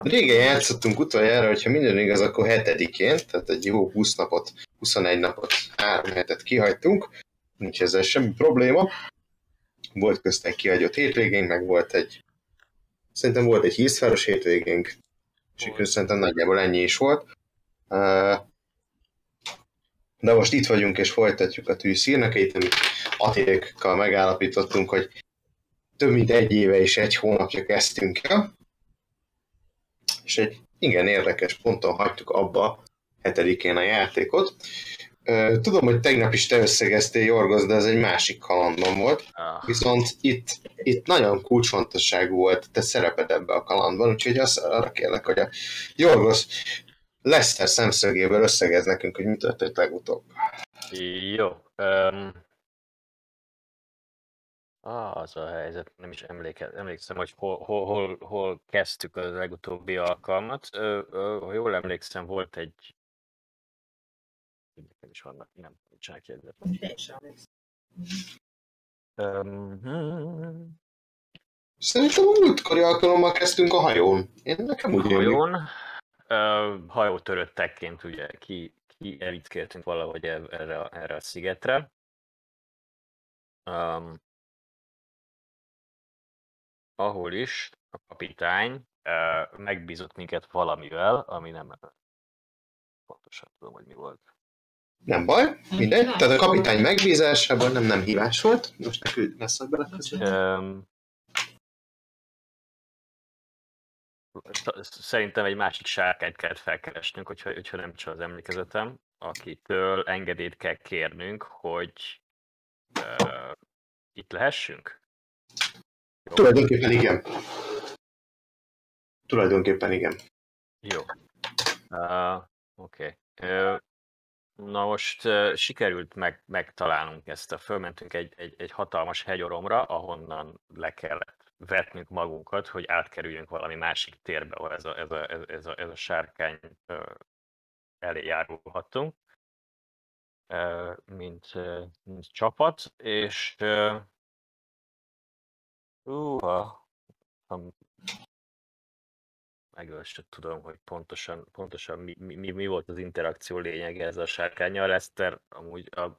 Régen játszottunk utoljára, hogyha minden igaz, akkor 7-én, tehát egy jó 20 napot, 21 napot, 3 hetet kihagytunk. Nincs ezzel semmi probléma. Volt közt egy kihagyott hétvégénk, meg szerintem volt egy hízváros hétvégénk, és szerintem nagyjából ennyi is volt. De most itt vagyunk, és folytatjuk a tűz hírnökeit, amit Attilékkal megállapítottunk, hogy több mint egy éve és egy hónapja kezdtünk el. És egy igen érdekes ponton hagytuk abba 7-én a játékot. Tudom, hogy tegnap is te összegeztél, Jorgos, de ez egy másik kalandban volt. Viszont itt nagyon kulcsfontosságú volt te szereped ebbe a kalandban, úgyhogy arra kérlek, hogy a Jorgos Leszter szemszögéből összegez nekünk, hogy mi történt legutóbb. Jó. Az a helyzet, nem is emlékszem, hogy hol kezdtük a legutóbbi alkalmat. Ha jól emlékszem, volt egy... Nekem is vannak, nem nincsenek jegyzetek. Szerintem a múltkori alkalommal kezdtünk a hajón. Nekem úgy hajón. Hajótöröttekként ugye kievickéltünk valahogy erre a szigetre. Ahol is a kapitány megbízott minket valamivel, ami nem pontosan tudom, hogy mi volt. Nem baj, mindegy. Tehát a kapitány megbízásában nem hívás volt. Most nekünk lesz, hogy beleköszönjük. Szerintem egy másik sárkányt kellett felkeresnünk, hogyha nem csak az emlékezetem, akitől engedélyt kell kérnünk, hogy itt lehessünk. Jó. Tulajdonképpen igen. Jó. Oké. Na most sikerült megtalálnunk ezt. Fölmentünk egy hatalmas hegyoromra, ahonnan le kellett vetnünk magunkat, hogy átkerüljünk valami másik térbe, ahol ez a sárkány elé járulhattunk, mint csapat, és megöl sem tudom, hogy pontosan mi volt az interakció lényege ezzel a sárkánnyal. Leszter amúgy a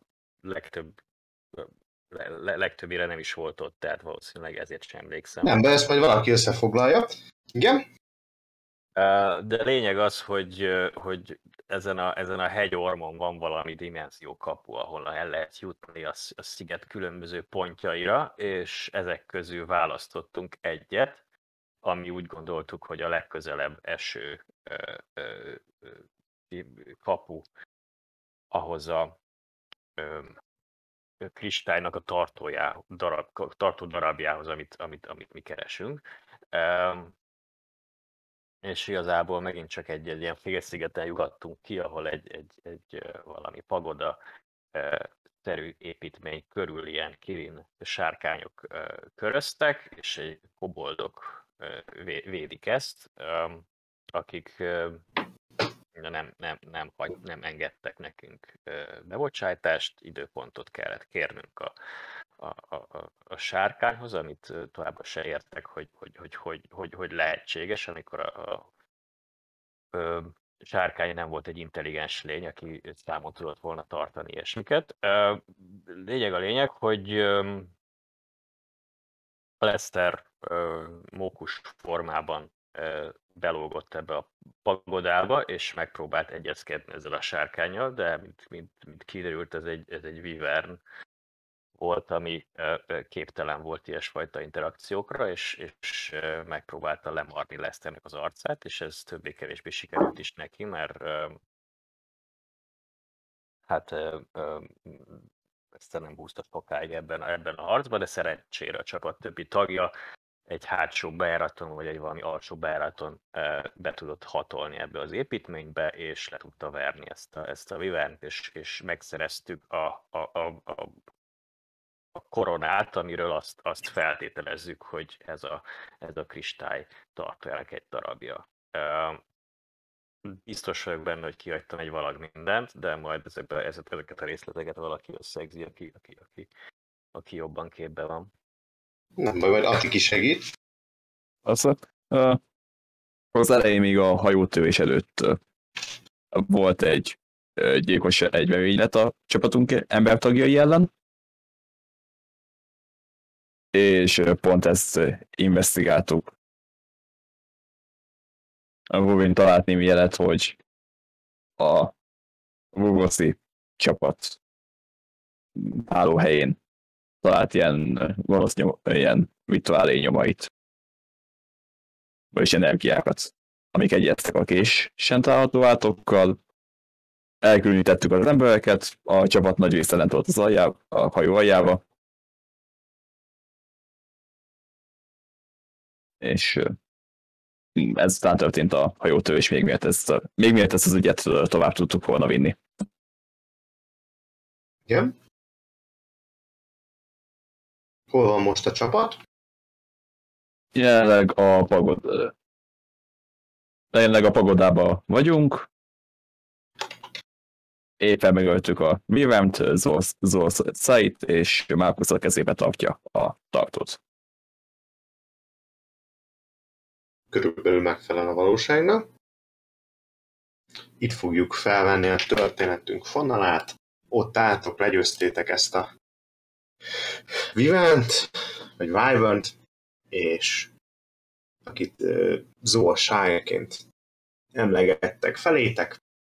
legtöbbire nem is volt ott, tehát valószínűleg ezért sem emlékszem. Nem, de ezt majd valaki összefoglalja. Igen? De lényeg az, hogy ezen a hegyormon van valami dimenziókapu, ahol el lehet jutni a sziget különböző pontjaira, és ezek közül választottunk egyet, ami úgy gondoltuk, hogy a legközelebb eső kapu ahhoz a kristálynak a tartó darabjához, amit mi keresünk. És igazából megint csak egy ilyen félszigeten lyukadtunk ki, ahol egy valami pagoda szerű építmény körül ilyen kirin sárkányok köröztek, és egy koboldok védik ezt, akik nem engedtek nekünk bebocsájtást, időpontot kellett kérnünk a sárkányhoz, amit továbbra se értek, hogy lehetséges, amikor a sárkány nem volt egy intelligens lény, aki számon tudott volna tartani ilyesmiket. Lényeg, hogy Leszter mókus formában belógott ebbe a pagodába, és megpróbált egyezkedni ezzel a sárkánnyal, de mint kiderült, ez egy vivern volt, ami képtelen volt ilyesfajta interakciókra, és megpróbálta lemarni Leszternek az arcát, és ez többé-kevésbé sikerült is neki, mert Leszter nem húzta sokáig ebben a harcban, de szerencsére a csapat többi tagja egy hátsó bejáraton, vagy egy valami alsó bejáraton be tudott hatolni ebbe az építménybe, és le tudta verni ezt a vivernt, és megszereztük a koronát, amiről azt feltételezzük, hogy ez a kristály tartójának egy darabja. Biztos vagyok benne, hogy kihagytam egy valag mindent, de majd ezeket a részleteket valaki összegzi, aki jobban képben van. Nem baj, majd Atti ki segít. Az elején még a hajótörés előtt volt egy gyilkos egymerénylet a csapatunk embertagjai ellen, és pont ezt investigáltuk. A Wolverine talált némi jelet, hogy a Wurgoszi csapat hálóhelyén talált ilyen rituálé nyomait, vagyis energiákat, amik egyeztek a késen található átokkal. Elkülönítettük az embereket, a csapat nagy része lent volt a hajó aljába, és ezután történt a hajótörés, még miért ezt az ügyet tovább tudtuk volna vinni. Igen. Hol van most a csapat? Jelenleg a pagodában vagyunk. Éppen megöltük a Vivemt, Zor Szait, és Markus a kezébe tartja a tartót. Körülbelül megfelel a valóságnak. Itt fogjuk felvenni a történetünk fonalát. Ott álltok, legyőztétek ezt a Vivent, vagy Wyvernt, és akit Zor Shire-ként emlegettek felétek.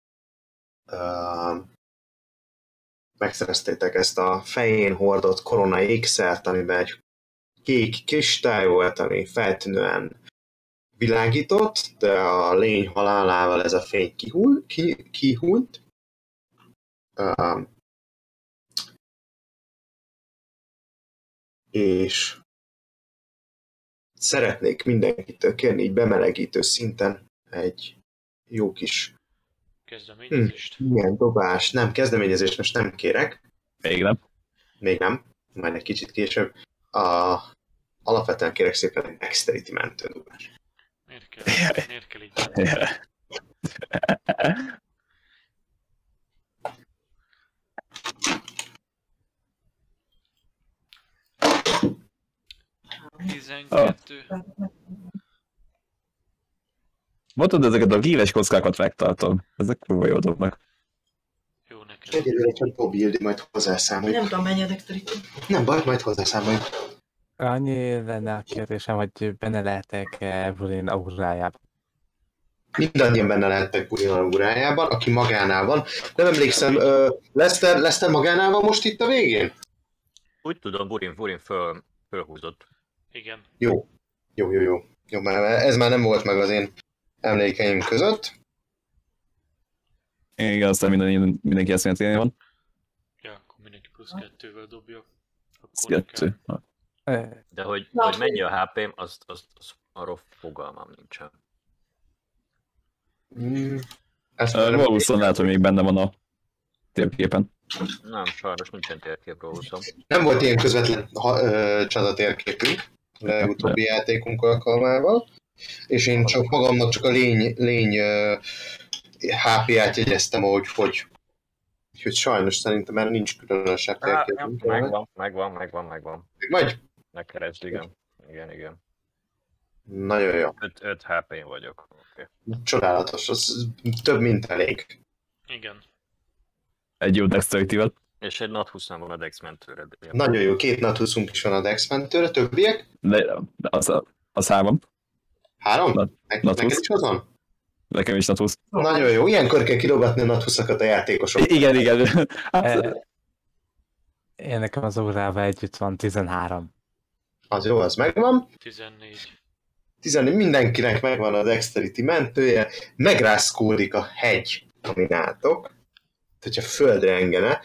Megszereztétek ezt a fején hordott korona ékszert, amiben egy kék kristály volt, ami feltűnően világított, de a lény halálával ez a fény kihúnyt. És szeretnék mindenkitől kérni, így bemelegítő szinten egy jó kis kezdeményezést. Milyen dobás? Nem, kezdeményezést most nem kérek. Még nem. Majd egy kicsit később. Alapvetően kérek szépen egy dexterity mentő dobás. Miért kell így? Oh. 12. Mondod, ezeket a híres kockákat megtartom. Ezek kurva jól dobnak. Jó neked. Egyelőre csak Bobildi, majd hozzászámoljuk. Nem tudom, mennyi a dexterity. Nem baj, majd hozzászámoljuk. Annyi lenne a kérdésem, hogy benne lehetek-e Bulin aurájában. Mindannyian benne lehettek Bulin aurájában, aki magánál van. Nem emlékszem, Lester magánál van most itt a végén? Úgy tudom, Burin fölhúzott. Igen. Jó, mert ez már nem volt meg az én emlékeim között. Igen, aztán mindenki eszméletlen van. Ja, akkor mindenki plusz 2-vel dobja. Ez 2. De hogy mennyi a HP-m, azt arról fogalmam nincsen. Valószínűleg lehet, hogy még benne van a térképen. Nem, sajnos nincsen térképről húzom. Nem volt ilyen közvetlen csatatérképünk a legutóbbi játékunk alkalmával, és én csak magamnak csak a lény HP-át jegyeztem, hogy sajnos szerintem már nincs különösebb térképünk. Megvan. Vagy? Ne keresd, igen. Nagyon jó. 5 HP-n vagyok. Okay. Csodálatos, az több mint elég. Igen. Egy jó dexterity-vel. És egy nat 20 van a Dex mentőre. Nagyon jó, 2 nat 20 is van a Dex mentőre, többiek? De az 3. 3? Neked is az van? Nekem is nat 20. Nagyon jó, ilyenkor kell kidogatni a nat 20-akat a játékosok. Igen. Én nekem az órával együtt van 13. Az jó, az megvan. 14. 14, mindenkinek megvan a Dexterity mentője, megrázkódik a hegy, amin álltok, hogyha földre engene,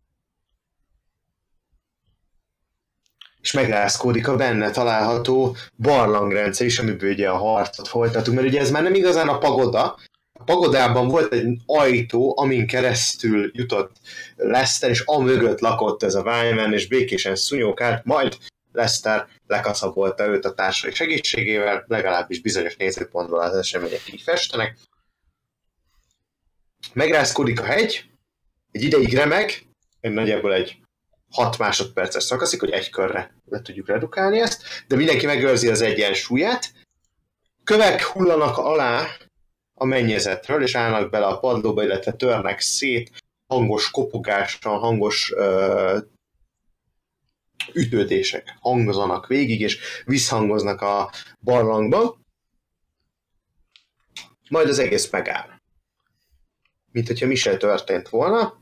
és megrázkódik a benne található barlangrendszer is, amiből ugye a harcot folytatunk, mert ugye ez már nem igazán a pagoda. A pagodában volt egy ajtó, amin keresztül jutott Lester, és amögött lakott ez a Wyvern, és békésen szúnyókált, majd Lester lekaszabolta őt a társai segítségével, legalábbis bizonyos nézőpontból az események így festenek. Megrázkódik a hegy, egy ideig remeg, nagyjából egy 6 másodperces szakaszik, hogy egy körre le tudjuk redukálni ezt, de mindenki megőrzi az egyensúlyát, Kövek hullanak alá a mennyezetről, és állnak bele a padlóba, illetve törnek szét, hangos kopogással, hangos ütődések hangozanak végig, és visszhangoznak a barlangba. Majd az egész megáll. Mint hogyha mi se történt volna.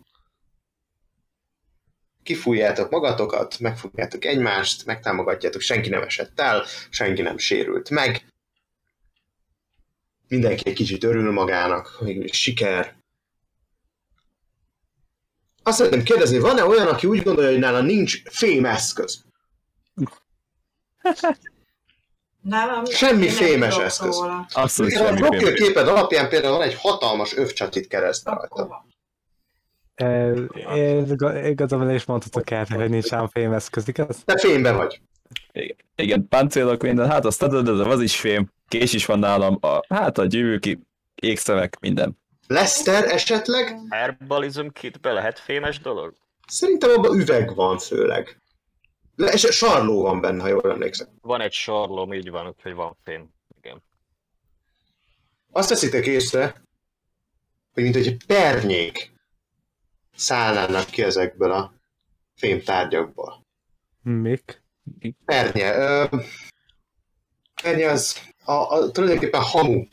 Kifújjátok magatokat, megfogjátok egymást, megtámogatjátok, senki nem esett el, senki nem sérült meg. Mindenki egy kicsit örül magának, mégis siker. Azt szeretném kérdezni, van-e olyan, aki úgy gondolja, hogy nála nincs fémeszköz? Nálam Semmi én nem fémes tudok eszköz. róla. Abszolút A semmi Brokkő fél. képed alapján például van egy hatalmas övcsatit kereszt rajta. Akkor van. Igazából is mondhatok el, hogy nincs ám fémeszköz, igaz? Te fénybe vagy. Igen, páncélok minden, hát azt tudod, ez az is fém, kés is van nálam, a gyűrűk, ékszemek, minden. Lester esetleg? Herbalism kitbe lehet fémes dolog? Szerintem abban üveg van főleg. Sarló van benne, ha jól emlékszem. Van egy sarlom, így van, úgyhogy van fém. Igen. Azt veszitek észre, hogy mint egy pernyék szállnának ki ezekből a fémtárgyakból. Mik? Pernye. Pernye az tulajdonképpen hamu.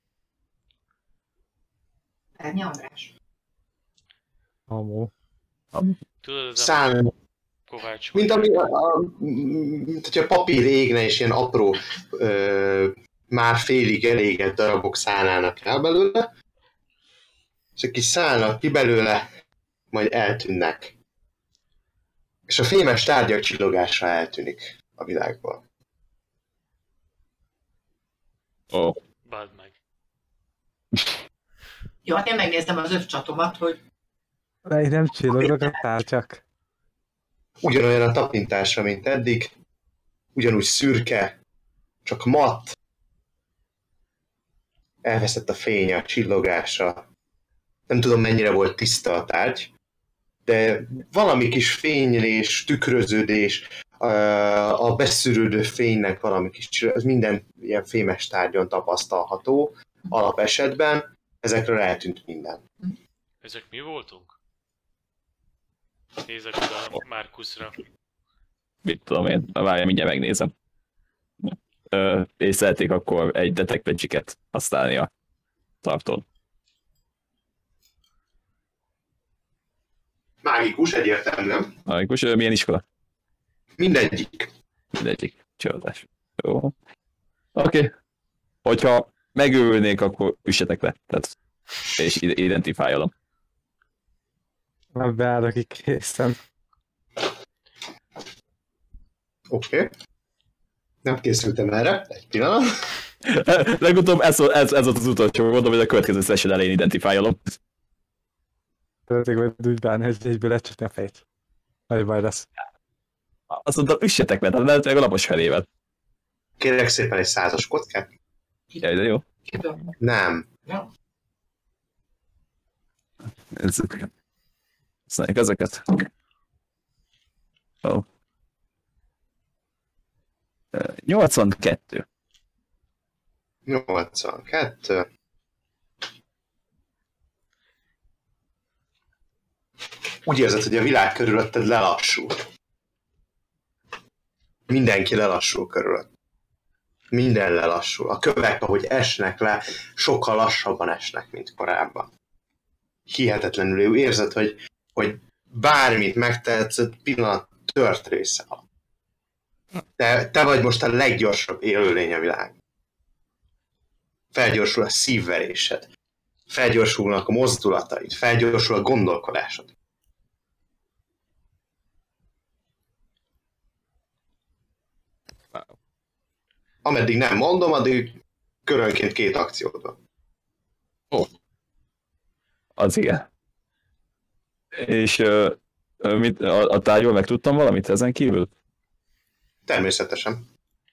Ernyi András. Amó. Tudod, ez a Szál, Kovács mint vagy. mint hogyha papír égne, és ilyen apró, már félig elégett darabok szállnának el belőle, és egy kis szállnak ki belőle, majd eltűnnek. És a fémes tárgyak csillogása eltűnik a világból. Ó, Báld meg. Jó, hát én megnéztem az övcsatomat, hogy De én nem csillogok a tárgyak. Ugyanolyan a tapintásra, mint eddig, ugyanúgy szürke, csak matt, elveszett a fénye, a csillogása. Nem tudom, mennyire volt tiszta a tárgy, de valami kis fénylés, tükröződés, a beszűrődő fénynek valami kis, ez minden ilyen fémes tárgyon tapasztalható alapesetben, ezekről eltűnt minden. Ezek mi voltunk? Nézek oda Markusra. mit tudom én, várjál, mindjárt megnézem. És szeretnék akkor egy Detect Magic-et használni a tartón. Mágikus egyértelműen. Mágikus, milyen iskola? Mindegyik. Mindegyik. Csodás. Jó. Oké. Hogyha megőrülnék, akkor üssetek le. Tehát, és identifáljalom. Már beállok ki készen. Oké. Nem készültem erre. Egy pillanat. Legutóbb ez volt az utolsó, mondom, hogy a következő session elején identifáljalom. Szeretnék majd úgy bánni, hogy egyből lecsapni a fejét. Nagy baj lesz. Azt mondtam, üssetek le, tehát lehet a lapos felével. Kérlek szépen egy 100-as kockát. Jaj, de jó. kiből. Nem. Jó. Használjuk ezeket. Ó. 82. 82. Úgy érzed, hogy a világ körülötted lelassul. Mindenki lelassul körülött. Minden lelassul. A kövek, ahogy esnek le, sokkal lassabban esnek, mint korábban. Hihetetlenül jó. Érzed, hogy bármit megtehetsz, pillanat tört része alatt. Te vagy most a leggyorsabb élőlény a világ. Felgyorsul a szívverésed. Felgyorsulnak a mozdulataid. Felgyorsul a gondolkodásod. Ameddig nem mondom, addig körönként 2 akciód van. Az igen. És mit, a tárgyról megtudtam valamit ezen kívül? Természetesen.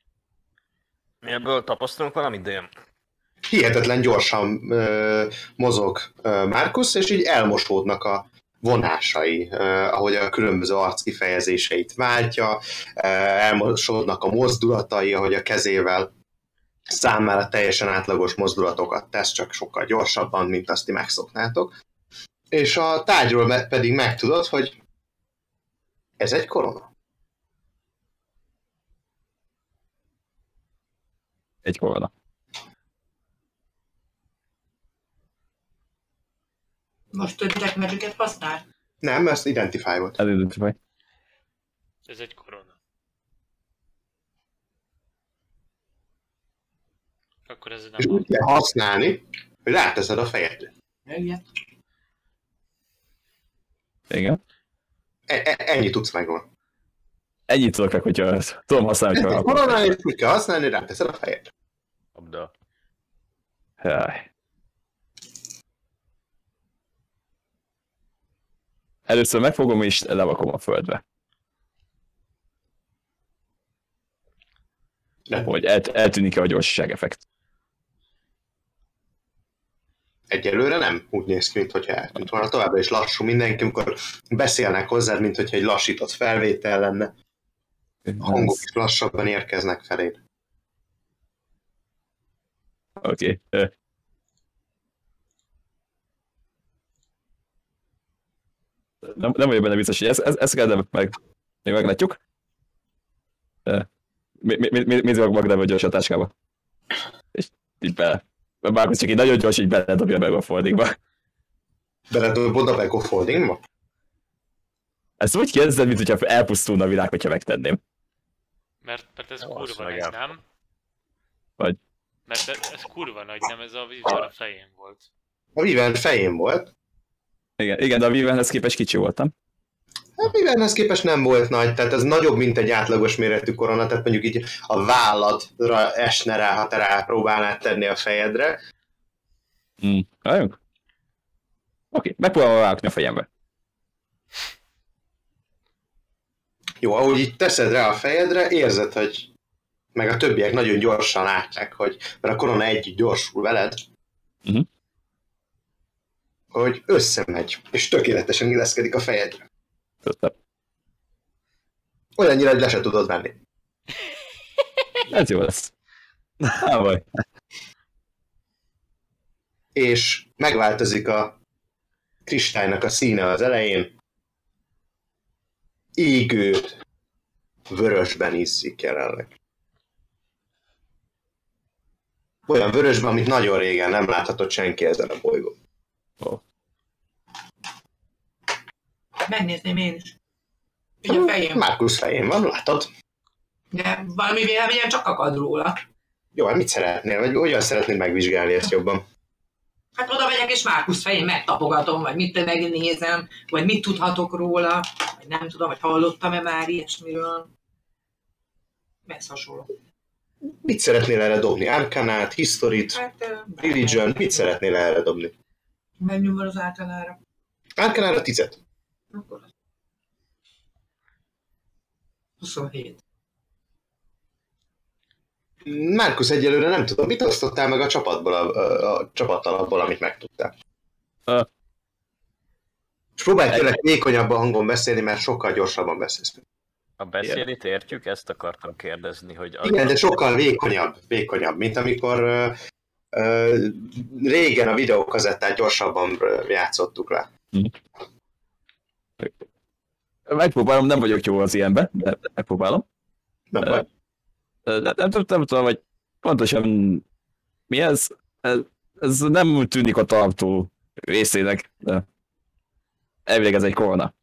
Ebből tapasztalunk valamit, DM? Hihetetlen gyorsan mozog Markus, és így elmosódnak a vonásai, ahogy a különböző arckifejezéseit váltja, elmosódnak a mozdulatai, ahogy a kezével számára teljesen átlagos mozdulatokat tesz, csak sokkal gyorsabban, mint azt ti megszoknátok. És a tárgyról pedig megtudod, hogy ez egy korona. Egy korona. Most Detect Magic-et használ? Nem, ez Identify volt. Ez Identify. Ez egy korona. Akkor ez És nem úgy kell használni, hogy ráteszed a fejedre. Igen. Igen. Ennyi tudsz megvan. Ennyit tudok meg, hogyha tudom használni, A hogyha koronát úgy kell használni, ráteszed a fejedre. Abda. Jaj. Először megfogom és levakom a földre. Hogy eltűnik-e a gyorsaság effekt. Egyelőre nem úgy néz ki, mintha eltűnt volna. Továbbra is lassú mindenki, amikor beszélnek hozzád, mint hogyha egy lassított felvétel lenne. A hangok is lassabban érkeznek feléd. Oké. Nem vagyok benne biztos, hogy ezt kell, de még meglátjuk. Nézzük meg Magdával gyors a táskába. És így bele. Bármilyen csak így nagyon gyors, így beledobja meg a foldingba. Beledobod a Bag of Holdingba? Ezt úgy kérdezed, mint hogyha elpusztulna a világ, hogyha megtenném. Mert ez Jó, kurva azt nagy, meg nem? Vagy? Mert ez kurva nagy, nem? Ez a vízben a fején volt. A Viven fején volt. Igen, de a Vivenhez képest kicsi voltam. A Vivenhez képest nem volt nagy, tehát ez nagyobb, mint egy átlagos méretű korona, tehát mondjuk így a válladra esne rá, ha te rápróbálnád tenni a fejedre. Várjunk? Oké, megpróbálom rákni a fejembe. Jó, ahogy így teszed rá a fejedre, érzed, hogy meg a többiek nagyon gyorsan látják, hogy mert a korona együtt gyorsul veled, hogy összemegy, és tökéletesen illeszkedik a fejedre. Tudtam. Olyannyira, hogy le se tudod venni. Ez jó lesz. Baj. És megváltozik a kristálynak a színe az elején. Égő, vörösben izzik jelenleg. Olyan vörösben, amit nagyon régen nem láthatott senki ezen a bolygón. Megnézném én is. Ugye a fejém. Márkusz fején van, látod? De valami véleményem csak akad róla. Jó, hát mit szeretnél? Vagy hogyan szeretnéd megvizsgálni ezt jobban? Hát oda megyek és Márkusz fején megtapogatom, vagy mit megnézem, vagy mit tudhatok róla, vagy nem tudom, hogy hallottam-e már ilyesmiről. Ez hasonló. Mit szeretnél erre dobni? Arcanát, Historyt, Hát, Religion? Mit szeretnél erre dobni? megnyomva az általára. Arcanára 10. Akkor az. 27. Márkusz, egyelőre nem tudom, mit osztottál meg a csapatból, a csapattal abból, amit megtudtál? És próbálj tényleg vékonyabb a hangon beszélni, mert sokkal gyorsabban beszélsz. A beszélét értjük? Ezt akartam kérdezni, hogy... Igen, de sokkal vékonyabb, mint amikor régen a videókazettát gyorsabban játszottuk le. Megpróbálom, nem vagyok jó az ilyenben, de megpróbálom. Nem baj. Nem tudom, hogy pontosan mi ez. Ez nem tűnik a tartó részének, de elvileg ez egy korona.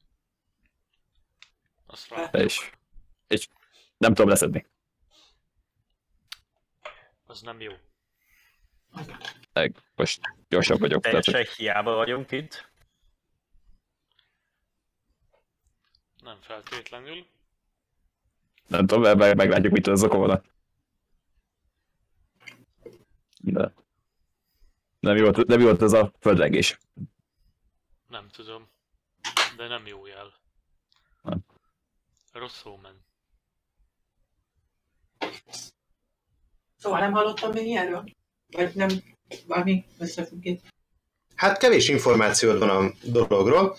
Azt rá. És nem tudom leszedni. Az nem jó. Most gyorsabb vagyok. Teljesen hiába vagyunk itt. Nem feltétlenül. Nem tudom, meglátjuk, mit az a korona. De nem volt ez a földrengés. Nem tudom. De nem jó jel. Nem. Rossz omen. Szóval nem hallottam még ilyenről? Vagy nem valami összefüggés? Hát kevés információd van a dologról.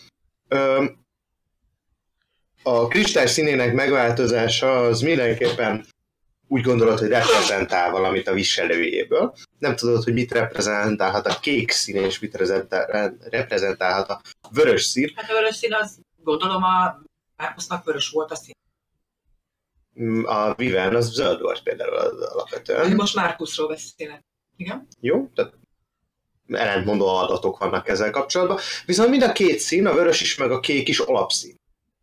A kristály színének megváltozása az mindenképpen úgy gondolod, hogy reprezentál valamit a viselőjéből. Nem tudod, hogy mit reprezentálhat a kék szín, és mit reprezentálhat a vörös szín. Hát a vörös szín az, gondolom a Márkusznak vörös volt a szín. A Viven az zöld volt például alapvetően. Most Márkuszról beszélek. Igen? Jó, tehát ellentmondó adatok vannak ezzel kapcsolatban. Viszont mind a két szín, a vörös is, meg a kék is alapszín.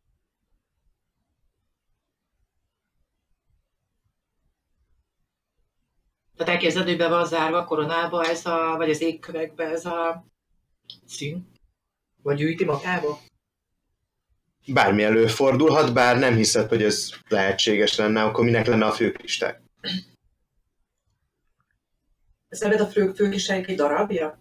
Tehát elképzeled, hogy be van zárva a koronába ez a, vagy az égkövekbe ez a szín? Vagy gyűjti magába? Bármi előfordulhat, bár nem hiszed, hogy ez lehetséges lenne, akkor minek lenne a főkristály? Szerinted a főkristály egy darabja?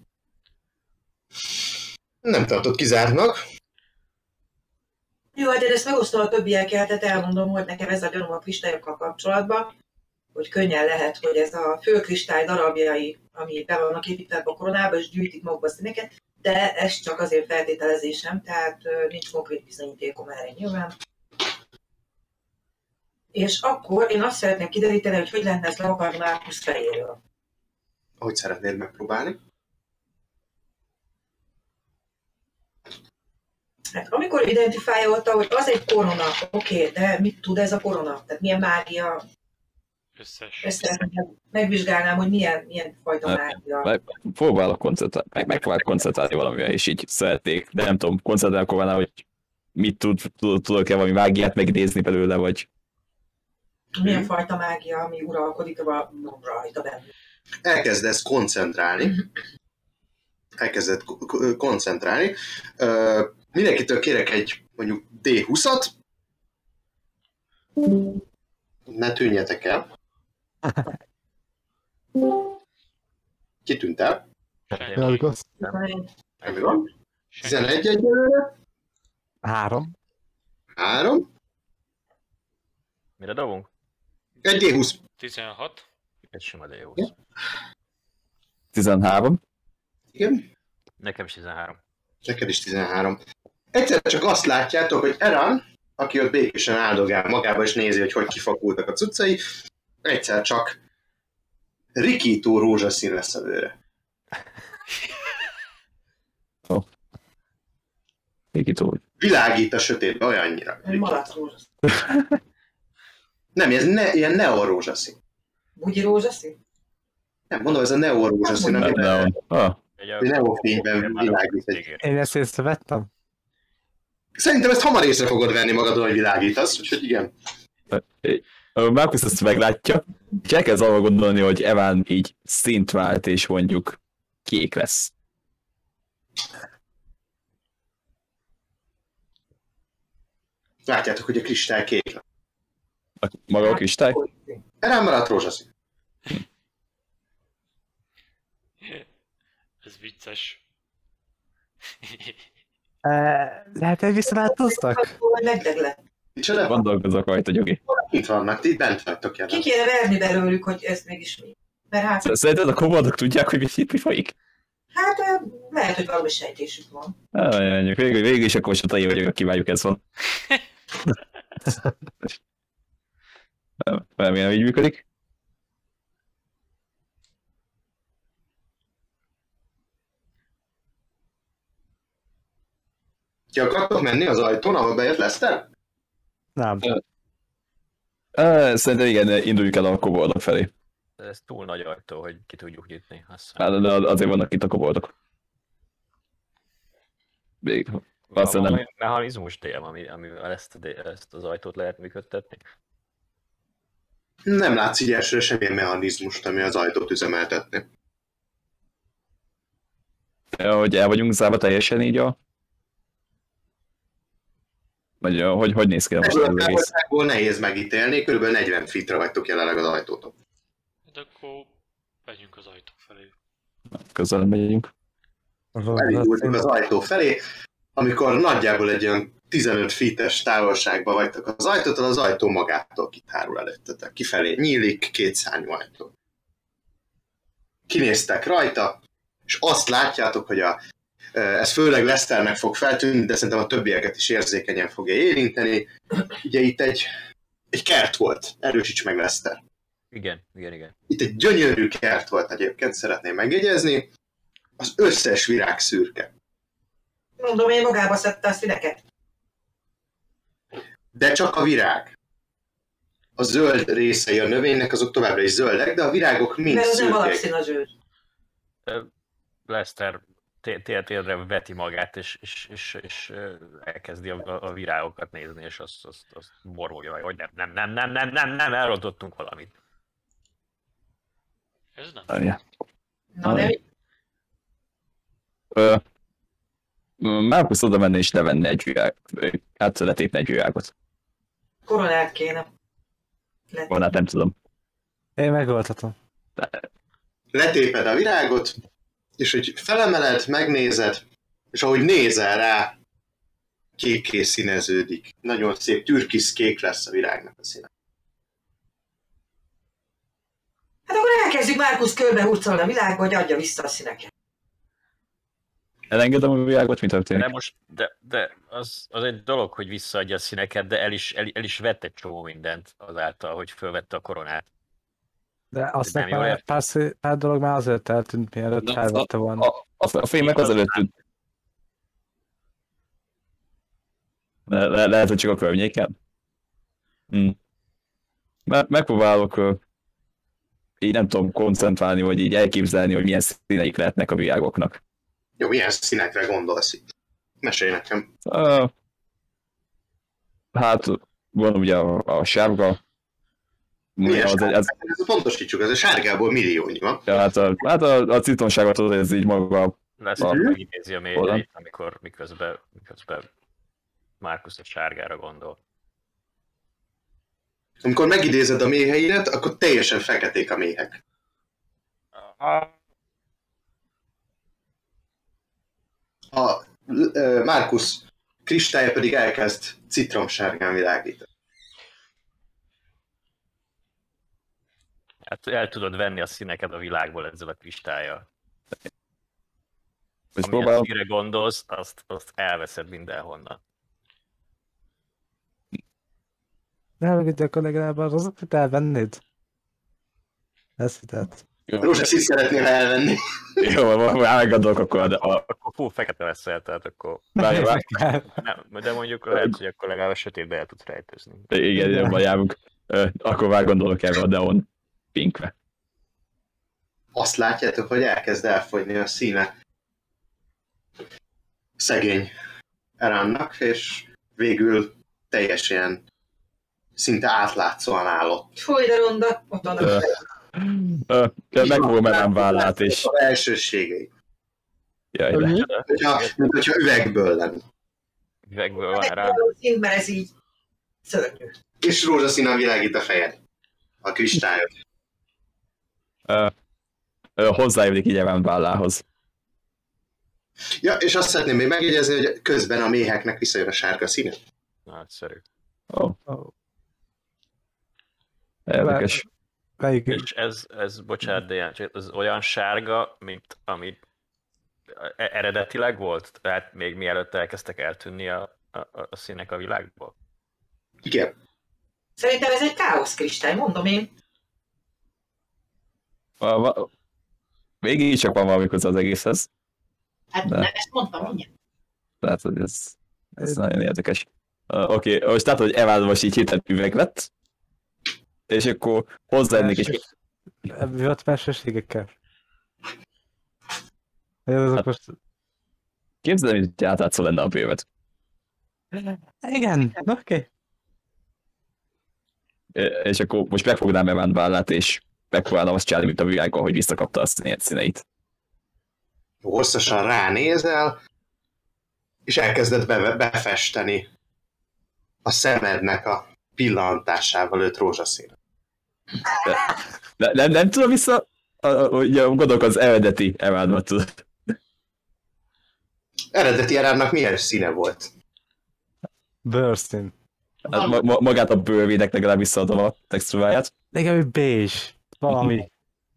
Nem tartott kizártnak. Jó, hát én ezt megosztom a többiekkel, tehát elmondom, hogy nekem ez a gyanúm a kristályokkal kapcsolatban, hogy könnyen lehet, hogy ez a főkristály darabjai, ami be vannak építve a koronába, és gyűjtik magukba a színeket, de ez csak azért feltételezésem, tehát nincs konkrét bizonyítékom erre nyilván. És akkor én azt szeretném kideríteni, hogy hogy lehetne ezt lemakarni Márkusz fejéről. Ahogy szeretnéd megpróbálni? Hát amikor identifálta, hogy az egy korona, oké, de mit tud ez a korona? Tehát milyen mágia? Összes. Ezt megvizsgálnám, hogy milyen fajta mágia. Próbálok koncentrálni valamire, és így szeretnék, de nem tudom, koncentrálok volna, hogy mit tudok-e valami mágiát megidézni belőle, vagy... Milyen fajta mágia, ami uralkodik rajta benne? Elkezdesz koncentrálni. Mindenkitől kérek egy mondjuk D20-at. Ne tűnjetek el. Ki tűnt el? Jelgosz. Semmi van. 11 egyelőre. 3. 3. Mire dobunk? Egy D20. 16. Egy sima D20. 13. Igen. Nekem is 13. Neked is 13. Egyszer csak azt látjátok, hogy Eran, aki ott békésen áldogál magába, és nézi, hogy kifakultak a cuccai, egyszer csak rikító rózsaszín lesz a bőre. Rikító. Világít a sötétbe olyannyira. Malac rózsaszín. Nem, ez ilyen neon rózsaszín. Bugyi rózsaszín? Nem, mondom, ez a neon rózsaszín, amiben neonfényben világít egy... Én ezt észrevettem? Szerintem ezt hamar észre fogod venni magadon, hogy világítasz, úgyhogy igen. Márkusz ezt meglátja, és elkezd arra gondolni, hogy Evan így szint vált, és mondjuk kék lesz. Látjátok, hogy a kristály kék lesz. Maga a kristály? Erre maradt rózsaszín. Ez vicces. Lehet, hogy visszaváltoztak? Megdeg lett. Micsoda? Gondolkozok rajta, Gyogi. Itt vannak, ti itt bent vagytok jelen. Ki kéne verni belőlük, hogy ez mégis mi? Mert hát, Szerinted a komoldok tudják, hogy mi folyik? hát lehet, hogy valami sejtésük van. Végül is akkor Satai vagyok, aki vágyjuk ez van. Remélem, így működik. Ki akartok menni az ajtón, ahol bejött Lester? Nem. Szerintem igen, induljuk el a koboldok felé. Ez túl nagy ajtó, hogy ki tudjuk nyitni. De azért vannak itt a koboldok. Valami mechanizmus tél, amivel ezt az ajtót lehet működtetni? Nem látsz így elsőre semmilyen mechanizmust, ami az ajtót üzemeltetni. Hogy el vagyunk zárva teljesen így a... Vagy hogy néz ki a most az egész? Távolságból nehéz megítélni, körülbelül 40 feetre vagytok jelenleg az ajtótól. De akkor megyünk az ajtó felé. Közel megyünk. Elindultunk az ajtó felé, amikor nagyjából egy olyan 15 feet-es távolságban vagytok az ajtótól, az ajtó magától kitárul előttetek. Kifelé nyílik, két szárnyú ajtó. Kinéztek rajta, és azt látjátok, hogy ez főleg Lesternek fog feltűnni, de szerintem a többieket is érzékenyen fogja érinteni. Ugye itt egy kert volt, erősíts meg Lester. Igen. Itt egy gyönyörű kert volt egyébként, szeretném megjegyezni. Az összes virág szürke. Mondom, én magába szedte a színeket. De csak a virág. A zöld részei a növénynek azok továbbra is zöldek, de a virágok mind Mert az nem szürkék. alapszín a zöld. Lester térdre veti magát, és elkezdi a virágokat nézni, és azt mormogja, hogy nem, elrontottunk valamit. Ez nem. Várjál. Na, de Márkusz oda menni és levenni egy virág, hát letépni egy virágot. koronát kéne. Van, hát nem tudom. Én megoldhatom. Letéped a virágot, és hogy felemeled, megnézed, és ahogy nézel rá, kékké színeződik. Nagyon szép, türkiszkék lesz a virágnak a színe. Hát akkor elkezdjük Márkusz körbe hurcolni a világba, hogy adja vissza a színeket. Elengedem a virágot, mi történik? De most, de az egy dolog, hogy visszaadja a színeket, de el is vett egy csomó mindent azáltal, hogy fölvette a koronát. De azt Nem jól meg pár dolog már azért eltűnt, mielőtt felvette volna. A fémek azelőtt tűnt. Lehet, hogy csak a környéken. Megpróbálok így nem tudom koncentrálni, vagy így elképzelni, hogy milyen színeik lehetnek a virágoknak. Jó, milyen színekre gondolsz itt? Mesélj nekem. Hát van ugye a sárga. Milyen sárga? Ezt pontosítsuk, ez a sárgából milliónyi van. Ja, hát a citronsárgat az ez így maga. Lester megidézi a mélyeit, miközben Márkusz egy sárgára gondol. Amikor megidézed a méheidet, akkor teljesen feketék a méhek. A Márkusz kristálya pedig elkezd citromsárgán világítani. Hát el tudod venni a színeket a világból ezzel a kristállyal. Most Amilyen színre gondolsz, azt elveszed mindenhonnan. Nem, hogy akkor legalább az azokat elvennéd. Ezt hitett. Rózsaszín szeretnél elvenni. Jó, elgondolok akkor. Akkor full fekete leszel, tehát akkor... Várj. Nem, de mondjuk lehet, hogy akkor legalább a sötétbe el tudsz rejtőzni. Igen, jobban járunk. Akkor már gondolok erre a Deon pinkre. Azt látjátok, hogy elkezd elfogyni a színe szegény Erannak, és végül teljesen szinte átlátszóan állott. Fúj, de ronda, ott vannak. Megfogom Eran vállát, és... A belsőségei. Jaj, Mint hogyha üvegből lenne. Üvegből van rá. Szint, mert ez így szörnyű. És rózsaszínen világít a fejed. A kristályod. Hozzájövik így Eran vállához. Ja, és azt szeretném még megjegyezni, hogy közben a méheknek visszajön a sárga színe. Nagyszerű. Érdekes. És ez bocsánat, de ez olyan sárga, mint amit eredetileg volt? Tehát még mielőtt elkezdtek eltűnni a színek a világból? Igen. Szerintem ez egy káosz kristály, mondom én. Végig csak van valami köze az egészhez. Hát De. nem, ezt mondtam mindjárt. Tehát, hogy ez nagyon érdekes. Oké, most tehát, hogy Evan most így hirtelen üveg lett, és akkor hozzáadnék egy... Mi ott mesterségekkel? Hát, most... Képzelem, hogy átlátszó lenne a bővet. Igen, oké. És akkor most megfognám Evan vállát, és megpróbálom azt csinálni, mint a világban, hogy visszakapta a színeit. Hosszasan ránézel, és elkezded befesteni a szemednek a pillantásával őt rózsaszín. Nem tudom vissza, ugye gondolok az eredeti Evanot tudod. Eredeti Eránnak milyen színe volt? Bőrszín. Hát magát a bőrvének legalább visszaadom a textúráját. Legalább beige. Valami.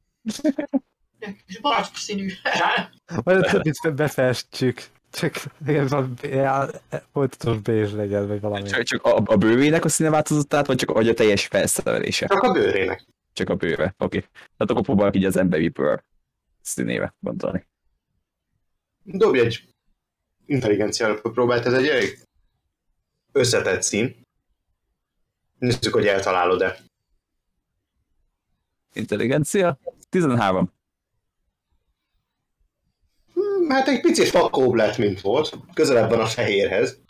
És barcs színű. Majd a többit befestjük. Csak folytatos beige legyen, vagy valami. Csak a bőrvének a színe változott át, vagy csak a teljes felszerelése? Csak a bőrének. Csak a bőre. Oké. Tehát akkor próbálok így az emberi bőr színébe gondolni. Dobj egy intelligencia alapú próbált, ez egy elég összetett szín. Nézzük, hogy eltalálod-e. Intelligencia? 13. Hát egy picit fakóbb lett, mint volt. Közelebb van a fehérhez.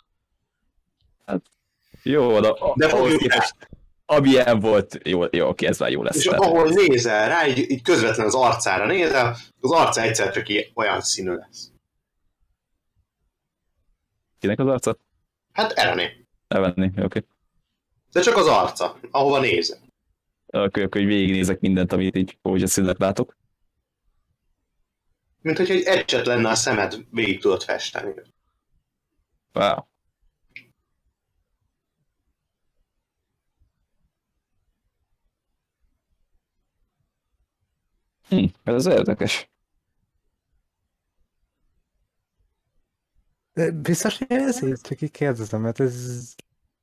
Jó, De fogjuk rá. Amilyen volt, jó, oké, ez már jó lesz. És ahol nézel rá, így közvetlen az arcára nézel, az arca egyszer csak olyan színű lesz. Kinek az arca? Hát Erené. Elvenni, oké. De csak az arca, ahova nézel. Akkor végignézek mindent, amit így rózsaszínnek látok. Mint hogy egy ecset lenne a szemed, végig tudod festeni. Wow. Ez érdekes. De biztos, hogy ez így? Csak így kérdezem, mert ez...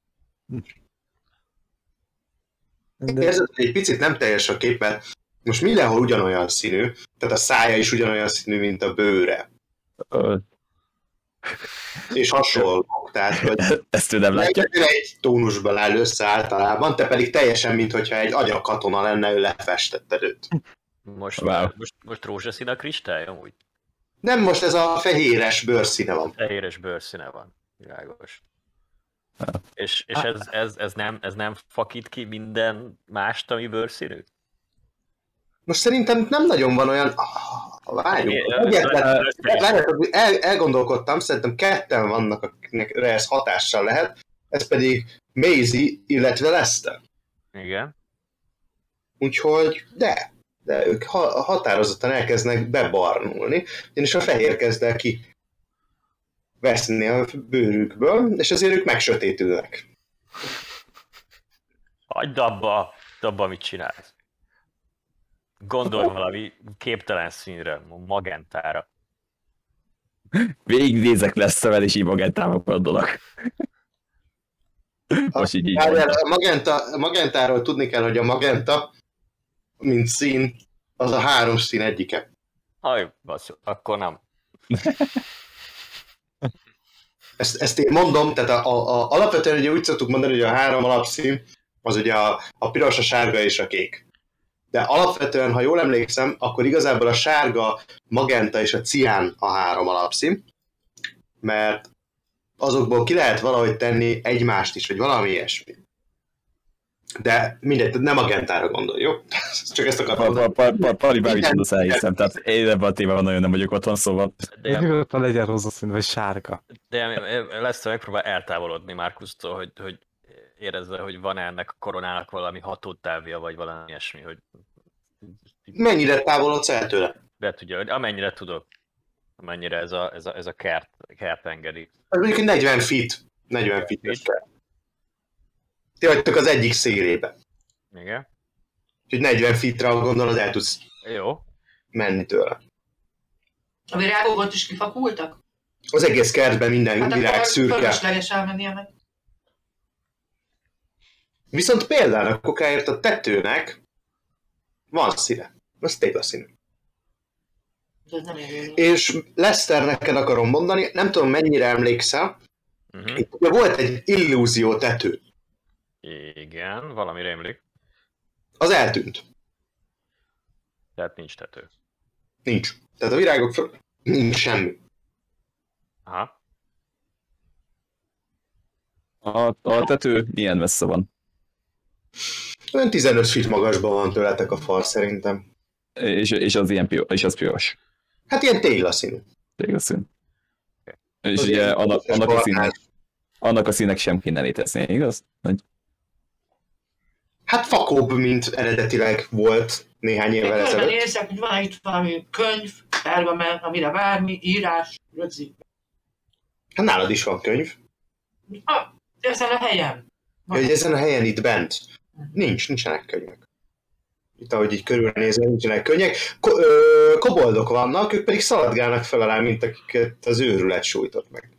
De... Érzed, hogy egy picit nem teljes a kép, mert most mindenhol ugyanolyan színű, tehát a szája is ugyanolyan színű, mint a bőre. És hasonlók, tehát hogy Ezt ő nem látja. egy tónusban áll össze általában, te pedig teljesen, mintha egy agyakatona lenne, ő lefestetted őt. Most rózsaszín a kristály, amúgy? Nem, most ez a fehéres bőrszíne van. Fehéres bőrszíne van, világos. És ez nem fakít ki minden mást, ami bőrszínű? Most szerintem nem nagyon van olyan... Várjuk. Elgondolkodtam, szerintem ketten vannak, akikre ez hatással lehet, ez pedig Maisie, illetve Lester. Igen. Úgyhogy de ők határozottan elkezdnek bebarnulni, és a fehér kezd el ki veszni a bőrükből, és azért ők megsötétülnek. Hagyd abba, mit csinálsz. Gondolj valami képtelen színre, magentára. Végignézek Lesterrel, és így magentába gondolok. Most így Magentáról tudni kell, hogy a magenta, mint szín, az a 3 szín egyike. Basszus, akkor nem. Ezt én mondom, tehát alapvetően ugye úgy szoktuk mondani, hogy a 3 alapszín, az ugye a piros, a sárga és a kék. De alapvetően, ha jól emlékszem, akkor igazából a sárga, magenta és a cián a 3 alapszín, mert azokból ki lehet valahogy tenni egymást is, vagy valami ilyesmi. De mindegy, nem magentára gondolj, jó? Csak ezt akartam. Pali, bármit mondasz, elhiszem. Tehát én ebben a témában nagyon nem vagyok otthon, szóval... Nyugodtan legyen rózsaszín, vagy sárga. De Lester megpróbál eltávolodni Markusztól, hogy érezze, hogy van ennek a koronának valami hatótávja, vagy valami ilyesmi, hogy... Mennyire távolodsz el tőle? De tudja, hogy amennyire tudok, amennyire ez a kert engedi. Ez mondjuk egy 40 feet. 40 feet-es kert. Ti vagytok az egyik szélébe. Igen. Úgyhogy 40 feetre, gondolod, el tudsz Jó. menni tőle. A virágok ott is kifakultak? Az egész kertben minden Hát virág akkor szürke. fölösleges elmennie meg. Viszont például a kokáért a tetőnek van színe. Az téglaszínű. De ez nem érő. És Lester, neked akarom mondani, nem tudom mennyire emlékszel, itt volt egy illúzió tető. Igen, valami rémlik. Az eltűnt. Tehát nincs tető. Nincs. Tehát a virágok föl nincs semmi. Aha. A tető milyen messze van? Olyan 15 feet magasban van tőletek a fal szerintem. És az ilyen és az piros. Hát ilyen téglaszínű. Téglaszín. És Az ugye ilyen annak a színek sem kéne létezni, igaz? Hát fakóbb, mint eredetileg volt néhány évvel Én ezelőtt. nézek, hogy van itt valami könyv, pergamen, amire bármi, írás, rögzítve. Hát nálad is van könyv. Ezen a helyen. Hogy ezen a helyen itt bent nincsenek könyvek. Itt ahogy így körülnézel, nincsenek könyvek. Koboldok vannak, ők pedig szaladgálnak fel alá, mint akiket az őrület sújtott meg.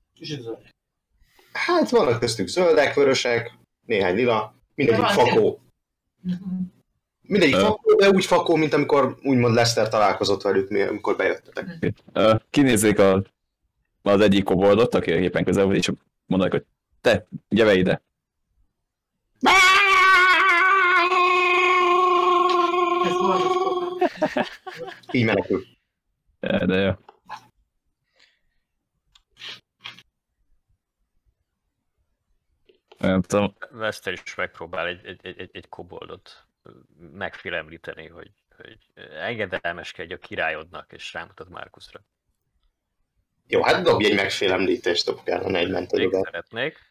Hát vannak köztük zöldek, vörösek, néhány lila, mindegyik van fakó. Mindegyik fakó, de úgy fakó, mint amikor úgymond Lester találkozott velük, amikor bejöttetek. Kinézzék az egyik koboldot, aki éppen közel volt, és mondanak, hogy te, gyere ide. Ez borzasztó. Így menekül. De jó. Nem tudom. Lester is megpróbál egy koboldot megfélemlíteni, hogy engedelmeskedj a királyodnak, és rámutat Markusra. Jó, hát dobj egy megfélemlítést, dobj kellene egy mentőt. Szeretnék.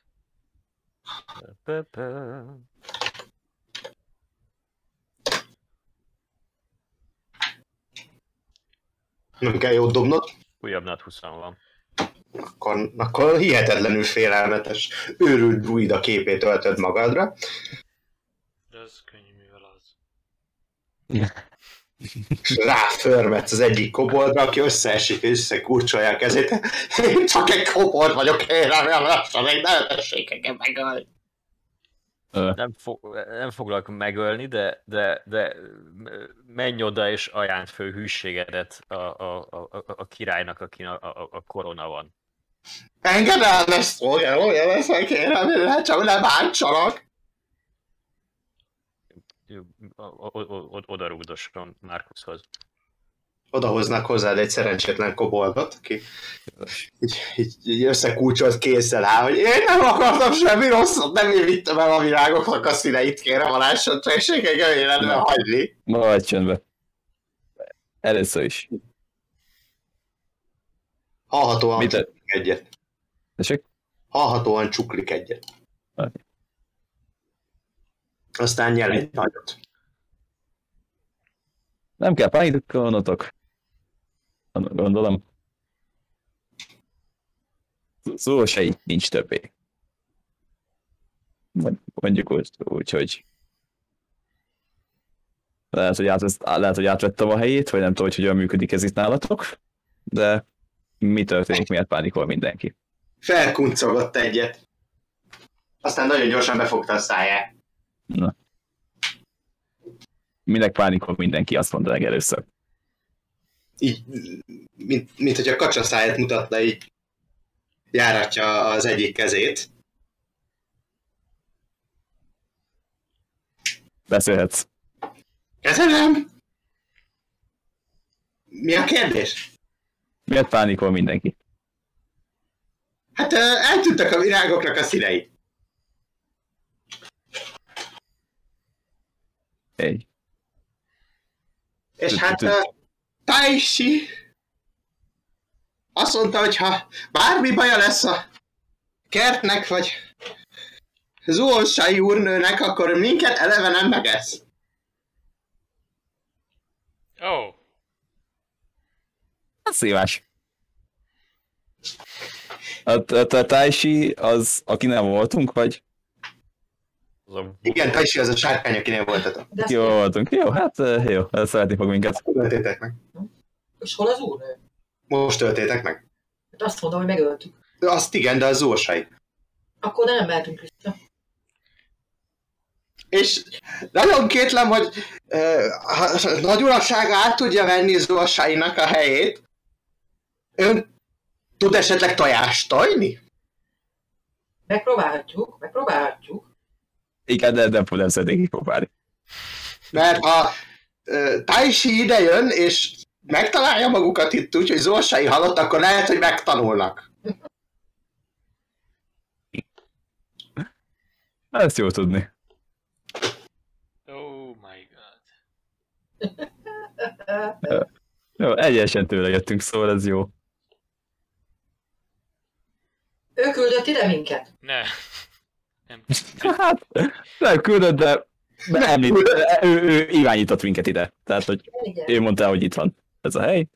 Nem kell jót dobnod. Újabb nat 20 van. Akkor hihetetlenül félelmetes, őrült druida képét öltöd magadra. De ez könnyű, mivel az. És ráförmetsz az egyik koboldra, aki összeesik és összekurcsolja a kezét. Én csak egy kobold vagyok, kérem, lassan, egy ne tessék engem megölni. Nem foglak megölni, de menj oda és ajánld föl hűségedet a királynak, akin a korona van. Engedd el, ne szólja lesz, kérem, csak ne bántsanak. Oda rúgdosson Markushoz. Odahoznak hozzád egy szerencsétlen koboldot, aki így összekulcsolt kézzel áll, hogy én nem akartam semmi rosszat, nem én vittem el a virágoknak a színeit, kérem, a lásson, tessék engem életben hagyni. Maradj csöndbe. Először is. Hallhatóan Mit csuklik egyet. Tessék? Hallhatóan csuklik egyet. Okay. Aztán nyel egy nagyot. Nem kell pánikolnotok. Gondolom. Szó se nincs többé. Mondjuk úgy, hogy lehet, hogy átvettem a helyét, vagy nem tudom, hogy hogyan működik ez itt nálatok, de mi történik, miért pánikol mindenki? Felkuncogott egyet. Aztán nagyon gyorsan befogta a száját. Na. Minek pánikol mindenki, azt mondta először. Így, mint hogy a kacsa száját mutatna, így járatja az egyik kezét. Beszélhetsz. Köszönöm! Mi a kérdés? Miért pánikol mindenki? Hát eltűntek a virágoknak a színei. Egy. És hát Taishi azt mondta, hogy ha bármi baja lesz a kertnek, vagy Zuonsai úrnőnek, akkor minket eleve nem megesz. Ó, Szívás. A Taishi az, aki nem voltunk, vagy? Igen, Taishi az a sárkány, akinél voltatok. Jó voltunk. Jó, hát jó, szeretni fog minket. Töltétek meg. És hol az úrnő? Most töltétek meg. Hát azt mondom, hogy megöltük. Azt igen, de az Zuonsai. Akkor nem mehetünk vissza. És nagyon kétlem, hogy nagy uraksága át tudja venni Zuonsainak a helyét. Ön tud esetleg tojást tojni? Megpróbálhatjuk. Igen, de nem szeretnék kipróbálni. Mert ha Taishi ide jön, és megtalálja magukat itt úgy, hogy Zuonsai halott, akkor lehet, hogy megtanulnak. Ezt jó tudni. oh my god. Jó, egyesen tőle jöttünk, szóval ez jó. Ő küldött ide minket. Ne. Nem. Hát, nem küldött, de ő irányított minket ide. Tehát, hogy Igen. ő mondta, hogy itt van ez a hely.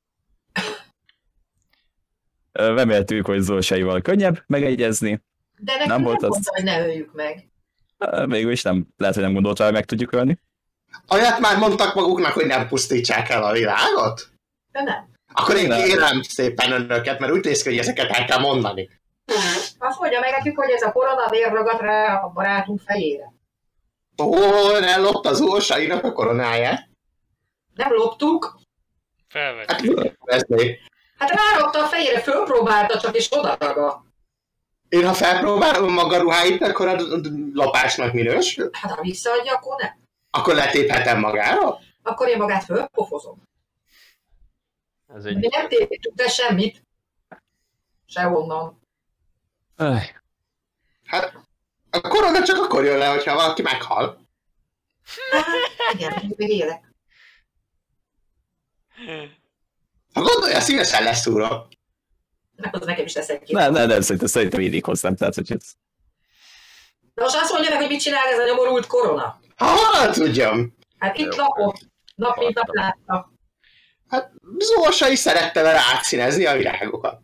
Reméltük, hogy Zuonsaival könnyebb megegyezni. De nekünk Nem nem volt az. mondta, hogy ne öljük meg. Mégis nem, lehet, hogy nem gondolt rá, hogy meg tudjuk ölni. Olyat már mondtak maguknak, hogy nem pusztítsák el a világot? De nem. Akkor én Nem. kérem szépen önöket, mert úgy néz ki, hogy ezeket el kell mondani. Azt mondja meg nekünk, hogy ez a koronavírus ragadt rá a barátunk fejére. Hol ellopta az Orsainak a koronáját? Nem loptuk. Felvettük. Hát rárapta a fejére, fölpróbálta csak, és odaadta. Én ha felpróbálom a maga ruháit, akkor a lopásnak minősül? Hát ha visszaadja, akkor nem. Akkor letéphetem magára? Akkor én magát fölpofozom. Ez Mi nem tépítünk de semmit. Sehonnan. Hát a korona csak akkor jön le, hogyha valaki meghal. Hát, igen, még élek. Ha gondolja, szívesen lesz úra. Az nekem is lesz egy-két. Nem, szerintem így hozzám, tehát hogy ez... De most azt mondja meg, hogy mit csinál ez a nyomorult korona. Ha, tudjam. Hát itt nap mint nap látta. Hát Zorsai szerette vele átszínezni a virágokat.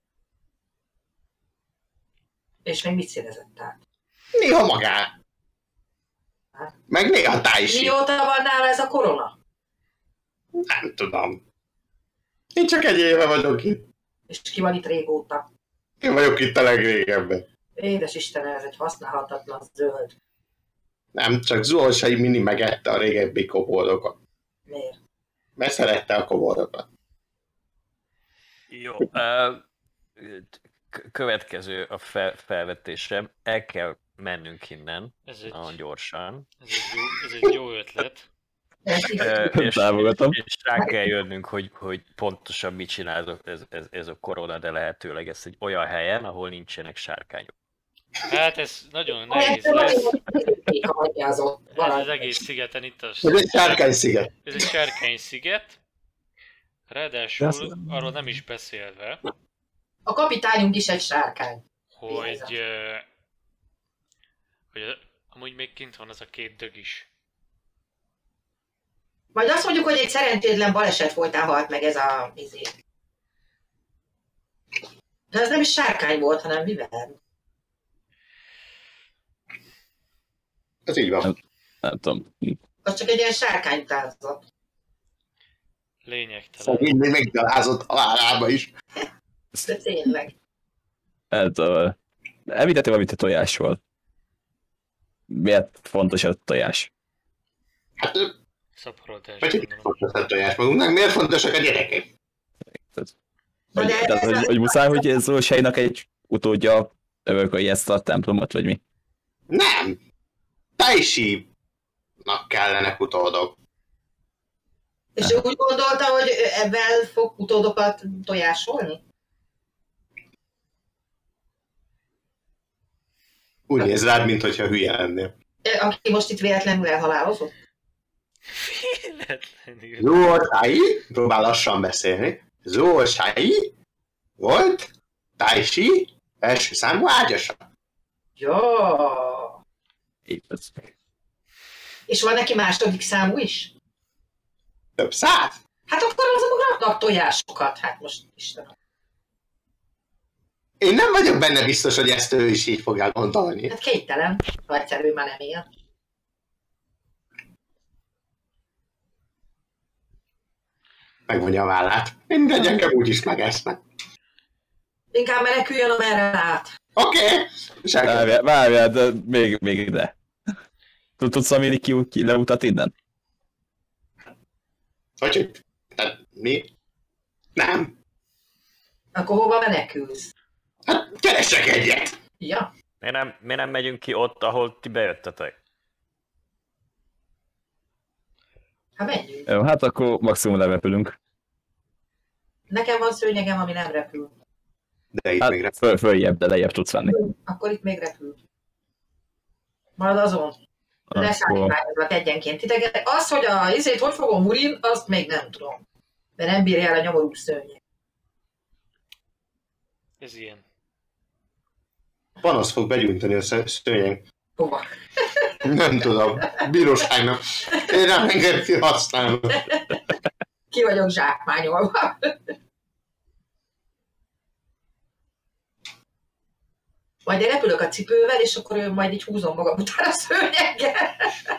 És még mit színezett át? Néha magán. Meg néha tájsi. Mióta van nála ez a korona? Nem tudom. Én csak egy éve vagyok itt. És ki van itt régóta? Én vagyok itt a legrégebben. Édes Istenem, ez egy használhatatlan zöld. Nem, csak Zorsai mini megette a régebbi koboldokat. Miért? Mert szerette a koboldokat. Jó. Következő a felvetésem. El kell mennünk innen. Nagyon gyorsan. Ez egy jó ötlet. És rá kell jönnünk, hogy pontosan mit csinál ez a korona, de lehetőleg ez egy olyan helyen, ahol nincsenek sárkányok. Hát ez nagyon nehéz lesz. Ez az egész szigeten itt a... Ez egy sárkány-sziget. Ez egy sárkány-sziget. Ráadásul arról nem is beszélve, A kapitányunk is egy sárkány. hogy amúgy még kint van az a két dög is. Majd azt mondjuk, hogy egy szerencsétlen baleset folytán halt meg ez a izé. De ez nem is sárkány volt, hanem mivel? Ez így van. Nem tudom. Az csak egy ilyen sárkánytázat. Lényegtelen. Szegény még megdalázott halálába is. De tényleg. Említettél valamit a tojásról. Miért fontos a tojás? Hát, Szaporodás, vagy hogy gondolom. fontos a tojás magunknak, miért fontosak a gyerekek? Hogy muszáj, hogy ez Zorsainak egy utódja örökölje ezt a templomot, vagy mi? Nem! Taishinak kellenek utódok. És ő úgy gondolta, hogy ebben fog utódokat tojásolni? Úgy néz rád, mintha hülye lennél. Aki most itt véletlenül elhalálozott? Véletlenül. Zorsai, próbál lassan beszélni. Zorsai volt Taishi első számú ágyasa. Ja. Így ez. És van neki második számú is? Több száz. Hát akkor azok raknak tojásokat, hát most Istenem. Én nem vagyok benne biztos, hogy ezt ő is így fogja gondolni. Hát kénytelen, ha egyszer ő már nem él. Megvonja a vállát. Mindegy, engem úgyis megesznek. Inkább meneküljön, amerre át. Oké. Várjál, de még ide. Tudsz valami ki leutat innen? Hogy? Tehát mi? Nem. Akkor hova menekülsz? Hát keresek egyet. Ja. Miért nem megyünk ki ott, ahol ti bejöttetek? Hát menjünk. Jó, hát akkor maximum lerepülünk. Nekem van szőnyegem, ami nem repül. De itt még Hát följebb, de lejjebb tudsz venni. Akkor itt még repül. Marad azon. Leszállítmányozlak egyenként titeket. Az, hogy a izét hogy fogom Murin, azt még nem tudom. De nem bírja el a nyomorú szőnyeg. Ez ilyen. panasz fog begyújtani a szőnyeg. Hova? Nem tudom. Bíróságnak. Én nem engedti használni. Ki vagyok zsákmányolva. Majd én repülök a cipővel, és akkor majd így húzom magam után a szőnyeggel.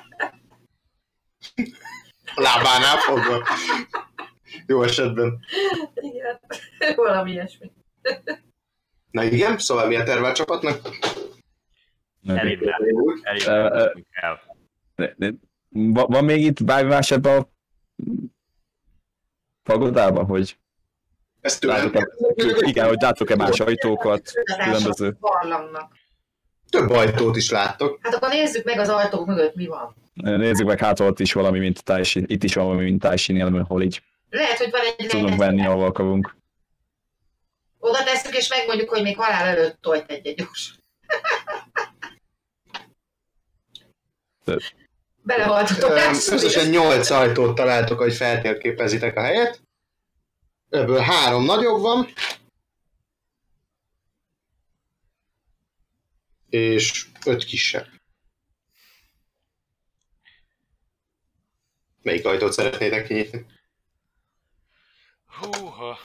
A lábánál fogva. Jó esetben. Igen, valami ilyesmi. Na igen, szóval mi a terve a csapatnak? Elindulunk el. Van még itt bármi más ebben a pagodában, hogy Ezt tőlem. igen, hogy láttok-e más ajtókat, különböző. Barlangnak. Több ajtót is láttok. Hát akkor nézzük meg az ajtók mögött mi van. Nézzük meg, hát ott is valami, mint Taishi, itt is van valami, mint Taishinél, ahol így Lehet, hogy van egy tudunk venni, ahol akarunk. Oda tesszük, és megmondjuk, hogy még halál előtt tolt egy gyors. Belehalt a tojás. Összesen 8 ajtót találtok, hogy feltérképezitek a helyet. Ebből 3 nagyobb van. És 5 kisebb. Melyik ajtót szeretnétek kinyitni? Húha.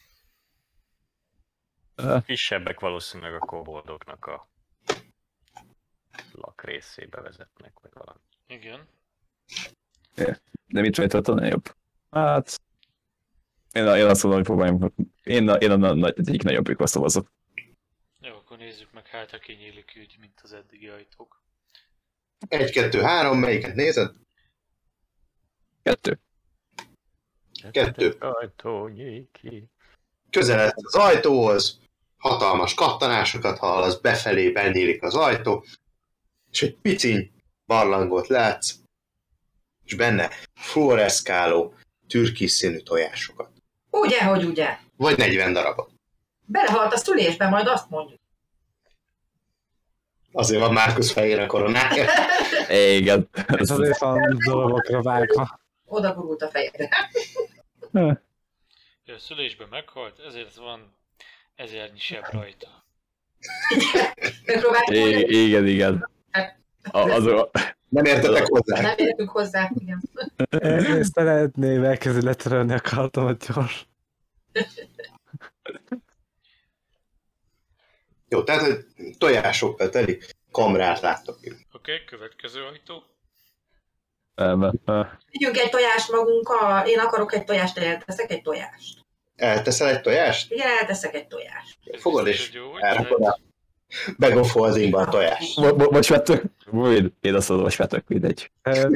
Kisebbek valószínűleg a koboldoknak a lakrészébe vezetnek, vagy valami. Igen. De mit rejtett a nagyobb? Hát... Én azt mondom, hogy próbáljunk. Én a egyik nagyobbikra szavazok. Jó, akkor nézzük meg, hát ha kinyílik úgy, mint az eddigi ajtók. 1, 2, 3, melyiket nézed? 2. 2. Ajtó, nyílik ki. Közeledsz az ajtóhoz, hatalmas kattanásokat hallasz, befelé benyílik az ajtó, és egy piciny barlangot látsz, és benne fluoreszkáló, türkisz színű tojásokat. Ugye, hogy ugye? Vagy 40 darabot. Belehalt a szülésbe, majd azt mondjuk. Azért van Márkusz fejére koronája. Igen. Ez azért van dolgokra vágva. Oda gurult a fejére. A szülésben meghalt, ezért van 1000 seb rajta. Megpróbáltuk Igen. Nem értetek hozzá. Nem értünk hozzá, igen. Én szeretném elkezdeni letörölni a kartomat gyors. Jó, tehát hogy tojásokkal teli kamrát láttok. Oké, következő ajtó. Vigyünk egy tojást magunkkal, én akarok egy tojást, elteszek egy tojást. Elteszel egy tojást? Igen, elteszek egy tojást. Fogod Ez és egy jó elrakod a bag of holdingba a tojást. Most vettük? Én azt mondom, most vettük, mindegy.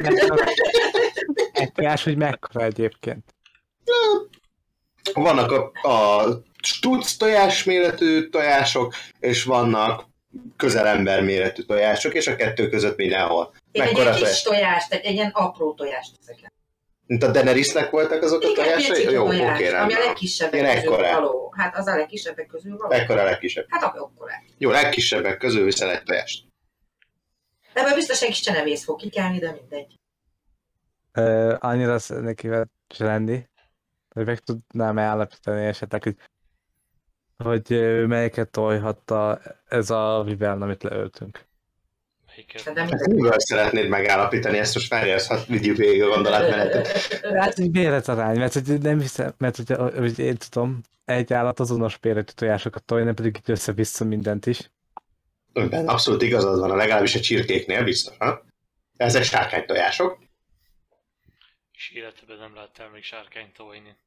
Egy tojás, hogy mekkora egyébként. Vannak a stuc tojás méretű tojások, és vannak közelember méretű tojások, és a kettő között mindenhol. Én egy Mekkora ilyen kis tojást, egy ilyen apró tojást teszek el. Mint a Daenerysnek voltak azok a Igen, tojásai? pici Jó, tojás, oké, ami a rendben. legkisebbek Ilyen közül ekkora. való. Hát az a legkisebbek közül való. Ekkora a legkisebb. Hát akkor. Jó, legkisebbek közül viszel egy tojást. Ebből biztos egy kis csenevész fog kikelni, de mindegy. Annyira szeretnék kíváncsi lenni, hogy meg tudnám állapítani esetleg, hogy melyiket tojhatta ez a vivern, amit leöltünk. Melyiket? Szerintem Hát mindegy. mivel szeretnéd megállapítani ezt, most várjál, hát vigyük végig a gondolatmenetet. Hát egy méretarány, mert hogy nem hiszem, mert hogy én tudom, egy állat azonos méretű tojásokat tolni, nem pedig így össze-vissza mindent is. Önben abszolút igazad van, legalábbis a csirkéknél biztos, ha? Ezek sárkánytojások. És életedben nem láttál még sárkányt tojni.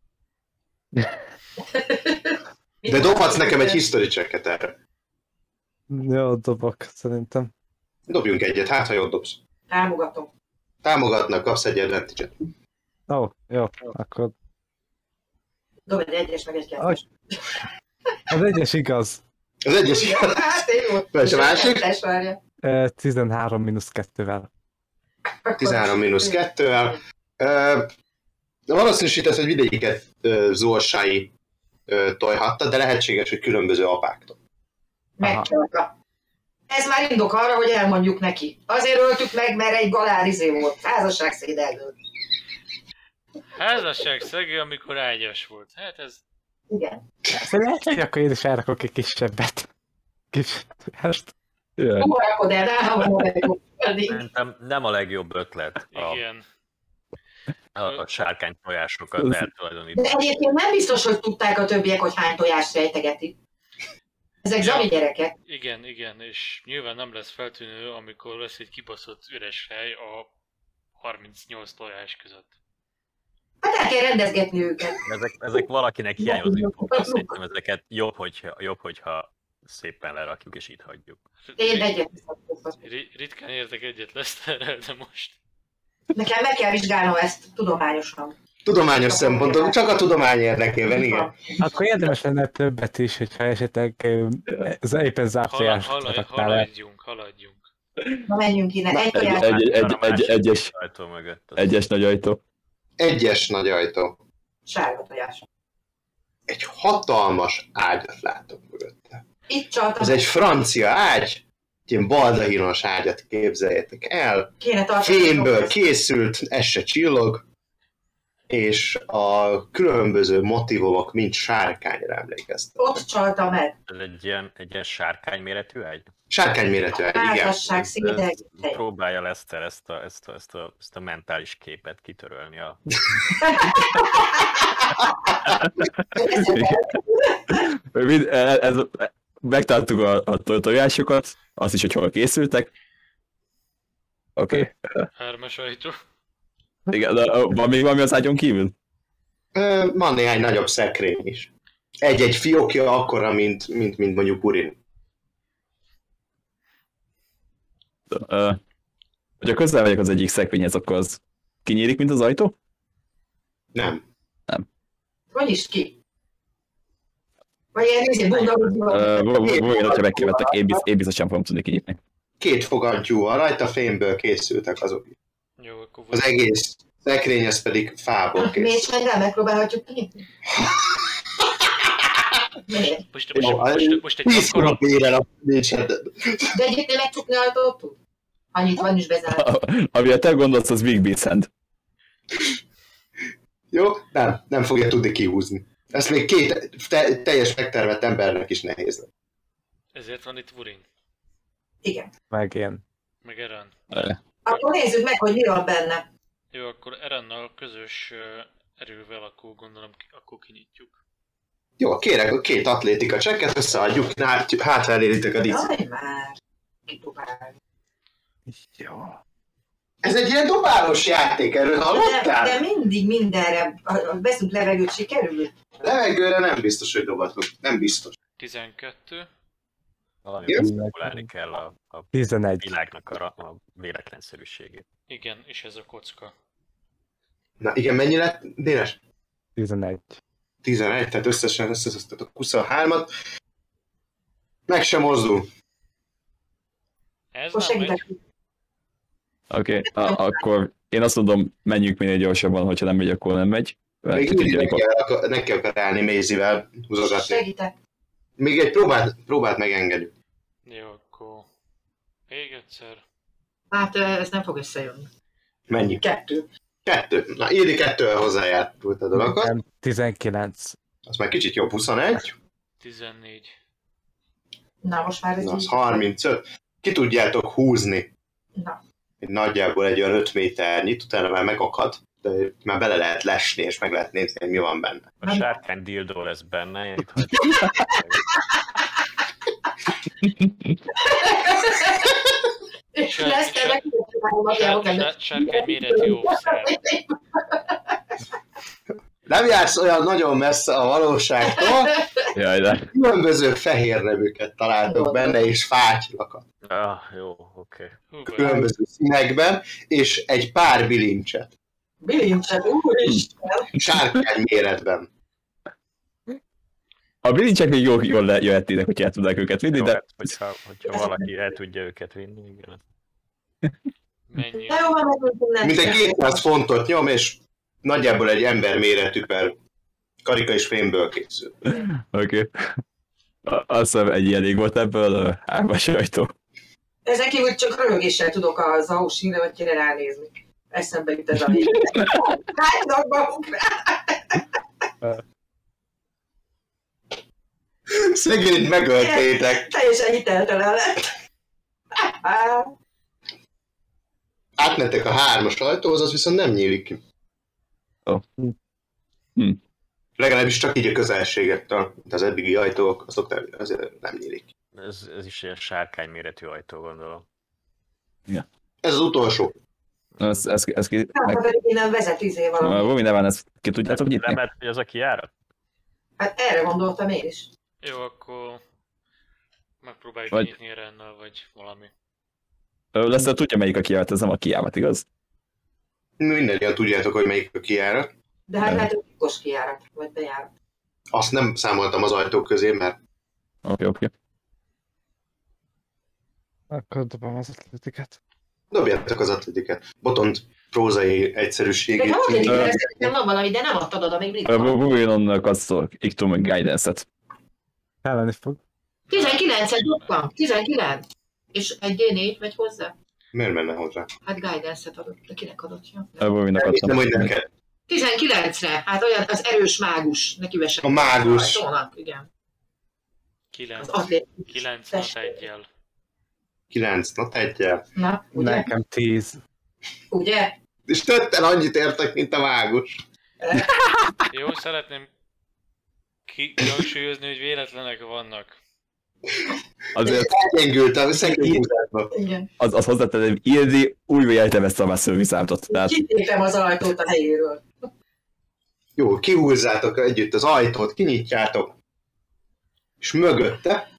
De dobhatsz nekem egy history checket erre. Jó, dobok, szerintem. Dobjunk egyet, hát ha jól dobsz. Támogatom. Támogatnak, kapsz egy advantage-et. Ó, jó, akkor Dob egy egyes, meg egy kettes. az egyes igaz. Az egyes Hát én jó. És a másik? Kettes, várja. 13 mínusz 2-vel. 13 mínusz 2-vel. Valószínűsített, hogy vidéket Zorsái tojhatta, de lehetséges, hogy különböző apáktól. Megcsalta. Ez már indok arra, hogy elmondjuk neki. Azért öltük meg, mert egy galár volt. Házasságszédelgő. Házasság szegő, amikor ágyas volt. Hát ez... Igen. Szerintem akkor én is elrakok egy kisebbet. Kis tojást. Hol rakod el rá, Szerintem nem a legjobb ötlet Igen. a sárkány tojásokat De eltulajdonítani. egyébként nem biztos, hogy tudták a többiek, hogy hány tojást rejtegeti. Ezek zsani gyerekek. Igen, és nyilván nem lesz feltűnő, amikor lesz egy kibaszott üres hely a 38 tojás között. Hát el kell rendezgetni őket. Ezek valakinek hiányozó infók, szerintem ezeket jobb, hogyha szépen lerakjuk és itt hagyjuk. Én egyet Ritkán értek egyet Leszterrel, de most... Nekem meg kell vizsgálnom ezt tudományosan. Tudományos szempontok, csak a tudomány érdekében, igen. Akkor érdemes lenne többet is, hogyha esetleg ez éppen zárt tojásokat el. Haladjunk. Na menjünk innen. Egyes nagy ajtó. Egyes nagy ajtó. Sárga tojás. Egy hatalmas ágyat látok mögötte. Itt csaltam. Ez egy francia ágy, egy ilyen baldahínos ágyat képzeljétek el. Fémből készült, ez se csillog, és a különböző motivumok mind sárkányra emlékeztek. Ott csalta meg. Ez egy ilyen sárkányméretű ágy? Sárkányméretű ágy, igen. Házasság színe. Próbálja Leszter ezt a mentális képet kitörölni a... Megtaláltuk a tojásokat, azt is, hogy hol készültek. Oké. Hármas ajtó. Igen, de van még valami az ágyon kívül? Van néhány nagyobb szekrény is. Egy-egy fiókja akkora, mint mondjuk Urin. Hogyha közel vagyok az egyik szekrényhez, akkor az kinyílik, mint az ajtó? Nem. Hogy is ki? Vagy ilyen nézé bundagudva? Hogyha megkérdeztek, én biztosan fogom tudni kinyitni. 2 fogantyú van rajta, fémből készültek azok. Jó, akkor Az egész szekrény, ez pedig fából készült. Mégsengel megpróbálhatjuk kinyitni? Miért? Most egy akkora... De egyébként megcsukni ajtót tud? Annyit van is bezárt. Amire te gondolsz, az Big Beast Hand. Jó? Nem fogja tudni kihúzni. Ez még 2 teljes megtervett embernek is nehéz lesz. Ezért van itt Wurin. Igen. Meg én. Meg Eren. Akkor nézzük meg, hogy mi van benne. Jó, akkor Erennal közös erővel akkor gondolom, akkor kinyitjuk. Jó, kérek a 2 atlétika csekket, összeadjuk, hátraeléritek a dísz. Jaj már, kidobál. Jó. Ez egy ilyen dobálós játék, erről hallottál? De mindig mindenre, ha veszünk levegőt, sikerül. Levegőre nem biztos, hogy dobatunk. Nem biztos. 12. Valami manipulálni kell a 11. világnak a véletlenszerűségét. Igen, és ez a kocka. Na igen, mennyi lett, Dénes? 11. 11, tehát összesen összeszedtek a 23-at. Meg sem mozdul. Ez Most nem megy. segítek. Oké, akkor én azt mondom, menjünk minél gyorsabban, hogyha nem megy, akkor nem megy. Még mindig neki akar állni Maisie-vel húzogatni. Segítek. Még egy próbát megengedjük. Jó, akkor még egyszer. Hát ez nem fog összejönni. Mennyi? 2. 2. Na, Ildi 2-vel hozzájárult a dolgokat. 19. Az már kicsit jobb, 21. 14. Na most már ez Na, az így. 35. Ki tudjátok húzni Na. nagyjából egy olyan 5 méternyit, utána már megakad, de már bele lehet lesni, és meg lehet nézni, hogy mi van benne. A sárkány dildó lesz benne, itt hagyjuk. És lesz te meg Sárkány méretű óvszer. Nem jársz olyan nagyon messze a valóságtól, Jaj, de. különböző fehér nevüket találtok benne, és fátyilakat Jó, oké. különböző színekben, és egy pár bilincset, Bilincset, úristen! sárkány méretben. A bilincsek még jól jöhetnének, hogyha el tudnák őket vinni, Jó, de... hát, hogyha valaki el tudja őket vinni, igen. Mennyi? Na jó, van, megyünk innen. Mint egy 200 fontot nyom, és nagyjából egy ember méretű per karika és fémből készül. Oké. Azt hiszem, egy elég volt ebből, 3-as ajtó. Ezen kívül csak röhögéssel tudok az Aussinre, vagy kéne ránézni. Eszembe jut ez a hír. Hánynak magunkra! Szegényt megöltétek. Teljesen hiteltelen lett. Átmentek a 3-as ajtóhoz, az viszont nem nyílik ki. Legalábbis csak így a közelségettől, mint az eddigi ajtók, azok azért nem nyílik. Ez is ilyen sárkány méretű ajtó, gondolom. Ez az utolsó. Ez ki... Hát pedig innen vezet valami. Valami nem van, ezt ki tudjátok nyitni? Nem, hogy az a kijárat? Hát erre gondoltam én is. Jó, akkor Megpróbáljuk Vagy- kinyitni Rennel, vagy valami. Lesz, tudja melyik a kijárat, ez nem a kijárat, igaz? Mindennyian tudjátok, hogy melyik a kijárat. De hát Nem. lehet, hogy titkos kijárat, vagy bejárat. Azt nem számoltam az ajtók közé, mert Oké. Akkor dobom az atletikát. dobjátok az atletiket. Botont prózai De egyszerűségét. nem az egyik, Ö, nem van valami, de nem adtad oda, még mindig van. Bubénon kasztol, Ictum Guidance-et. Kelleni fog. 19-et dobtam, 19. És egy D4 megy hozzá. Miért menne hozzá? Hát guidance-et adott, de kinek adott? Ja. Bubénon Nem hiszem, hogy adtam. neked. 19-re, hát olyan az erős mágus, neki vesek. A mágus. Igen. 9. Az atlét. 9 not 1-jel. 9 not 1-jel. Na, ugye? Nekem 10. Ugye? És tetten annyit értek, mint a mágus. Jó, szeretném kihangsúlyozni, hogy véletlenek vannak. Azért Elgyengültem, szegény. Igen. az hozzátenném, Ildi úgy értem ezt a masszörvi számot. Tehát Kitépem az ajtót a helyéről. Jó, kihúzzátok együtt az ajtót, kinyitjátok. És mögötte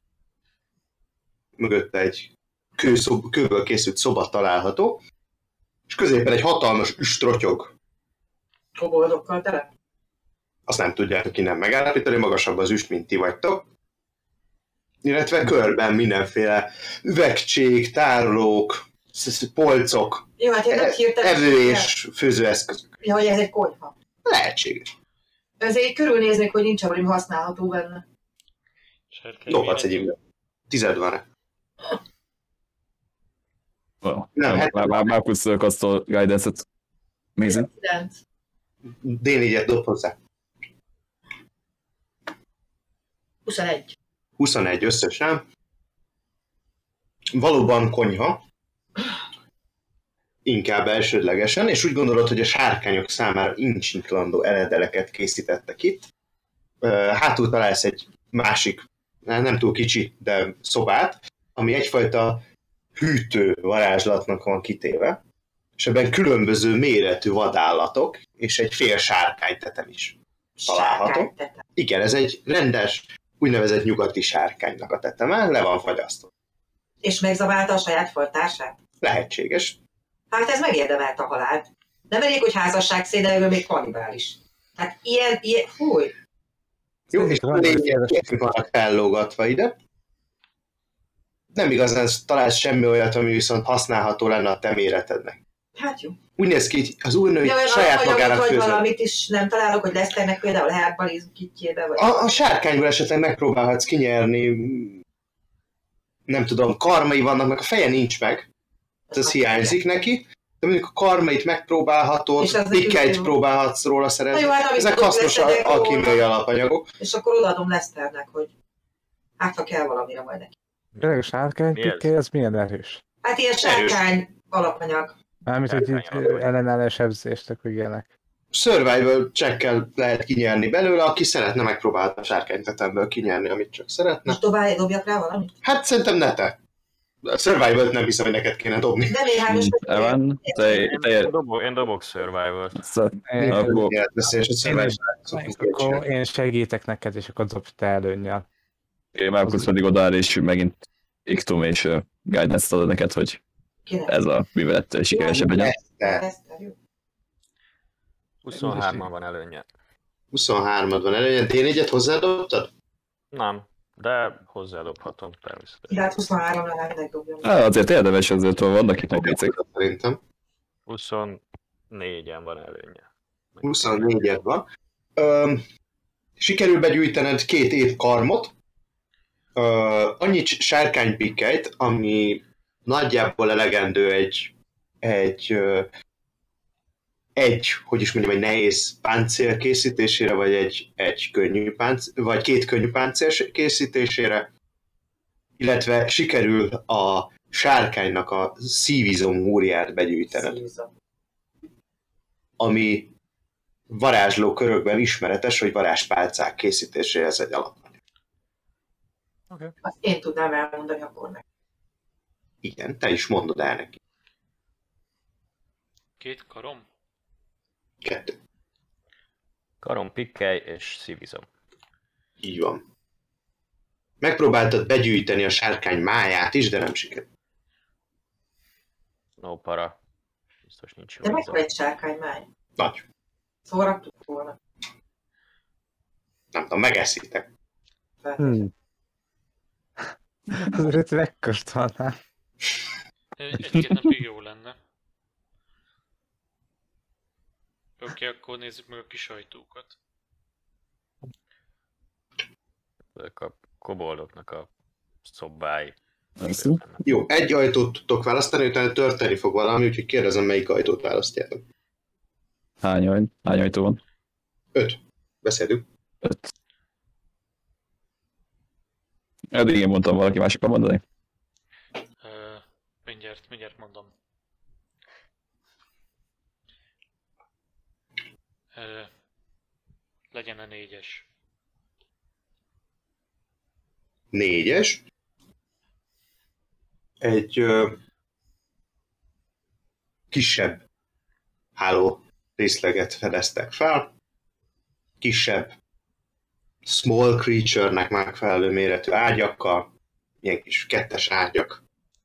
egy kőből készült szoba található, és középen egy hatalmas üstrotyog. Koboldokkal tele. Azt nem tudjátok innen megállapítani, magasabb az üst, mint ti vagytok. Illetve körben mindenféle üvegcsék, tárolók, polcok, Jó, hát én nem hirtelen... evő és főzőeszközök. Ja, hogy ez egy konyha. Lehetséges. Ezért körülnéznék, hogy nincs valami használható benne. Serkely Dobhatsz egy véletlen. imbe. 10 van-e? Nem, hát- már kasztol Guidance-et. Amazing. 9. D4-et dob hozzá. 21. 21 összesen. Valóban konyha. Inkább elsődlegesen, és úgy gondolod, hogy a sárkányok számára incsintlandó eledeleket készítettek itt. Hátul találsz egy másik, nem túl kicsi, de szobát, ami egyfajta hűtő varázslatnak van kitéve, és ebben különböző méretű vadállatok, és egy fél sárkánytetem is található. Sárkánytetem. Igen, ez egy rendes, úgynevezett nyugati sárkánynak a teteme, le van fagyasztva. És megzaválta a saját fajtársát? Lehetséges. Hát ez megérdemelt a halált. Nem elég, hogy házasság szédelő, még kannibális. Hát ilyen, fúj. Jó, és Van, lények vannak fellógatva ide. Nem igazán találsz semmi olyat, ami viszont használható lenne a te méretednek. Hát jó. Úgy néz ki, hogy az úrnő Ja, saját magának hogy főzött. valamit is nem találok, hogy Leszternek például herbalizm kitjébe, vagy... A sárkányból esetleg megpróbálhatsz kinyerni, nem tudom, karmai vannak, meg a feje nincs meg, ez hiányzik neki, de mondjuk a karmait megpróbálhatod, És az pikkeit nekünk jó. próbálhatsz róla Na szerezni. jó, hát amit Ezek tudok, hasznos leszedek alkimiai róla, alapanyagok. és akkor odaadom Leszternek, hogy hát ha kell valamire majd neki. Tényleg a sárkány Mi ez? pikké, az milyen erős? Hát ilyen sárkány alapanyag. Mármint, hogy itt Sárkány ellenálló sebzéstek, hogy ilyenek. Survival check-kel lehet kinyerni belőle, aki szeretne megpróbálta a sárkánytetemből kinyerni, amit csak szeretne. Most dobjak rá valamit? Hát szerintem ne te. A Survival-t nem hiszem, hogy neked kéne dobni. De még hát most... Evan, Én dobok survival-t. akkor Életveszélyes, a Akkor én segítek neked, és akkor dobj te előnnyel. én Márkusz pedig odaáll, és megint Ictum és Guidance-t adod neked, hogy Kinek? ez a művelet sikeresebb legyen. Leszter, jó. 23-mal van előnye. 23-ad van előnye, D4-et hozzádobtad? Nem, de hozzádobhatom természetesen. De hát 23-ra nem megdobjam. Azért érdemes, azért vannak itt meglécek. Szerintem. 24-en van előnye. 24-ed van. Sikerül begyűjtened 2 év karmot, annyi sárkánypikkelyt, ami nagyjából elegendő hogy is mondjam, egy nehéz páncél készítésére, vagy egy könnyű páncél, vagy 2 könnyű páncél készítésére, illetve sikerül a sárkánynak a szívizom húrját begyűjtened, Szívizom. ami varázsló körökben ismeretes, hogy varázspálcák készítésére ez egy alapanyag. Azt én tudnám elmondani akkor meg. Igen, te is mondod el neki. 2 karom? 2. Karom, pikkely és szívizom. Így van. Megpróbáltad begyűjteni a sárkány máját is, de nem sikerült. No para. Biztos nincs jó De íze. mekkora egy sárkánymány? Nagy. Szóval raktuk volna. Nem tudom, megeszitek. Azért megkóstolnám. Egy-két napig jó lenne. Oké, akkor nézzük meg a kis ajtókat. Ezek a koboldoknak a szobái. Jó, egy ajtót tudtok választani, utána történni fog valami, úgyhogy kérdezem, melyik ajtót választjátok. Hány ajtó van? 5. Beszélünk. 5. Eddig én mondtam, valaki másik akar mondani? Mindjárt mondom. Legyen a 4-es. 4-es. Egy kisebb háló részleget fedeztek fel. Kisebb small creature-nek megfelelő méretű ágyakkal. Ilyen kis kettes ágyak.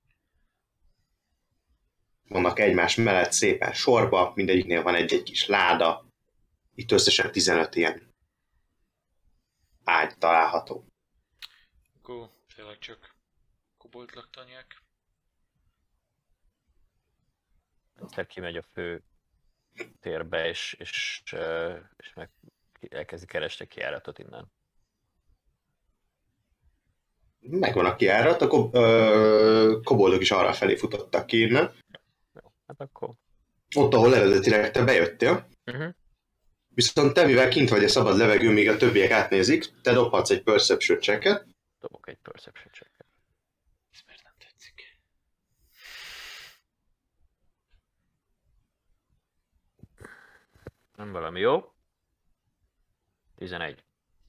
Vannak egymás mellett szépen sorba, mindegyiknél van egy-egy kis láda. Itt összesen 15 ilyen ágy található. Akkor tényleg csak kobold laktanyák. Egyszer kimegy a fő térbe, és meg elkezdi keresni a kijáratot innen. Megvan a kijárat, a koboldok is arra felé futottak ki innen. Jó, hát akkor... Ott, ahol eredetileg te bejöttél. Uh-huh. Viszont te, mivel kint vagy a szabad levegő, míg a többiek átnézik, te dobhatsz egy perception checket. Dobok egy perception checket. Ez miért nem tetszik? Nem valami jó. 11.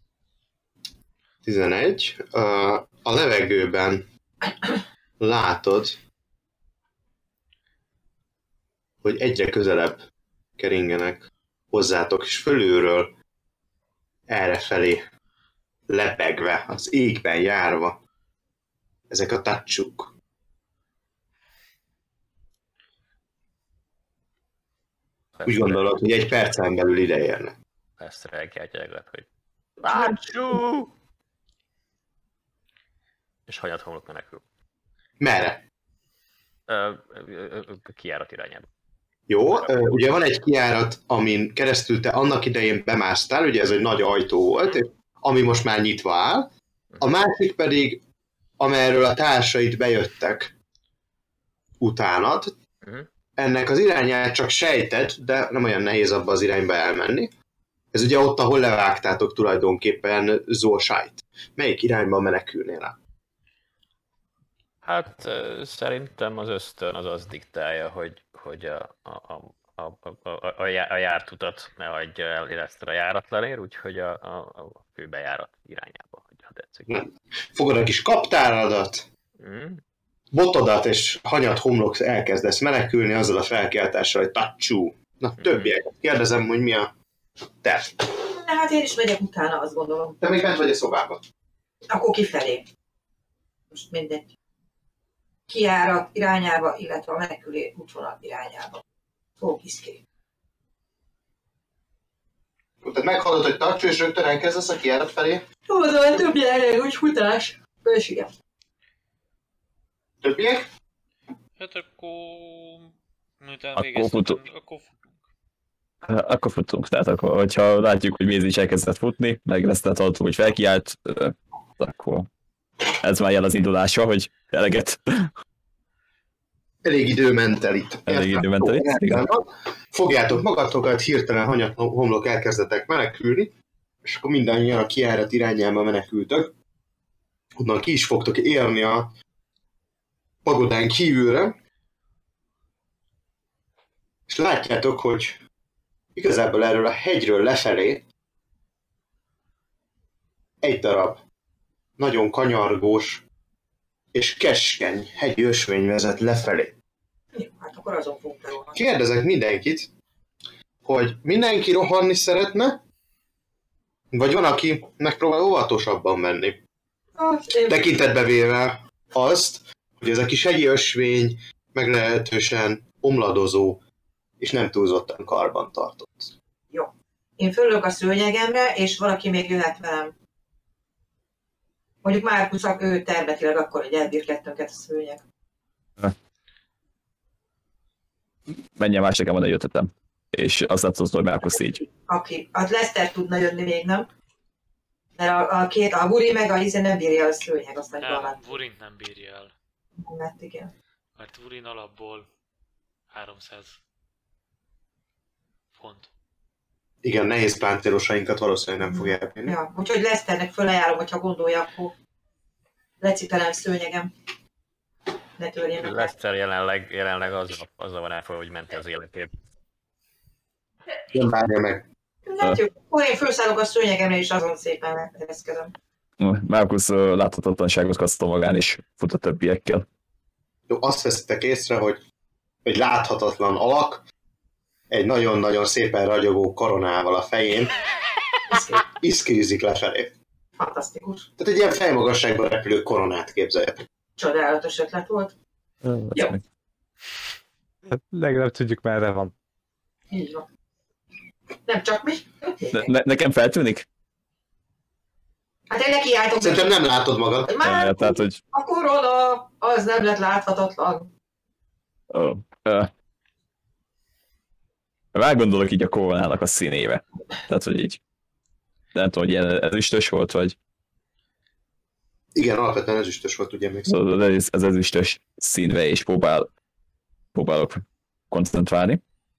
11. A levegőben látod, hogy egyre közelebb keringenek hozzátok, és fölülről errefelé lebegve, az égben járva ezek a tacsuk. Úgy gondolod, hogy egy percen belül ide érnek. Ezt elkiáltják, hogy Lácsú! És hanyat homlok menekül. Merre? Kijárat irányába. Jó, ugye van egy kijárat, amin keresztül te annak idején bemásztál, ugye ez egy nagy ajtó volt, ami most már nyitva áll. A másik pedig, amerről a társait bejöttek utánad. Ennek az irányát csak sejted, de nem olyan nehéz abba az irányba elmenni. Ez ugye ott, ahol levágtátok tulajdonképpen Zolsájt. Melyik irányba menekülnél el? Hát szerintem az ösztön az azt diktálja, hogy a jártutat ne hagyja el éreztre a járatlan ér, úgyhogy a főbejárat irányába, ha tetszik. Fogod a kis kaptáradat, botodat és hanyat homlok elkezdesz menekülni azzal a felkiáltással, hogy tacsú. Na, többieket kérdezem, hogy mi a terv. Na hát én is megyek utána, azt gondolom. Te még bent vagy a szobában. Akkor kifelé. Most mindegy. Kijárat irányába, illetve a menekülő útvonal irányába. Fókiszki. Tehát meghallod, hogy tacsú, és rögtön elkezdesz a kijárat felé? Jó, de a többi elég, úgy futás. Bősége. Többiek? Hát akkor... miután Akkor végeztem, futunk. akkor futunk. Akkor futunk. Tehát akkor, hogyha látjuk, hogy Mézi is elkezdett futni, meg lesz tehát hogy felkiált, akkor ez már jel az indulása, hogy eleget. Elég idő ment el itt. Elég idő ment el itt, igen. Fogjátok magatokat, hirtelen hanyat homlok elkezdetek menekülni, és akkor mindannyian a kijárat irányába menekültök. Onnan ki is fogtok érni a pagodán kívülre, és látjátok, hogy igazából erről a hegyről lefelé egy darab nagyon kanyargós és keskeny hegyi ösvény vezet lefelé. Jó, hát akkor azon fogunk rohanni. Kérdezek mindenkit, hogy mindenki rohanni szeretne, vagy van, aki megpróbál óvatosabban menni. Tekintetbe véve azt, hogy ez a kis hegyi ösvény meglehetősen omladozó, és nem túlzottan karbantartott. Én fölök a szőnyegemre, és valaki még jöhet velem. Mondjuk Márkusz, ő termetileg akkor, hogy elbír kettőnket a szőnyeg. Menjen más nekem, oda jöttetem. És azt látszom, hogy Márkusz így. Aki, hát Lester tudna jönni még, nem? Mert a Buri meg a Izé nem bírja a szőnyeg, azt mondja Nem, valamit. Burint nem bírja el. Mert igen. Mert Burin alapból 300 font. Igen, nehéz páncélosainkat valószínűleg nem fogja elbírni. Ja, úgyhogy Lesternek fölajánlom, hogyha gondolja, akkor lecipelem szőnyegem. Ne törjen meg. Lester jelenleg azzal van elfogva, hogy menti az életét. Nem várja meg. Hát jó, akkor én felszállok a szőnyegemre, és azon szépen ereszkedem. Márkusz láthatatlanságot kasztol magán, és fut a többiekkel. Jó, azt veszitek észre, hogy egy láthatatlan alak, egy nagyon-nagyon szépen ragyogó koronával a fején iszkízik lefelé. Fantasztikus. Tehát egy ilyen fejmagasságban repülő koronát képzeljetek. Csodálatos ötlet volt. Jó. Hát legalább tudjuk, merre van. Így van. Nem csak mi? Nekem feltűnik? Hát én nekiálltok. Szerintem nem látod magad. Már Tehát, hogy... a korona, az nem lett láthatatlan. Rágondolok így a koronának a színébe. Tehát, hogy így... Nem tudom, hogy ilyen ezüstös volt, vagy... Igen, alapvetően ezüstös volt, ugye még. Szóval az ezüstös színve, és próbálok koncentrálni.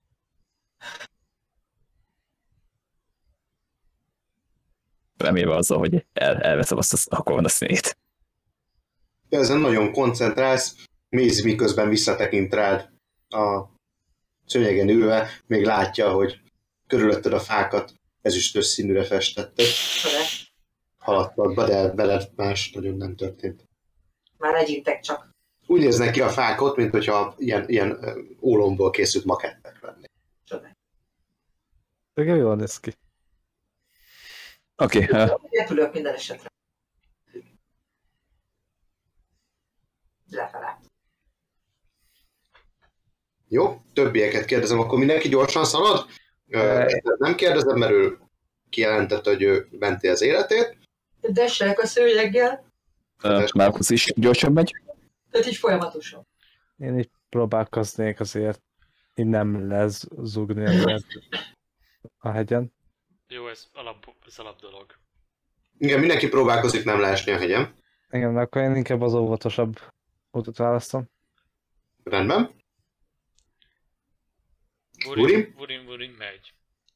Remélve azzal, hogy elveszem azt a koronaszínét. Ezen nagyon koncentrálsz, Méz miközben visszatekint rád a szőnyegen ülve, még látja, hogy körülötted a fákat ezüstös színűre festettek. Haladtad, de veled más nagyon nem történt. Már legyintek csak. Úgy néznek ki a fák ott, mint hogyha ilyen ólomból készült makettek lennék. Igen, jól néz ki. Oké. Repülök minden esetre. Lefele. Jó, többieket kérdezem, akkor mindenki gyorsan szalad? Nem kérdezem, mert ő kijelentette, hogy ő menti az életét. Desselek a szőnyeggel, Márkusz is gyorsan megy. tehát így folyamatosan. Én így próbálkoznék azért, így nem lesz zugni azért a hegyen. Jó, ez alap dolog. Igen, mindenki próbálkozik nem leesni a hegyen. Igen, akkor én inkább az óvatosabb utat választom. Rendben. Burin megy.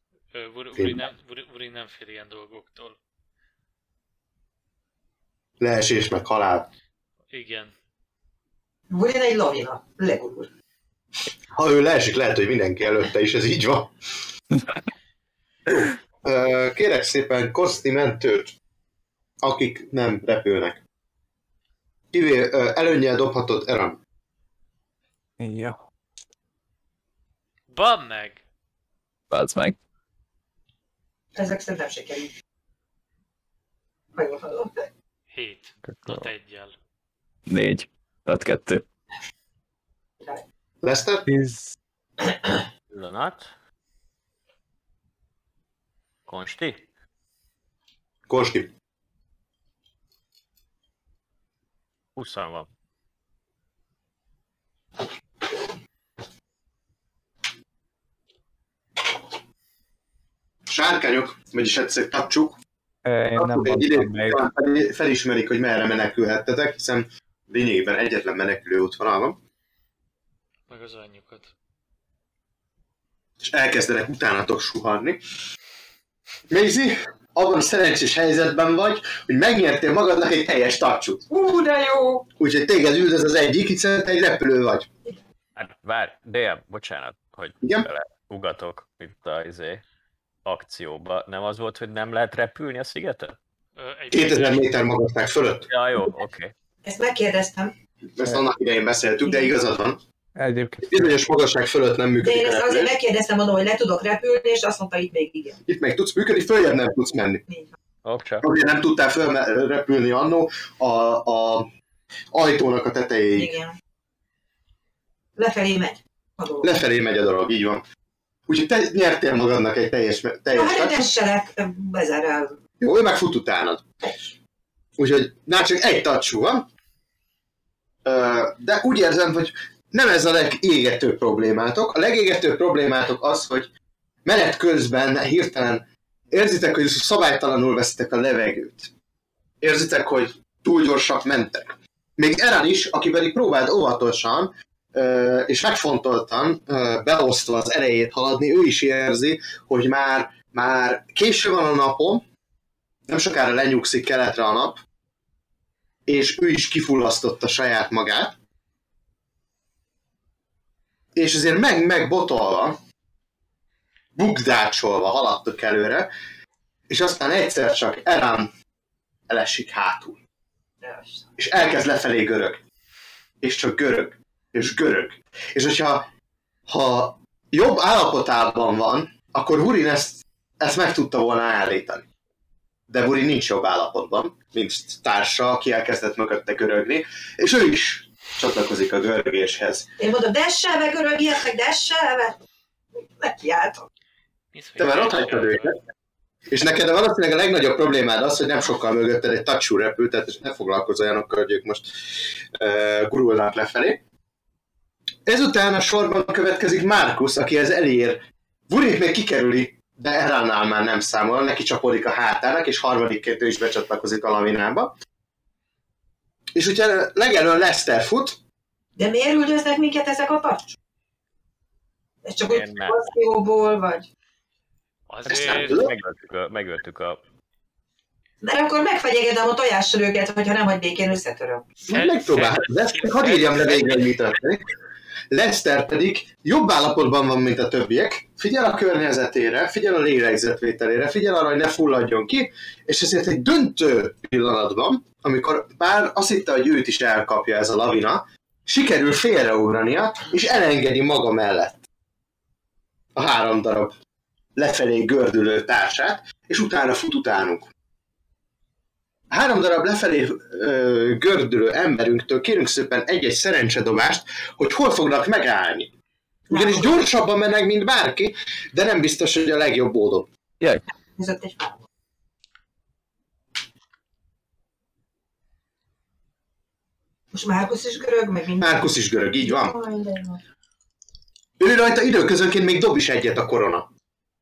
Burin nem fél ilyen dolgoktól. Leesés meg halál. Igen. Burin egy lavina, legurul. Ha ő leesik, lehet, hogy mindenki előtte is ez így van. Kérek szépen kosztimentőt, akik nem repülnek. Előnnyel dobhatod Eran. Ja. Bam meg! Bázd meg. Ezek szerint nem sikerül. Ha jól hallom. 7. Not 1-jel. 4. Tehát 2. Lester? 10. Pillanat. Konsti? Konsti. 20 van. Sárkányok, vagyis egyszer tapcsuk. Én nem mondtam még. Felismerik, hogy merre menekülhettetek, hiszen lényegében egyetlen menekülő útvonal van. Meg az anyjukat. És elkezdenek utánatok suhanni. Maisie, abban szerencsés helyzetben vagy, hogy megnyertél magadnak egy teljes tapcsut. De jó! Úgyhogy téged üldöz az egyik, hiszen te egy repülő vagy. Hát várj, Dél, bocsánat, hogy Igen? ugatok itt a akcióba. Nem az volt, hogy nem lehet repülni a szigeten? 2000 méter magasság fölött. Ja, jó, oké. Ezt megkérdeztem. Ezt annak idején beszéltük, de igazad van. Egyébként Bizonyos magasság fölött nem De működik én a ezt azért repülés. megkérdeztem, mondom, hogy le tudok repülni, és azt mondta, itt még igen. Itt meg tudsz működni, följebb nem tudsz menni. Így van. Azért nem tudtál fölrepülni annó a ajtónak a tetejéig. Igen. Lefelé megy a dolog. Lefelé megy a dolog, így van. Úgyhogy te nyertél magadnak egy teljes Hát touch. esselek ezerrel. Jó, ő meg fut utánad. Úgyhogy már csak egy touch van. De úgy érzem, hogy nem ez a legégetőbb problémátok. A legégetőbb problémátok az, hogy menet közben hirtelen érzitek, hogy szabálytalanul veszitek a levegőt. Érzitek, hogy túl gyorsak mentek. Még Eren is, aki pedig próbált óvatosan és megfontoltan beosztva az erejét haladni, ő is érzi, hogy már késő van a napon, nem sokára lenyugszik keletre a nap, és ő is kifullasztotta saját magát, és azért megbotolva, bukdácsolva haladtok előre, és aztán egyszer csak Eren elesik hátul. És elkezd lefelé görög. És csak görög. És görög. És hogyha jobb állapotában van, akkor Burin ezt meg tudta volna állítani. De Burin nincs jobb állapotban, mint társa, aki elkezdett mögötte görögni, és ő is csatlakozik a görögéshez. Én mondom, desselve görögjetek, desselve! Nekiálltam. Te már ott hagytad őket. És neked valószínűleg a legnagyobb problémád az, hogy nem sokkal mögötted egy touchú repül, tehát ne foglalkozz olyanokkal, hogy ők most gurulnak lefelé. Ezután a sorban következik Markus, akihez elér. Burint még kikerüli, de Erannál már nem számol, neki csapódik a hátának, és harmadikként ő is becsatlakozik a lavinába. És ugye legelőn Lester fut. De miért üldöznek minket ezek a tacs? Ez csak úgy passzcióból, vagy? Azért... Megöltük a... De akkor megfegyegedem a tojással őket, hogyha nem hagy békén összetöröm. Megpróbálhatod ezt, hadd írjam le végre, hogy mi történik. Lester pedig jobb állapotban van, mint a többiek, figyel a környezetére, figyel a lélegzetvételére, figyel arra, hogy ne fulladjon ki, és ezért egy döntő pillanatban, amikor bár azt hitte, hogy őt is elkapja ez a lavina, sikerül félreugrania, és elengedi maga mellett a 3 darab lefelé gördülő társát, és utána fut utánuk. 3 darab lefelé gördülő emberünktől kérünk szépen egy-egy szerencsedobást, hogy hol fognak megállni. Ugyanis gyorsabban mennek, mint bárki, de nem biztos, hogy a legjobb módon. Jaj. Ez ott egy fába. Most Márkusz is görög, meg minden. Márkusz is görög, így van. Ő rajta időközönként még dob is egyet a korona.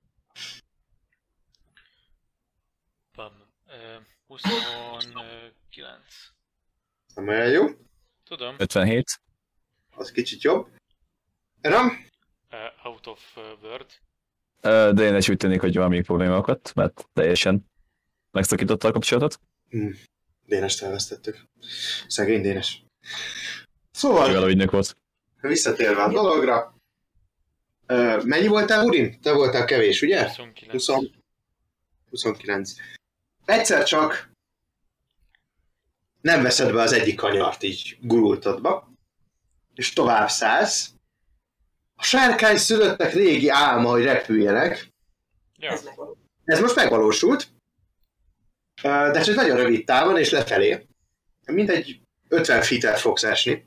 29. Nem olyan jó. Tudom. 57. Az kicsit jobb. Eram? Out of word. De én is úgy tűnik, hogy valami probléma akadt, mert teljesen megszakította a kapcsolatot. Dénest elvesztettük. Szegény Dénes. Mivel a Szóval, ügynök volt. visszatérve a dologra. Mennyi voltál, Urin? Te voltál kevés, ugye? 29. 29. Egyszer csak nem veszed be az egyik kanyart így gurultadba, és tovább szállsz. A sárkány szülöttek régi álma, hogy repüljenek. Ja. Ez megvaló. Ez most megvalósult, de csak nagyon rövid távon és lefelé. Mintegy 50 feet-et fogsz esni.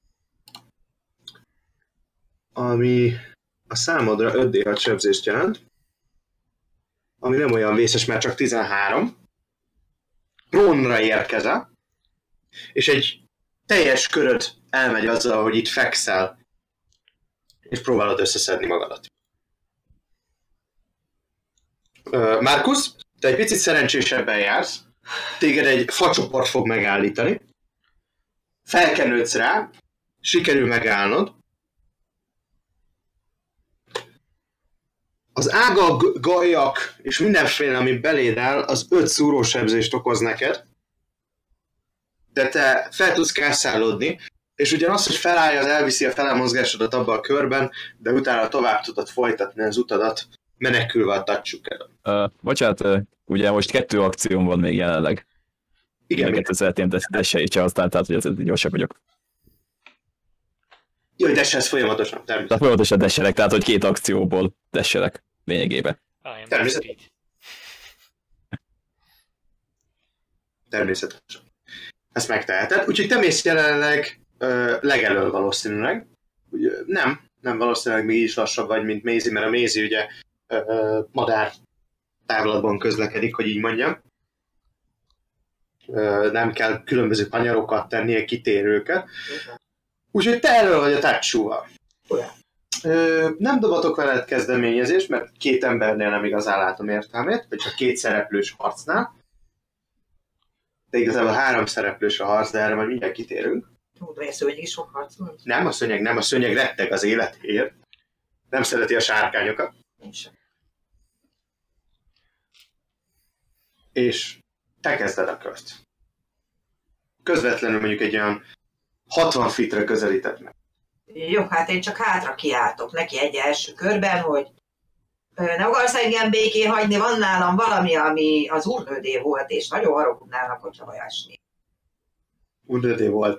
Ami a számodra 5D6 sebzést jelent. Ami nem olyan vészes, mert csak 13. Prónra érkezel, és egy teljes köröd elmegy azzal, hogy itt fekszel, és próbálod összeszedni magadat. Markus, te egy picit szerencsésebben jársz, téged egy facsoport fog megállítani, felkenődsz rá, sikerül megállnod, az ágak, gajak és mindenféle, ami beléd áll, az 5 szúrósebzést okoz neked, de te fel tudsz kászálódni, és ugyanaz, hogy felállj, az elviszi a felemozgásodat abba a körben, de utána tovább tudod folytatni az utadat, menekülve a touchuk elől. Bocsánat, ugye most 2 akcióm van még jelenleg. Igen, Ilyeneket szeretném desselítse aztán, tehát hogy azért gyorsabb vagyok. jó, hogy desselsz folyamatosan, természetesen. Tehát folyamatosan desselek, tehát hogy 2 akcióból desselek lényegében. I am Természetesen. speed. természetesen. Ezt megteheted. Úgyhogy te mész jelenleg legelől valószínűleg. Ugye, nem valószínűleg még is lassabb vagy, mint Maisie, mert a Maisie ugye madár távlatban közlekedik, hogy így mondjam. Nem kell különböző kanyarokat tennie, kitérőket. Úgyhogy te elől vagy a társúval. Nem dobatok veled kezdeményezést, mert 2 embernél nem igazán látom értelmét, vagy csak 2 szereplős harcnál. De igazából 3 szereplős a harc, de erre majd mindjárt kitérünk. Tudom, hogy a szőnyeg is sok harcol. Nem, a szőnyeg retteg az életért. Nem szereti a sárkányokat. És te kezded a kört. Közvetlenül mondjuk egy olyan 60 feetre közelített meg. Jó, hát én csak hátra kiáltok neki egy első körben, hogy nem akarsz engem békén hagyni, van nálam valami, ami az úrnődé volt, és nagyon haragudnának, hogyha olyasmi. Úrnődé volt.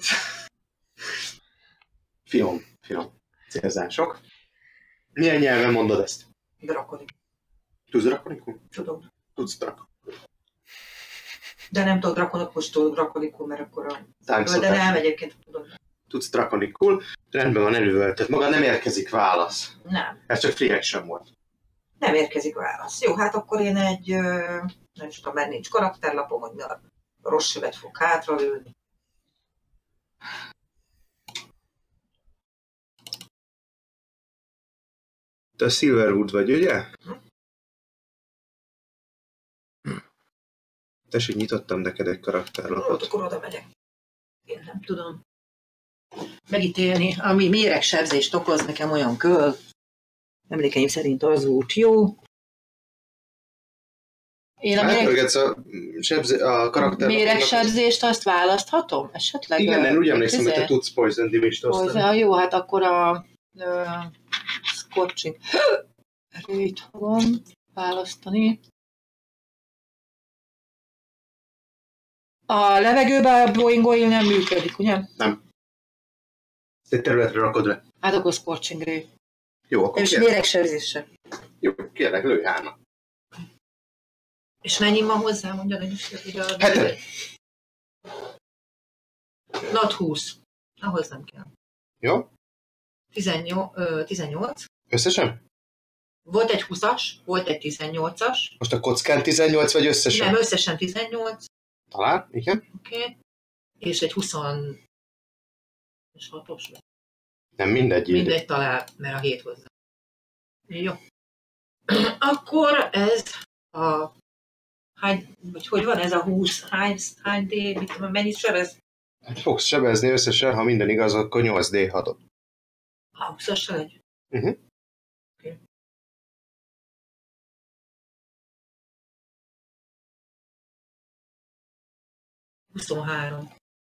Finom célzások. Milyen nyelven mondod ezt? Drakonik. Tudsz drakonikul? Tudom. Tudsz drakonikul. De nem tudok drakonikustól drakonikul, mert akkor a... Táncszotás. De nem, egyébként tudom. Tudsz drakonikul. Rendben van, elővöltött. Maga nem érkezik válasz. Nem. Ez csak free action volt. Nem érkezik válasz. Jó, hát akkor én egy... nem tudom, mert nincs karakterlapom, hogy a rossz sebet fog hátralőni. Te a Silverwood vagy, ugye? Tessék, nyitottam neked egy karakterlapot. Akkor oda megyek. Én nem tudom megítélni, ami méregsebzést okoz nekem olyan köl. Emlékeim szerint az volt jó. Én a Átörgetsz a karakterlapot. méregsebzést azt választhatom? Esetleg? Igen, én úgy emlékszem, hogy te tudsz Poison Damage-t osztani. Jó, hát akkor a Scorching erőt fogom választani. A levegőben a blowing oil nem működik, ugye? Nem. Egy területre rakod le. Hát akkor Scorching Ray. Jó, akkor És méregsebzésre. Jó, kérlek, lőj 3. És mennyi van hozzá, mondjad, hogy a... 7. Not 20. Ahhoz nem kell. Jó? 18. Összesen? Volt egy 20-as, volt egy 18-as. Most a kockán 18 vagy összesen? Nem, összesen 18. Talán, igen. Oké. És egy 26-os. Nem mindegy. Mindegy talán, mert a 7 hozzá. Jó. Akkor ez a... hogy van ez a 20? Hány D? Mennyit sebez? Hát fogsz sebezni összesen, ha minden igaz, akkor 8D6-ot. A 20-assal egy? Oké. 23.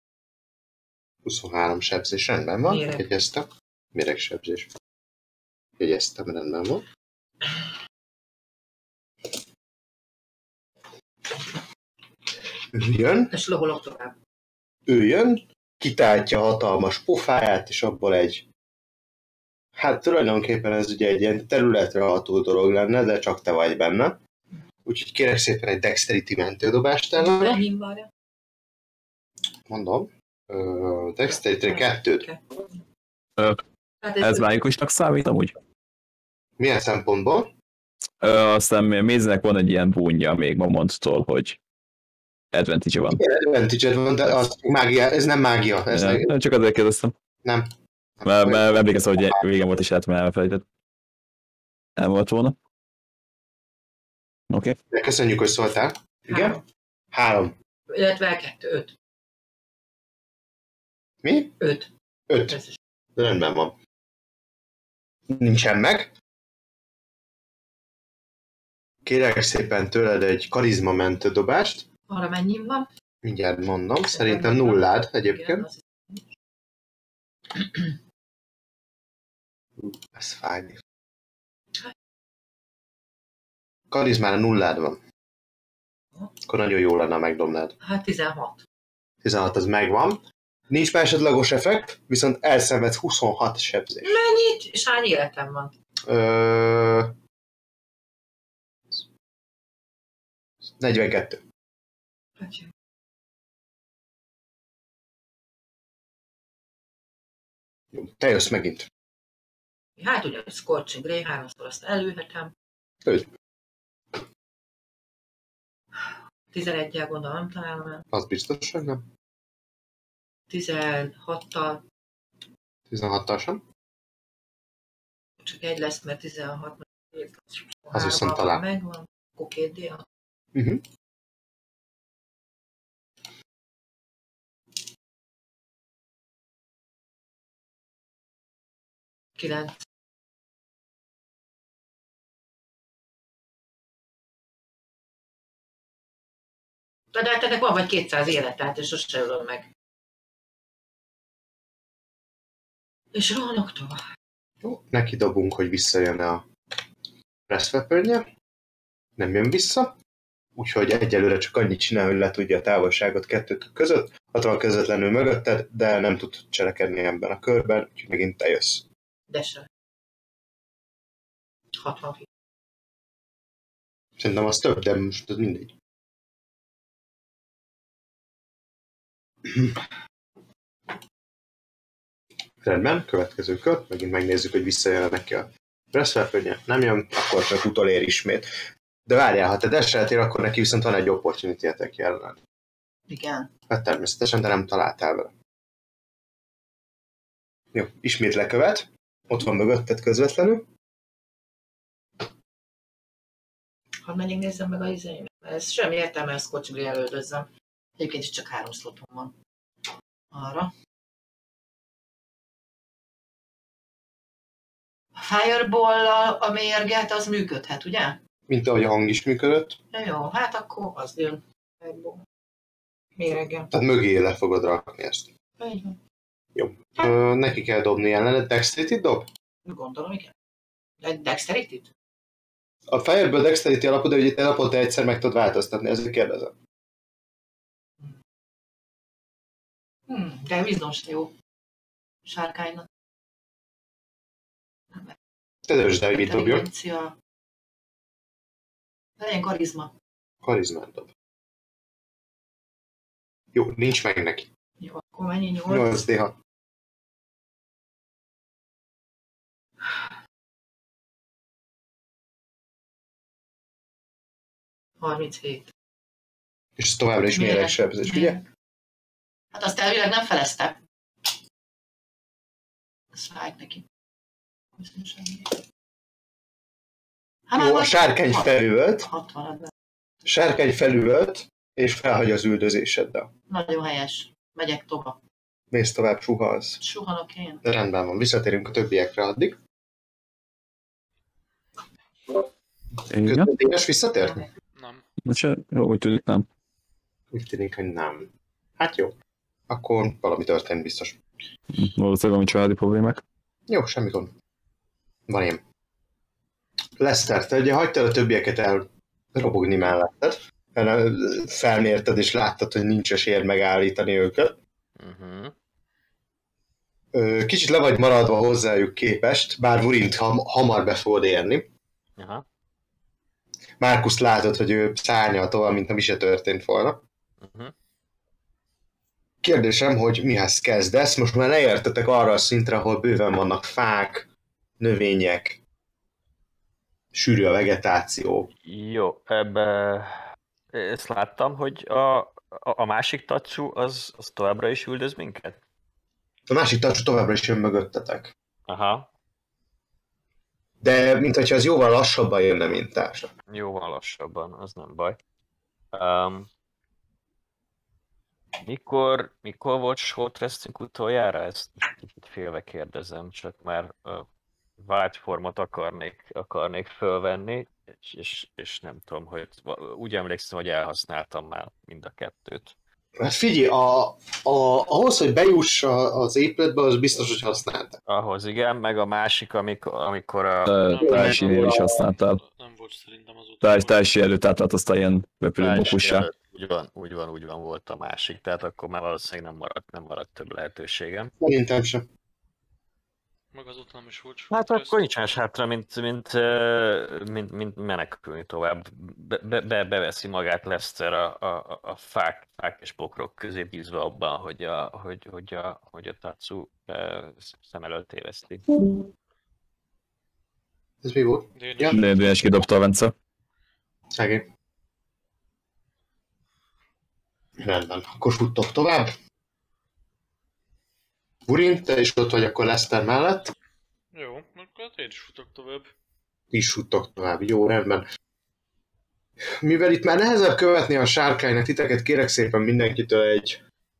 23 sebzés, rendben van. Méreg. Jegyeztem. Méregsebzés. Jegyeztem, rendben van. Ő jön, És loholok tovább. ő jön, kitáltja a hatalmas pofáját, és abból egy... Hát tulajdonképpen ez ugye egy ilyen területre ható dolog lenne, de csak te vagy benne. Úgyhogy kérek szépen egy dexterity mentődobást ellen. Mennyi várja? Mondom. Dexterity 2. Ez mágikusnak számít amúgy? Milyen szempontból? Aztán Méznek van egy ilyen búnja még Momenttól, hogy advantage van. Igen, advantage van, de az mágia, ez nem mágia. Ez Nem, csak azért kérdeztem. Nem. Mert emlékeztem, hogy végem volt is lehet, mert elfelejtett. El volt volna. Oké. De köszönjük, hogy szóltál. Igen? 3. Illetve 2, 5. Mi? 5. 5. Rendben van. Nincsen meg. Kérek szépen tőled egy karizma mentődobást. Arra mennyi van? Mindjárt mondom. Szerintem nullád egyébként. Ez fájni. Karizmára nullád van. Akkor nagyon jó lenne, ha megdobnád. Hát 16. 16 az megvan. Nincs másodlagos effekt, viszont elszenvedsz 26 sebzést. Mennyit? És hány életem van? 42. Hát jó. Jó, te jössz megint. Hát ugye Scorching Ray, 3-szor azt előhetem. Öt. 11-jel gondolom, nem találom el. Az biztos, hogy nem. 16-tal 16-tal sem. csak egy lesz, mert 16 Az viszont talán. megvan. Akkor 2 D. Uh-huh. Kilenc. De hát ennek van vagy 200 élet, tehát és sose ölöm meg. És rohanok tovább. Jó, neki dobunk, hogy visszajön a press weaponje. Nem jön vissza. Úgyhogy egyelőre csak annyit csinál, hogy le tudja a távolságot kettőtök között. Ott van közvetlenül mögötted, de nem tud cselekedni ebben a körben, úgyhogy megint te jössz. De se. 60 feet. Szerintem az több, de most az mindegy. Rendben, következő kör, megint megnézzük, hogy visszajön neki a press weaponje. Nem jön, akkor csak utolér ismét. De várjál, ha te deseltél, akkor neki viszont van egy opportunity attack jelen. Igen. Hát természetesen, de nem találtál vele. Jó, ismét lekövet. Ott van mögötted közvetlenül. Ha menjünk nézzem meg a izéim. Ez semmi értelme, ezt Scorching Ray elődözzem. Egyébként is csak 3 slotom van. Arra. A Fireball-lal a mérget az működhet, ugye? Mint ahogy a hang is működött. Ja, jó, hát akkor az jön. Fireball. Méreggel. Tehát mögé le fogod rakni ezt. Így van. Jó. Neki kell dobni jelenleg. Dexterity dob? Gondolom, igen. Egy Dexterity-t? A Fireball Dexterity alapú, de ugye te naponta egyszer meg tudod változtatni, ezért kérdezem. De Wisdom se jó. Sárkánynak. Te döntsd el, hogy mit dobjon. Intelligencia. Legyen karizma. Karizmát dob. Jó, nincs meg neki. Jó, akkor mennyi? 8? 8D6. $37. És ez továbbra is méregsebzés, ugye? Hát azt elvileg nem felezte. Ez fájt neki. Hát Jó, a sárkány felüvölt. 60. Sárkány felüvölt, és felhagy az üldözéseddel. Nagyon helyes. Megyek tovább. Mész tovább, suhalsz. Suhanok én. De rendben van, visszatérünk a többiekre addig. Igen. Kötődéses visszatérni? Nem. Jó, úgy tűnik nem. Úgy tűnik, hogy nem. Hát jó. Akkor valami történt biztos. Valószínűleg valami családi problémák. Jó, semmi gond. Van ilyen. Lester, te ugye hagytad a többieket elrobogni melletted. Felmérted és láttad, hogy nincs esélyed megállítani őket. Uh-huh. Kicsit le vagy maradva hozzájuk képest, bár Vurint hamar be fogod érni. Aha. Márkuszt látod, hogy ő szárnyal tovább, mint ami se történt volna. Uh-huh. Kérdésem, hogy mihez kezdesz? Most már leértetek arra a szintre, ahol bőven vannak fák, növények, sűrű a vegetáció. Jó, ebbe ezt láttam, hogy a másik tacsú az továbbra is üldöz minket? A másik tacsú továbbra is jön mögöttetek. Aha, De mintha az jóval lassabban jönne, mint társa. jóval lassabban, az nem baj. Mikor volt short resting utoljára? Ezt kicsit félve kérdezem, csak már vált formot akarnék fölvenni, és nem tudom, hogy úgy emlékszem, hogy elhasználtam már mind a kettőt. Hát figyelj, ahhoz, hogy bejuss az épületbe, az biztos, hogy használtak. Ahhoz igen, meg a másik, amikor a... Tájsinél is használtál. Nem volt szerintem az utolsó. Tájsi előtt átálltad azt a ilyen repülőbokussá. Úgy van, volt a másik, tehát akkor már valószínűleg nem maradt több lehetőségem. Szerintem sem. Meg azóta nem is volt sok Hát tröszt. akkor nincs más hátra, mint menekülni tovább. Beveszi magát Lester a fák és bokrok közé, bízva abban, hogy a Tatsu szem előtt téveszti. Ez mi volt? Dénes. Ja. Dénes kidobta a Vence. Szegény. Rendben, akkor futtok tovább. Burin, te is ott vagy akkor Lester mellett. Jó, akkor én is futok tovább. Ti is futtok tovább, jó, rendben. Mivel itt már nehezebb követni a sárkánynak, titeket kérek szépen mindenkitől egy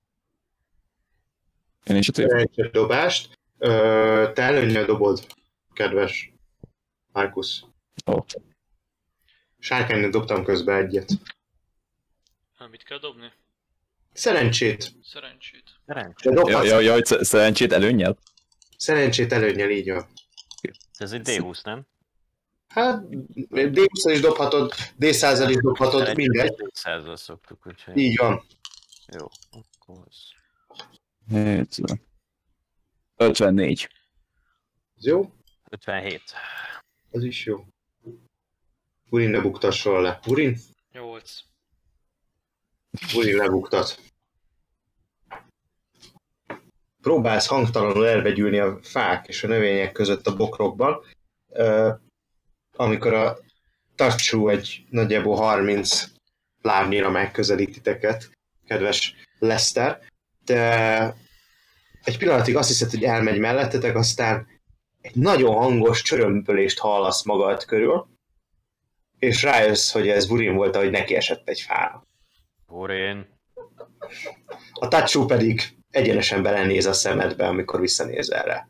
Én is egy dobást. Te előnnyel dobod, kedves Markus. Ó. Sárkánynak dobtam közben egyet. Mit kell dobni? Szerencsét. Szerencsét. De dobhatsz. Jaj, szerencsét előnnyel? Szerencsét előnnyel, így van. Ez egy D20, nem? Hát, D20-al is dobhatod, D100-al is dobhatod, mindegy. D100-al szoktuk, úgyhogy... Így van. Jó, akkor az... 54. Ez jó? 57. Az is jó. Burin, ne buktasson le. Burin? 8. Burin lebuktat. Próbálsz hangtalanul elvegyülni a fák és a növények között a bokrokban, amikor a Tatsu egy nagyjából 30 lábnyira megközelít titeket, kedves Lester, de egy pillanatig azt hiszed, hogy elmegy mellettetek, aztán egy nagyon hangos csörömpölést hallasz magad körül, és rájössz, hogy ez Burin volt, ahogy neki esett egy fára. Burin. A Tatsu pedig egyenesen belenéz a szemedbe, amikor visszanézel rá.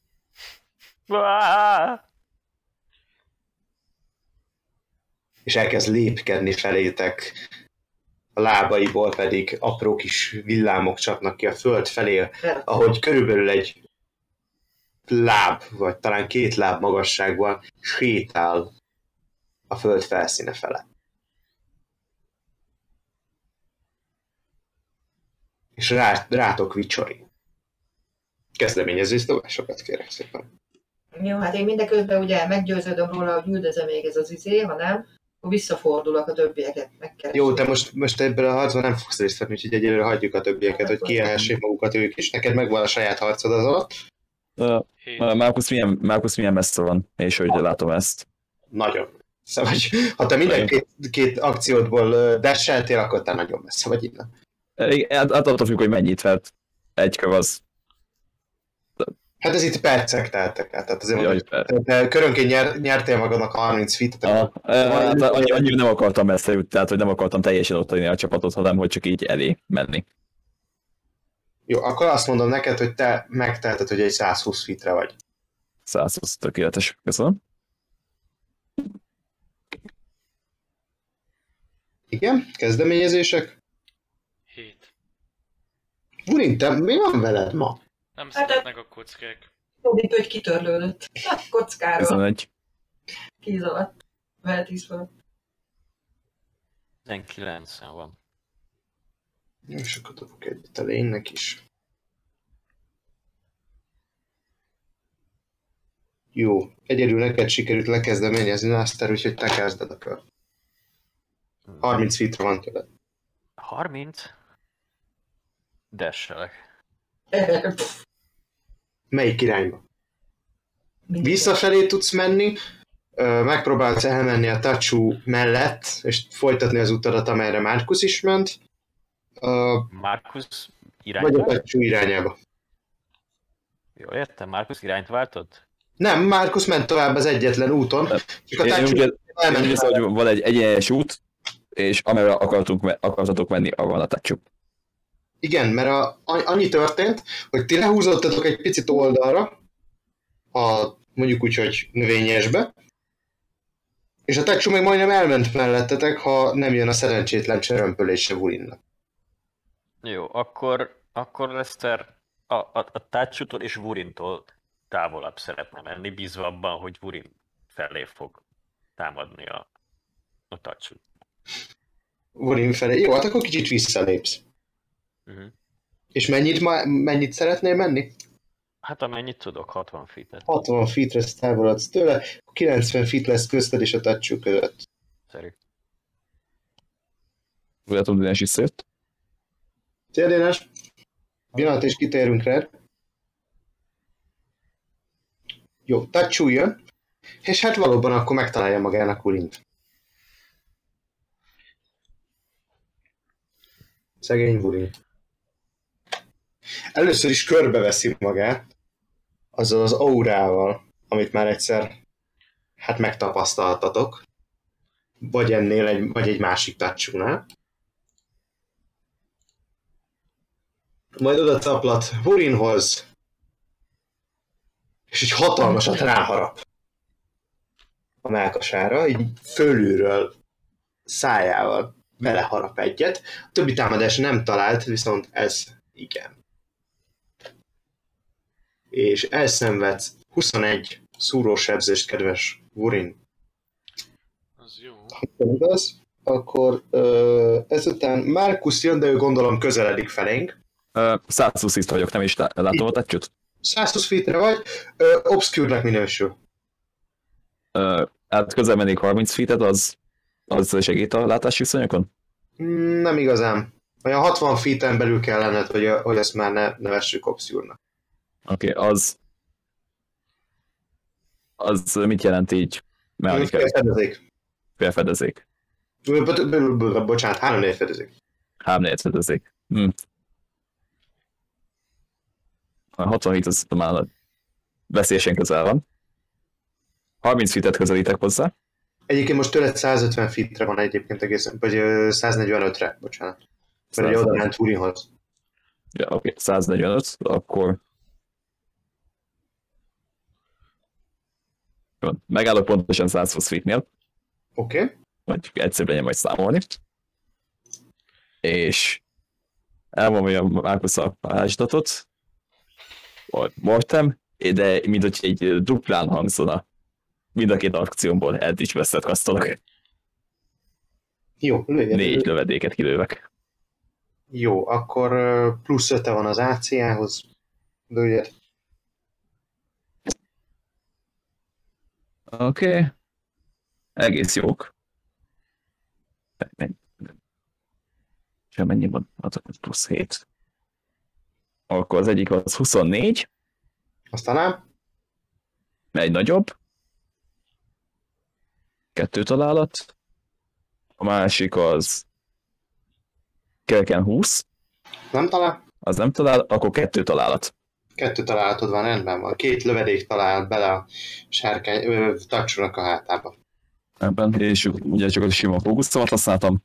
És elkezd lépkedni felétek, a lábaiból pedig apró kis villámok csapnak ki a föld felé, ahogy körülbelül egy láb, vagy talán 2 láb magasságban sétál a föld felszíne felett. És rátok vicsori. Kezdeményezés dobásokat kérek szépen. Jó, hát én mindeközben ugye meggyőződöm róla, hogy üldözze még ez az izé, ha nem, akkor visszafordulok a többieket megkeresni. Jó, te most ebből a harcban nem fogsz részt venni, úgyhogy egyelőre hagyjuk a többieket, hogy kielhessék magukat ők is. Neked megvan a saját harcod az alatt. Markus milyen messze van, és hogy látom ezt. Nagyon. Szóval, ha te minden két akciódból dasheltél, akkor te nagyon messze vagy innen. Hát attól függ, hogy mennyit, mert egy köv az... Hát ez itt percek teltek el, tehát azért Jaj, mondom, te körönként nyertél magadnak 30 feet-et. Annyira nem akartam messze jutni, tehát hogy nem akartam teljesen ott a csapatot, hanem hogy csak így elé menni. Jó, akkor azt mondom neked, hogy te megteheted, hogy egy 120 feetre vagy. 120, tökéletes. Köszönöm. Igen, kezdeményezések. 7. Burin, te mi van veled ma? Nem szeretnek a kockák. Mint hogy kitörlődött. Kockáról. 11. 10 alatt. Vele 10 alatt. 19 van. Jó, és akkor dobok egyet a lénynek is. Jó, egyedül neked sikerült lekezdeményezni Lester, úgyhogy te kezded a kör. 30 feetre van tőled. 30? Desselek. Melyik irányba? Visszafelé tudsz menni, megpróbálsz elmenni a Tatsu mellett, és folytatni az utadat, amelyre Markus is ment. Markus Vagy a irányt vált? Tatsu irányába. Jól értem, Markus irányt váltott? Nem, Markus ment tovább az egyetlen úton, csak a Én Tatsu úgy elment. érzem, hogy van egy egyenes út, és amerre akartatok menni, arra van a Tatsu. Igen, mert annyi történt, hogy ti lehúzottatok egy picit oldalra, mondjuk úgy, hogy növényesbe, és a Tatsu még majdnem elment mellettetek, ha nem jön a szerencsétlen csörömpölése Burinnak. Jó, akkor Lester a Tatsutól és Vurintól távolabb szeretne menni, bízva abban, hogy Vurin felé fog támadni a Tatsut. Burin felé. Jó, hát akkor kicsit visszalépsz. Uh-huh. És mennyit szeretnél menni? Hát amennyit tudok, 60 feet-et. 60 feetre távolodsz tőle, 90 feet lesz közted és a touch között. Szerint. Úgy tudom, Dénes visszajött. Szia, Dénes! Pillanat és kitérünk rá. Jó, touch jön, és hát valóban akkor megtalálja magának Urint. Szegény Urin. Először is körbeveszi magát, azzal az aurával, amit már egyszer hát megtapasztaltatok, vagy ennél vagy egy másik touch-nál. Majd oda caplat Urinhoz, és egy hatalmasat ráharap a mellkasára, így fölülről szájával beleharap egyet. A többi támadás nem talált, viszont ez igen. És elszenvedsz 21 szúrósebzést, kedves Urin. Az jó. Ha igaz, akkor ezután Markus jön, de ő gondolom közeledik felénk. 120 itt vagyok, nem is látom a touch-ot. 120 feetre vagy, obscure-nek minősül. Hát közel mennék 30 feet-et, az segít a látási viszonyokon? Nem igazán. Olyan 60 feet-en belül kell lenned, hogy ezt már ne nevessük obscure-nak. Oké, az mit jelent így? Mechanikai Fedezék. félfedezék. Bocsánat, 3-4 fedezék. 3-4 fedezék. A 60 feet az már veszélyesen közel van. 30 feet-et közelítek hozzá. Egyébként most tőled 150 feetre van egyébként egészen, vagy 145-re, bocsánat. Mert ugye oda ment Urinhoz. Ja, oké, 145, akkor... Jó, megállok pontosan 120 feetnél, Oké. vagy egyszerűen legyen majd számolni. És elmondom a Markus a varázslatot, vagy mortem, de mint hogy egy duplán hangzona. Mind a két akciómból eddig veszett kasztolok. Jó, lőjön. 4 lövedéket kilővek. Jó, akkor plusz 5 van az AC-hoz. Lőjön. Oké. Egész jók. Mennyi van? Az plusz 7. Akkor az egyik az 24, Aztán egy nagyobb. 2 találat. A másik az kereken 20. nem talál? Az nem talál, akkor 2 találat. 2 találatod van, rendben van. 2 lövedék talál bele a sárkány, touch-nak a hátába. Ebben, és ugye csak a sima fókuszomat használtam.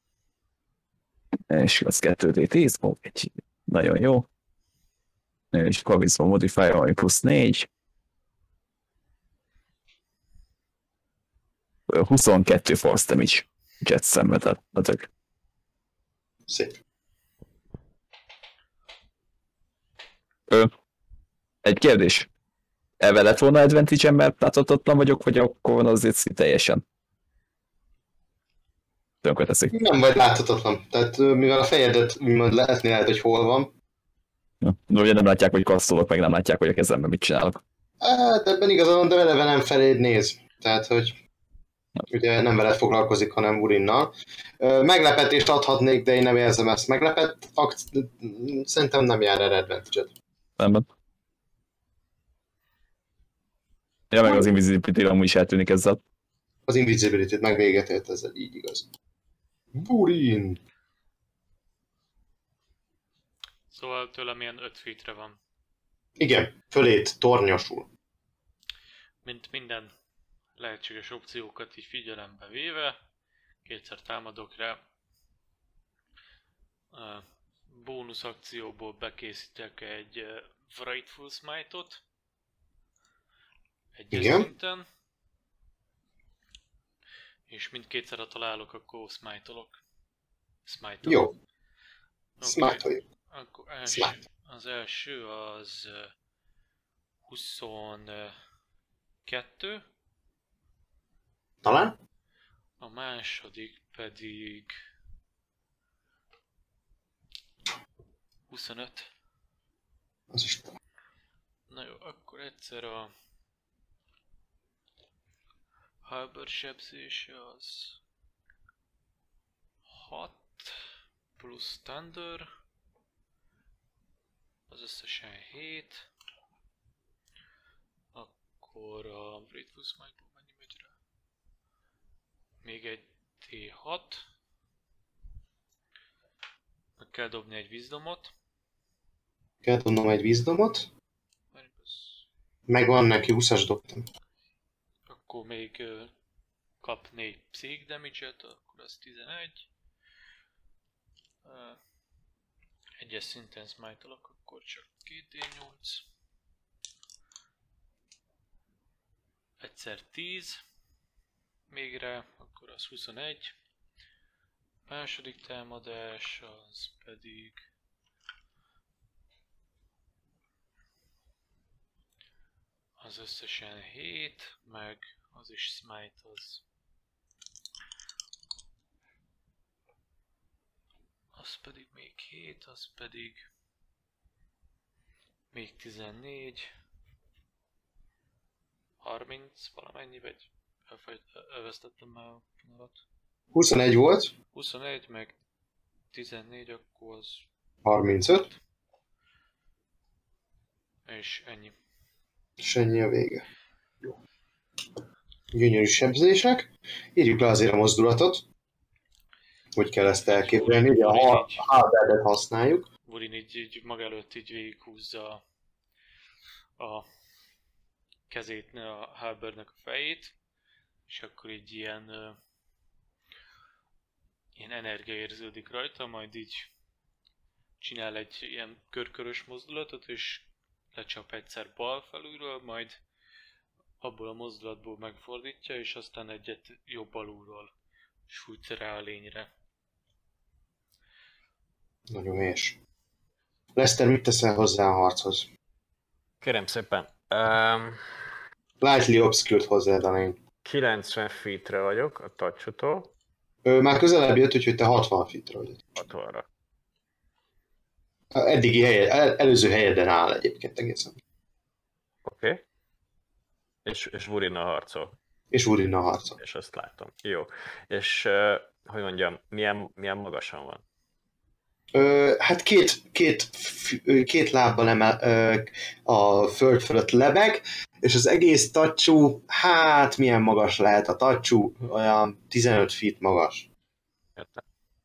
És az 2D10, egy nagyon jó. És Charisma Modifier, ami plusz 4. 22 force damage jet szenvedett. Szép. Egy kérdés. Ebben lett volna advantage-em, mert láthatatlan vagyok, vagy akkor van azért teljesen? Tönkre teszik. Nem vagy láthatatlan. Tehát mivel a fejedet úgymond látni lehet, hogy hol van. Ja. De ugye nem látják, hogy kasztolok, meg nem látják, hogy a kezemben mit csinálok. Hát ebben igazad van, de eleve nem feléd néz. Tehát, hogy ugye nem veled foglalkozik, hanem Urinnal. Meglepetést adhatnék, de én nem érzem ezt meglepett. Szerintem nem jár erre advantage-et. Nem. Ja, meg az invisibility amúgy is eltűnik ezzel. Az invisibility-t meg véget ért ezzel, így igaz. Urin! Szóval tőlem ilyen 5 feetre van. Igen, fölét tornyosul. Mint minden lehetséges opciókat így figyelembe véve, kétszer támadok rá. Bónusz akcióból bekészítek egy Frightful Smite-ot. Egyes szinten. És mindkétszer, ha találok, akkor smite-olok. Jó. Okay. Smite-oljuk. Akkor az első az 22. Talán? A második pedig 25. Az is talán. Na jó, akkor egyszer a Halberd sebzése az 6 plusz Thunder, az összesen 7. Akkor a Grateful Smite-ból mennyi megy rá? Még egy D6. Meg kell dobni egy Wisdomot. Kell tudnom egy Wisdomot. Megvan neki, 20-as dobtam. Akkor még kap 4 Psychic damage-et, akkor az 11. Egyes szinten smite-olok, akkor csak 2d8. Egyszer 10. Még rá, akkor az 21. Második támadás, az pedig... az összesen 7, meg az is smite az... az pedig még 7, az pedig... még 14... 30 valamennyi, vagy elvesztettem már a vonalat. 21 volt. 21 meg 14, akkor az 35. és ennyi. És ennyi a vége. Jó. Gyönyörű sebzések. Írjuk le azért a mozdulatot. Hogy kell ezt elképzelni, ugye a halberdet használjuk. Wurin így maga előtt így végighúzza a kezét, a halberdnek a fejét, és akkor így ilyen energia érződik rajta, majd így csinál egy ilyen körkörös mozdulatot, és lecsap egyszer bal felülről, majd abból a mozdulatból megfordítja, és aztán egyet jobb alulról sújtja rá a lényre. Nagyon helyes. Lester, mit teszel hozzá a harchoz? Kérem szépen. Lightly obscured hozzád a lény. 90 feetre vagyok a touch-tól. Már közelebb jött, úgyhogy te 60 feetre vagy. 60-ra. Eddigi előző helyeden áll egyébként egészen. Oké. Okay. És Wurin a harcol. És Wurin a harcol. És azt látom. Jó. És hogy mondjam, milyen magasan van? Hát két lábbal a föld fölött lebeg, és az egész tacsú, hát milyen magas lehet a tacsú? Olyan 15 feet magas. Értem.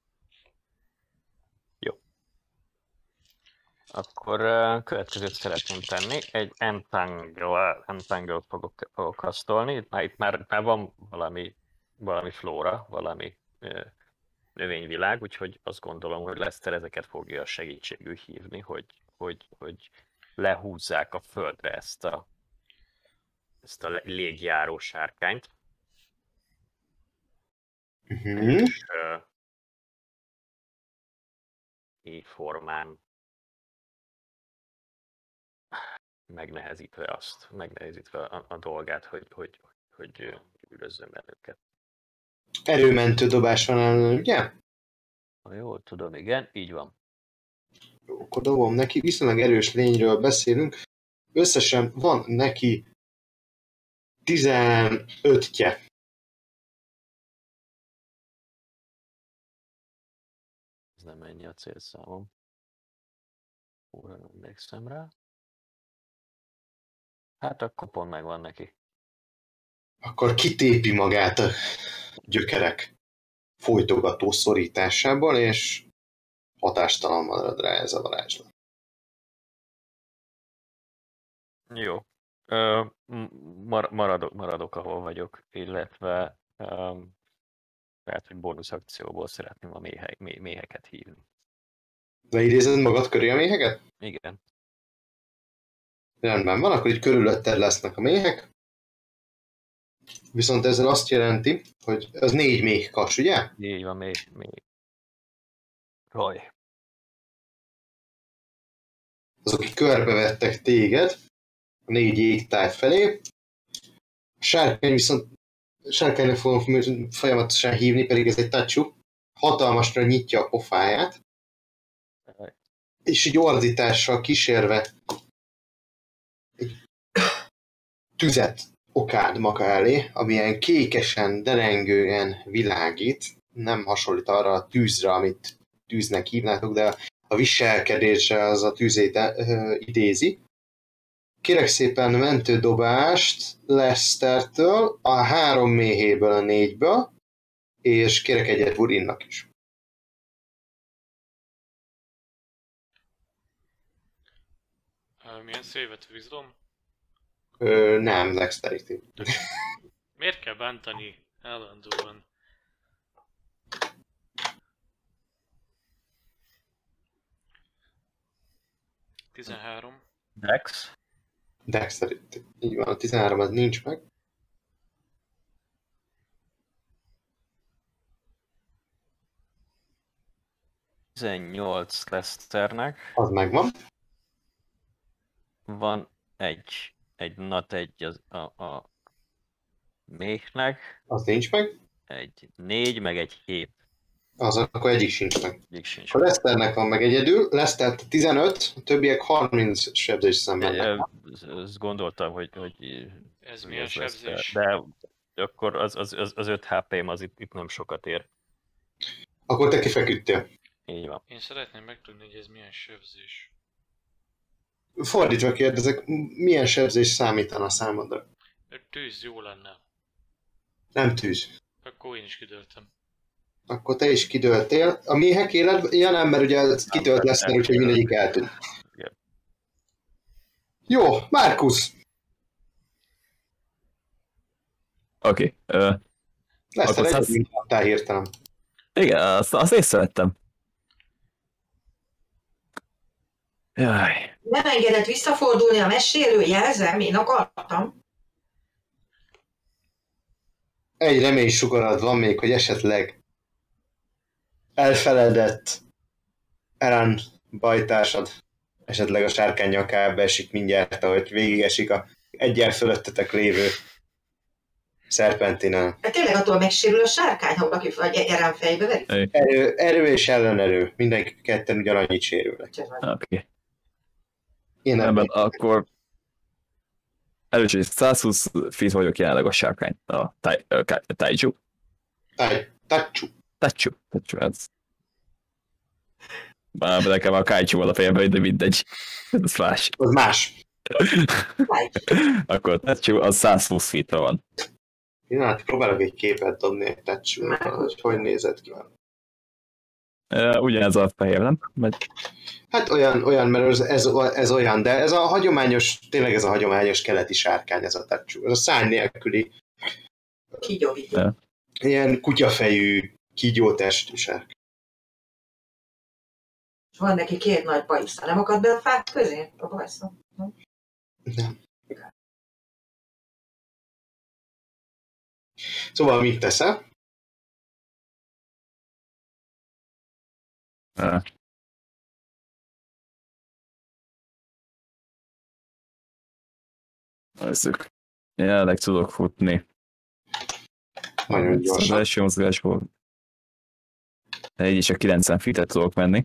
Jó. Akkor következőt szeretném tenni. Egy Entangle fogok kasztolni. Itt már van valami flóra, valami növényvilág, úgyhogy azt gondolom, hogy Lester ezeket fogja segítségül hívni, hogy lehúzzák a földre ezt a légjáró sárkányt. És így formán megnehezítve a dolgát, hogy üldözzön el őket. Erőmentő dobás van ellen, ugye? Ha jól tudom, igen, így van. Jó, akkor dobom neki, viszonylag erős lényről beszélünk. Összesen van neki 15-je. Ez nem ennyi a célszámom. Óra nem emlékszem rá. Hát akkor pont megvan neki. Akkor kitépi magát a gyökerek folytogató szorításából, és hatástalan marad rá ez a varázslat. Jó. Maradok, ahol vagyok, illetve lehet, hogy bónusz akcióból szeretném a méheket hívni. Leidézed magad köré a méheket? Igen. Rendben van, akkor így körülötted lesznek a méhek. Viszont ezzel azt jelenti, hogy az 4 méhkas, ugye? Így van, méh. Raj. Azok, akik körbevettek téged a 4 jégtáj felé. A sárkány viszont sárkánynak fogom folyamatosan hívni, pedig ez egy touch-ú. Hatalmasra nyitja a pofáját. És így ordítással kísérve tüzet okád maga elé, ami ilyen kékesen, derengően világít. Nem hasonlít arra a tűzre, amit tűznek hívnátok, de a viselkedése az a tűzét idézi. Kérek szépen mentődobást Lestertől, a 3 méhéből a 4-ből, és kérek egyet Wurinnak is. Milyen szévet Wisdom? Nem, Dexterity. Miért kell bántani állandóan? Tizenhárom. Dex. Dexterity. Így van, a 13 az nincs meg. Tizennyolc Lesternek. Az megvan. Van egy nat egy a méhnek, Az nincs meg. egy 4, meg egy 7. Az akkor egyik sincs meg. Egyik sincs. A Lesternek van meg egyedül. Lester 15, a többiek 30 sebzés szenvednek. Ezt gondoltam, hogy Ez milyen ez lesz, sebzés? de akkor az 5 HP-m az itt nem sokat ér. Akkor te kifeküdtél. Így van. Én szeretném megtudni, hogy ez milyen sebzés. Fordítva kérdezek, milyen sebzés számítana számodra? Tűz jó lenne. Nem tűz. Akkor én is kidőltem. Akkor te is kidőltél. A méhek életben nem, mert ugye kitölt Lester, úgyhogy mindegyik eltűnt. Igen. Jó, Markus! Oké. Lester, Akkor egyedül adtál hirtelen. Igen, azt észrevettem. Jaj. Nem engedett visszafordulni a mesélő, jelzem, én akartam. Egy reménysugarad van még, hogy esetleg elfeledett Eren bajtársad esetleg a sárkány nyakába esik mindjárt, ahogy végigesik a egyen fölöttetek lévő szerpentinen. Hát tényleg attól megsérül a sárkány, ha valaki Eren fejbe veri. Erő és ellenerő. Mindenki ketten ugyanannyit sérülnek. Oké. Én nem Ebben akkor először is 120 feet vagyok jelenleg a sárkány, a Taiju. Tachu. Ez. Már nekem a Kaiju van a fejemben, de mindegy. Ez más. Az más. Akkor Taiju az 120 feetre van. Pillanat, próbálok egy képet dobni egy Tachu-nak, hogy nézett ki. Ugyanez a fejem, nem? Hát olyan, mert ez olyan, de ez a hagyományos, tényleg ez a hagyományos keleti sárkány, ez a Tachu. Ez a szárny nélküli, Kígyó. ilyen kutyafejű, kígyótestű sárkány. És van neki 2 nagy bajsza. Nem akad be a fák közé? A bajsza. Nem. Szóval mit teszel? Nézzük. Jelenleg tudok futni. Nagyon Az gyorsan. első mozgásból egy és a 90 feet-et tudok menni.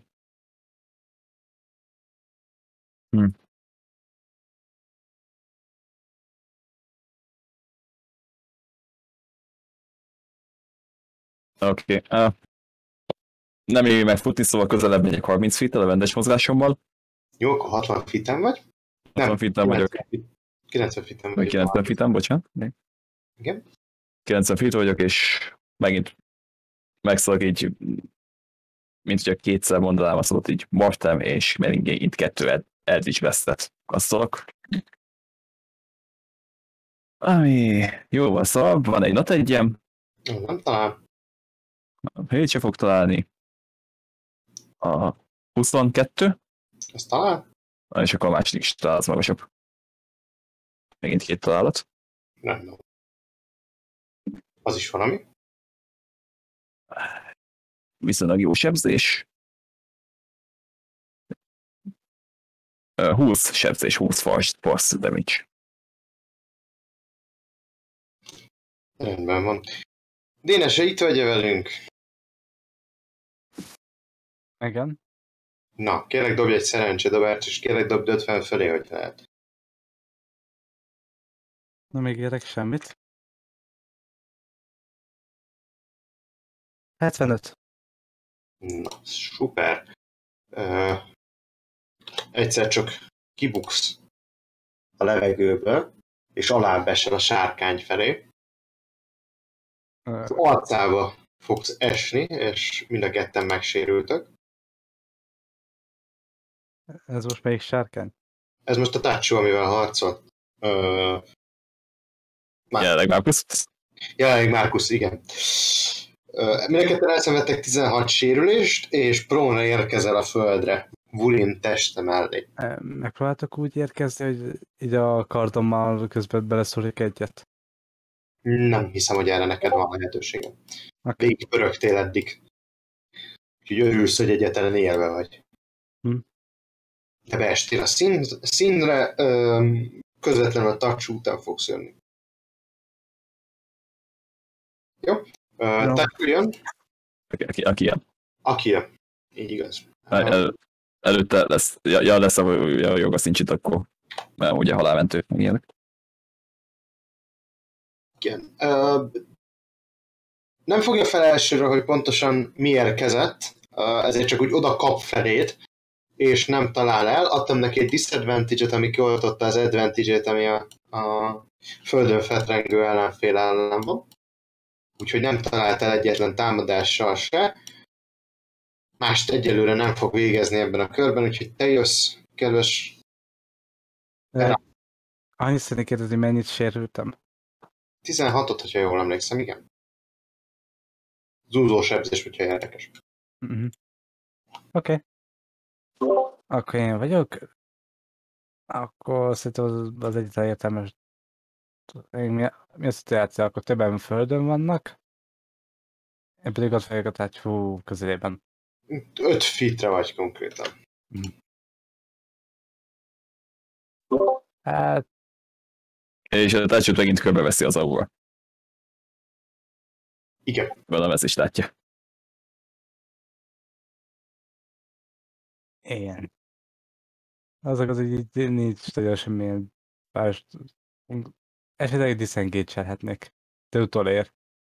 Oké. Nem éri meg futni, szóval közelebb megyek 30 feet-tel a vendes mozgásommal. Jó, akkor 60 feet-en vagy? 60 feet-en vagyok. 90 feet-en Vagy vagy. 90 feet-en, bocsánat. Igen? 90 feet vagyok, és megint megszólok így, mint hogyha kétszer mondanám azt szót így Martem és Meringé, itt 2 Eldritch Blast-et kasztolok. Ami jó van, szóval van egy not egyem, Nem talán. hét se fog találni. A 22, Ezt talán? és akkor a második is talál, az magasabb. Megint 2 találat. Nem. Az is valami. Viszonylag jó sebzés. 20 sebzés, 20 force damage. Rendben van. Dénese, itt vagy velünk? Igen. Na, kérlek dobj egy szerencsedobást, és kérlek dobd 50 fölé, hogy lehet. Nem ígérek semmit. 75. Na, szuper. Egyszer csak kibuksz a levegőből, és alább esel a sárkány felé. Az arcába fogsz esni, és mind a ketten megsérültök. Ez most melyik sárkány? Ez most a Tacho, amivel harcolt. Jelenleg Markus. Jelenleg Markus, igen. Mind a ketten elszenvedtek 16 sérülést, és próna érkezel a földre, Vurin teste mellé. Megpróbáltak úgy érkezni, hogy így a kardommal közben beleszólik egyet. Nem hiszem, hogy erre neked van lehetőségem. Okay. Végig pörögtél eddig. Úgyhogy örülsz, hogy egyetlen élve vagy. Te beestél a színre, közvetlenül a Tacho után fogsz jönni. Jó? Tacho jön. Aki jön. Aki jön. Így igaz. Előtte lesz, lesz a jogaszincsit akkor, mert ugye halálmentők meg ilyenek. Igen. Nem fogja fel elsőre, hogy pontosan mi érkezett, ezért csak úgy oda kap felét, és nem talál el. Adtam neki egy disadvantage-et, ami kioltotta az advantage-et, ami a földön fetrengő ellenfél ellen van. Úgyhogy nem talált el egyetlen támadással se. Mást egyelőre nem fog végezni ebben a körben, úgyhogy te jössz, kedves... Annyit szeretnék kérdezni, mennyit sérültem? 16-ot, hogyha jól emlékszem, igen. Zúzó sebzés, hogyha érdekes. Oké. Akkor én vagyok. Akkor szerintem az egyetlen értelmes. Mi a szituáció? Akkor többen földön vannak. Én pedig ott vagyok a Tacho közelében. 5 feetre vagy konkrétan. Hát, És a Tacho-t megint körbeveszi az aura. Igen. Velem ezt is látja. ilyen. Azok az, hogy így nincs nagyon semmilyen más. Esetleg disengage-elhetnék. De utolér.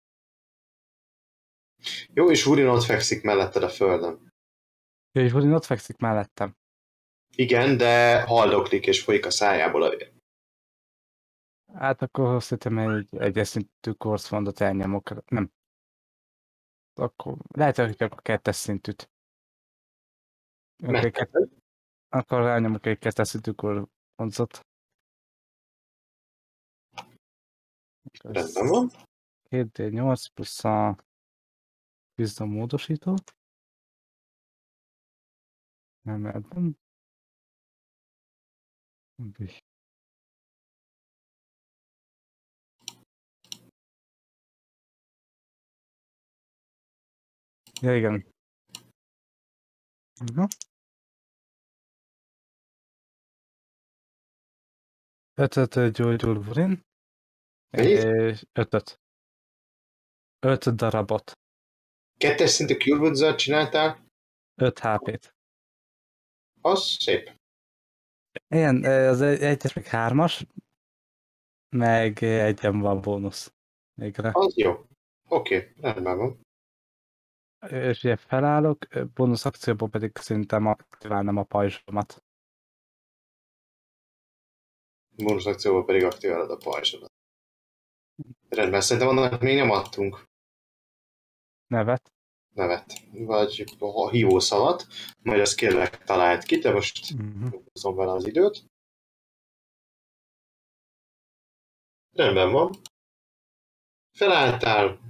Jó, és Vurin ott fekszik melletted a földön. Ja, és Vurin ott fekszik mellettem. Igen, de haldoklik és folyik a szájából a vér. Hát akkor szerintem egy szintű korszfondot elnyomok. Nem. Akkor lehet, hogy csak a 2-es szintűt. Akkor elnyomok egy 2-es szintű korszfondot. Rendben van. 2D8 plusz a Wisdom módosító. Nem ebben. Ja, igen. Ötöt gyógyul Vurin. És 5 darabot. 2-es szintű Cure Wounds-zal csináltál? 5 HP-t. Az szép. Igen, az 1-es meg 3-as, meg egyen van bónusz. Végre. Az jó. Oké, rendben van. És ugye felállok, bónusz akcióból pedig szerintem aktiválnám a pajzsomat. Bónusz akcióval pedig aktiválod a pajzsodat. Rendben, szerintem annak még nem adtunk Nevet. vagy a hívószavat, majd azt kérlek találd ki, de most húzom vele az időt. Rendben van. Felálltál.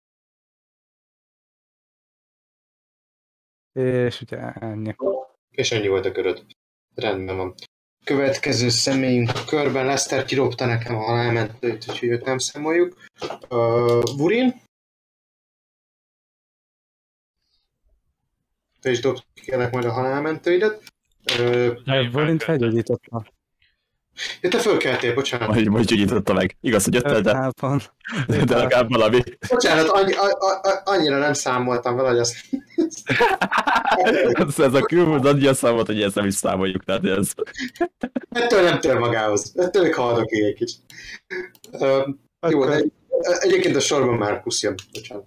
És ugye ennyi. És ennyi volt a köröd. Rendben van. Következő személyünk a körben, Lester kirobta nekem a halálmentőt, úgyhogy őt nem számoljuk. Vurin? Te is dobd kérlek majd a halálmentőidet. Vorint felgyógyította. Ja, te fölkeltél, bocsánat. Majd gyógyította meg. Igaz, hogy 5 5 de, nápon. de legalább valami. Bocsánat, annyira nem számoltam vele, hogy az... Ez a külmúlt adja számot, hogy ezt nem is számoljuk. Tehát ez... Ettől nem tér magához. Ettől még haldok egy kicsit. Jó, de egyébként a sorban Márkusz jön. Bocsánat.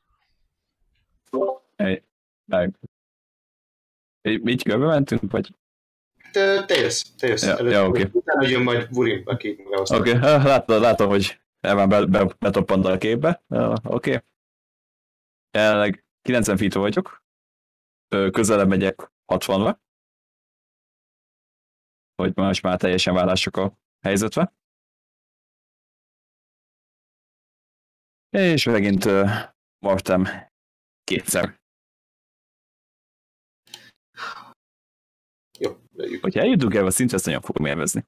Meg. Így körbe mentünk, vagy? Te jössz. Ja, oké. Utána jön majd Burim, aki magához. Oké, látom, hogy el van betoppant a képbe. Oké. Jelenleg 90 feet vagyok. Közelebb megyek 60-ra. Hogy most már teljesen válások a helyzetbe. És megint mortem kétszer. Jó, legyük. Hogyha eljutunk el a szintre, ezt nagyon fogom élvezni.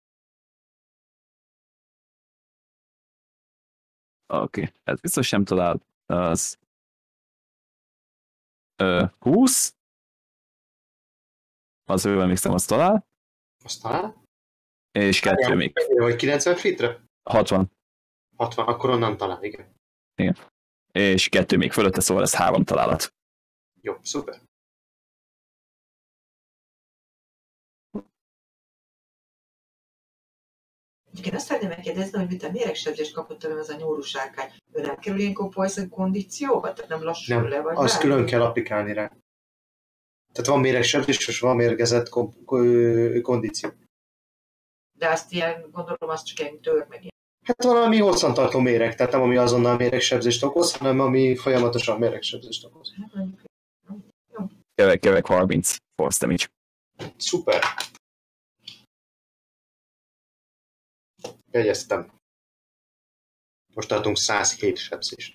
Oké, ez biztos nem talál. Az 20. Az ő emlékszem, azt talál. Aztán? És 2 még. Vagy 90 feetre? 60. 60, akkor onnan talál, igen. És 2 még fölötte, szóval ez 3 találat. Jó, szuper. Egyébként azt szeretném megkérdezni, hogy mit a méregsebzést kapott tőlem ez a nyúlú sárkány. Ő nem kerül ilyenkor poison kondícióba? Tehát nem lassul Nem, le, vagy azt bármi? külön kell applikálni rá. Tehát van méregsebzés, és van mérgezett kondíció. De azt ilyen, gondolom, azt csak ilyen tör meg ilyen. Hát valami hosszantartó méreg, tehát nem ami azonnal méregsebzést okoz, hanem ami folyamatosan méregsebzést okoz. Hát mondjuk, Kevek 30 force damage. Szuper. Jegyeztem. Most tartunk 107 sebzést.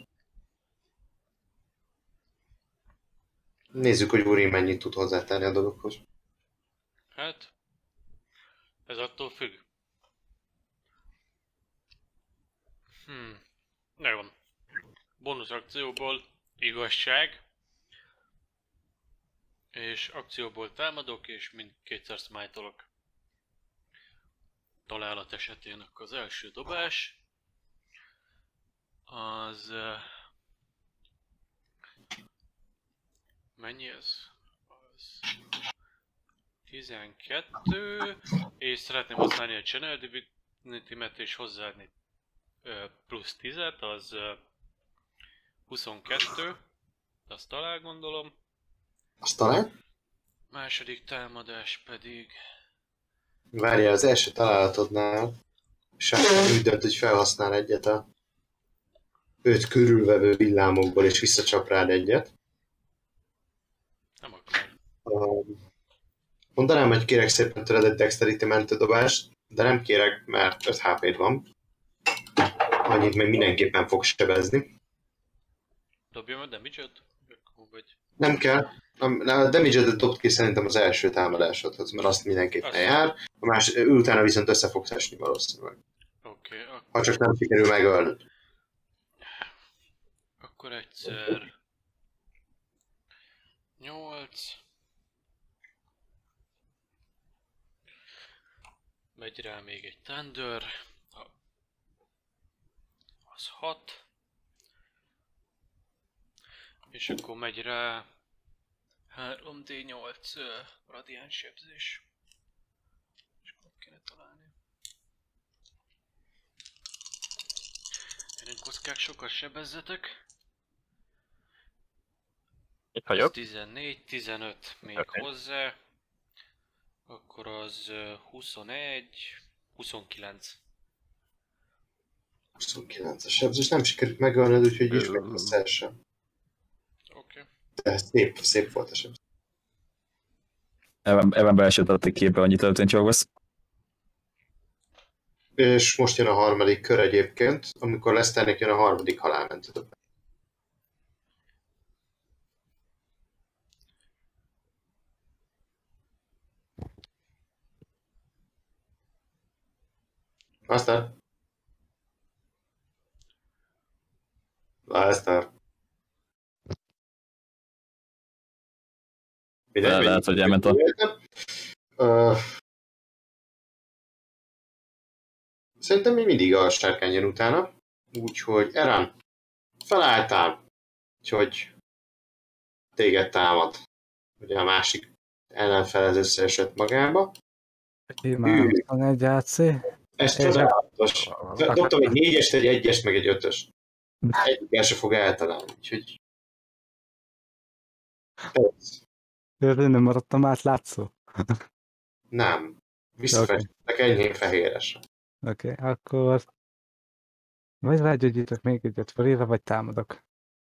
Nézzük, hogy Uri mennyit tud hozzátenni a dologhoz. Hát, ez attól függ. Na jó. Bónusz akcióból igazság. És akcióból támadok, és mindkétszer smite-olok. Találat esetén akkor az első dobás. Az... mennyi ez? Az... 12, és szeretném használni a Channel Divinity-met és hozzáadni plusz 10-et, az 22, azt talál gondolom. Azt talán? Második támadás pedig... Várjál, az első találatodnál Sáfán úgy dönt, hogy felhasznál egyet a őt körülvevő villámokból, és visszacsap rád egyet. Nem akar. Mondanám, hogy kérek szépen tőled egy dexterity mentődobást, de nem kérek, mert 5 HP-d van. Annyit még mindenképpen fog sebezni. Dobjam a damage-ot? Vagy... Nem kell. A damage-et dobd ki szerintem az első támadásodhoz, mert azt mindenképpen Azt. jár. Utána viszont össze fogsz esni valószínűleg. Oké, Ha csak nem sikerül megölni. akkor egyszer... 8... Megy rá még egy Thunder. Az 6. És akkor megy rá 3D8 radiáns sebzés. És akkor kéne találni. Én kockák, sokat sebezzetek. Itt Az vagyok. 14, 15 még Oké. hozzá. Akkor az 21, 29. 29-es sebzés, nem sikerült megölnöd, úgyhogy ismét összeessem. Oké. De szép volt a sebzés. Ebben beesettették képbe, annyi történt Csorgosz. És most jön a harmadik kör egyébként, amikor Leszternek jön a harmadik halálmentő. Leszter? Leszter? Lehet, hogy elment a... Szerintem még mindig a sárkány jön utána. Úgyhogy Eran, felálltál, úgyhogy téged támad. Ugye a másik ellenfelez összeesett magába. Már 21 AC. Ez csodálatos. Dobtam egy 4-est, egy 1-est, meg egy 5-öst. Egyikkel se fog eltalálni, úgyhogy... Nem maradtam átlátszó. Nem. Visszafejtettek enyhén fehéresre. Oké, akkor... Vagy rágyógyítok még egyet felére, vagy támadok.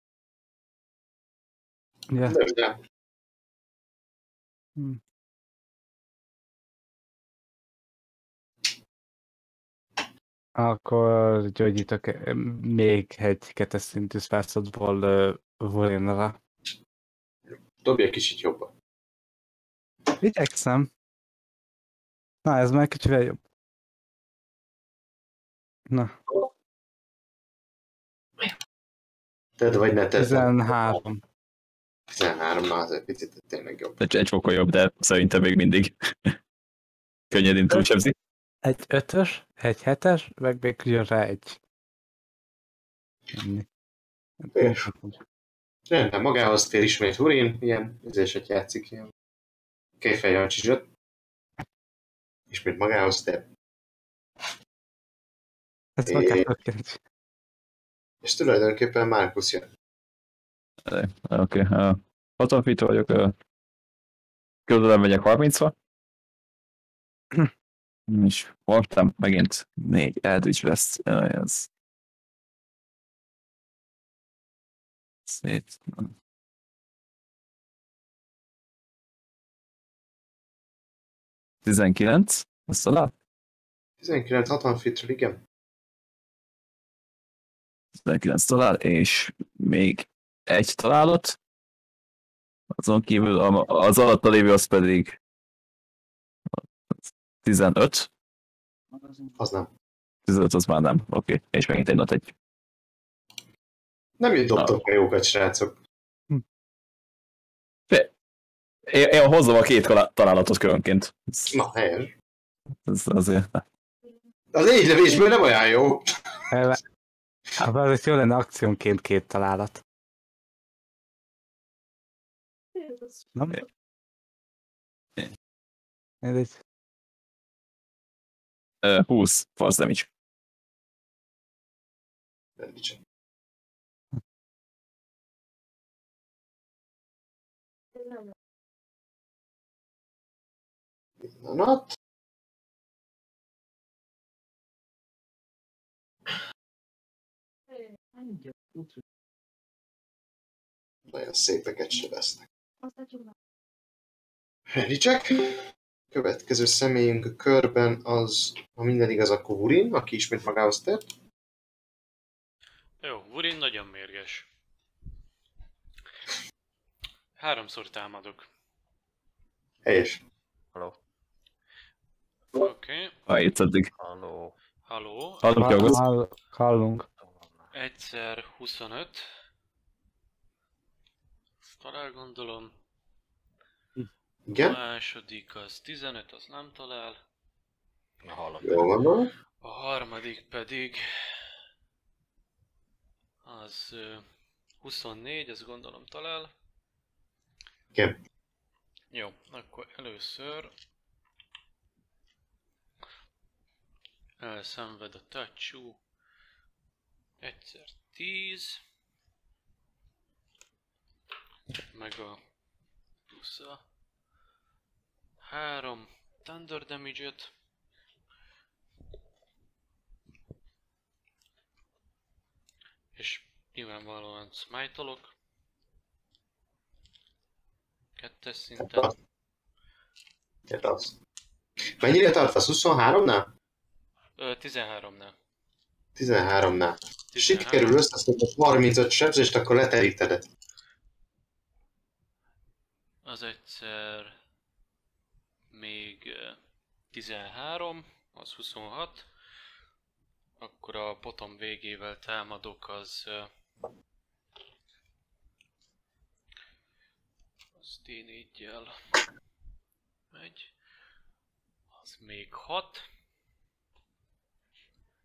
Ja. De. Akkor gyógyítok még egy 2-es szintű spellslotból Volinra. Dobj egy kicsit jobban. Igyekszem. Na, ez már kicsivel jobb. Na, Tedd vagy ne tedd. 13. 13, na az egy picit tényleg jobb. Egy fokkal jobb, de szerintem még mindig. Könnyedén túlsebzi. Egy 5-ös, egy 7-es, meg még jön rá egy. Ennyi. És rendben, magához tér ismét Hurin, ilyen üzéset játszik, ilyen kéfejjancsizott. Ismét magához tér. Ez magát És tulajdonképpen Markus jön. Oké, 60 feet vagyok, közelebb megyek 30-ra. És voltam megint 4 Eldritch Blast, ez szét. 19, azt talál? 19, 60 feetről, igen. 19 talál, és még egy találat. Azon kívül az alatta lévő az pedig 15. Az nem. 15 az már nem, oké. És megint egy not egy. Nem jött dobtok a jókat, srácok. Én hozzam a 2 találatot különként. Na, helyes. Ez azért. Az 4 lövésből nem olyan jó. Hát azért jó lenne akciónként 2 találat. Nem? Ez egy... 20 force damage. Rendítsen. Pillanat. Nagyon szépeket sebeztek. Henricsek. Következő személyünk a körben az, ha minden igaz, akkor Hurin, aki ismét magához tért. Jó, Vurin nagyon mérges. 3-szor támadok. Helyes. Halló. Oké. Itt addig. Halló. Halló. Hallunk. Egyszer 25. Azt talál, gondolom. A Igen, második az 15, az nem talál. Na hallom. jól gondolom. A harmadik pedig az 24, ez gondolom talál. Igen. Jó, akkor először elszenved a touch-ú. Egyszer 10. Meg a plusz a 3 thunder damage-öt. És nyilvánvalóan smite-olok. 2-es szinten. Tehát az. Mennyire tartasz? 23-nál? 13-nál. 13-nál. Sikerül összeszedni 35 sebzést, akkor leteríted. Az egyszer még 13, az 26. Akkor a potom végével támadok, az D4-jel megy. Az még 6.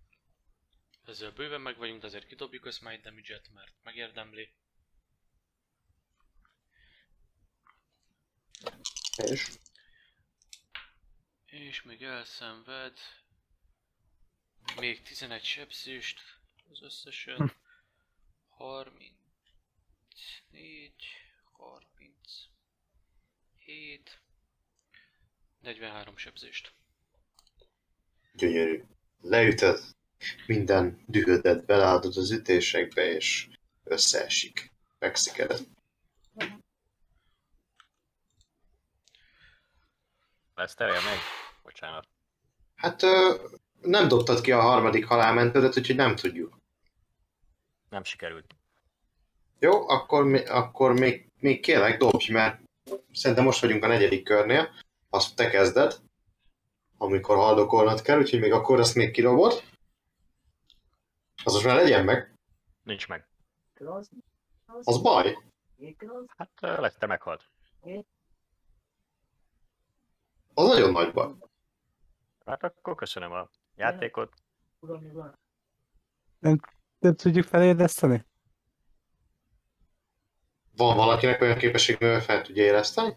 Ezzel bőven meg vagyunk, de azért kidobjuk a smite damage-et, mert megérdemli. És még elszenved még 11 sebzést az összesen. 34, 37, 43 sebzést. Gyönyörű. Leütöd, minden dühödet beleadod az ütésekbe, és összeesik. Fekszik el. Leszter, meg? Bocsánat. Hát nem dobtad ki a harmadik halálmentődet, úgyhogy nem tudjuk. Nem sikerült. Jó, akkor még kérlek dobj, mert szerintem most vagyunk a negyedik körnél. Azt te kezded, amikor haldokolnod kell, úgyhogy még akkor azt még kidobod. Az most már legyen meg. Nincs meg. Az baj. Hát Leszter meghalt. Az nagyon nagy baj. Hát akkor köszönöm a játékot. Nem tudjuk felébreszteni? Van valakinek olyan képesség, mivel fel tudja éleszteni?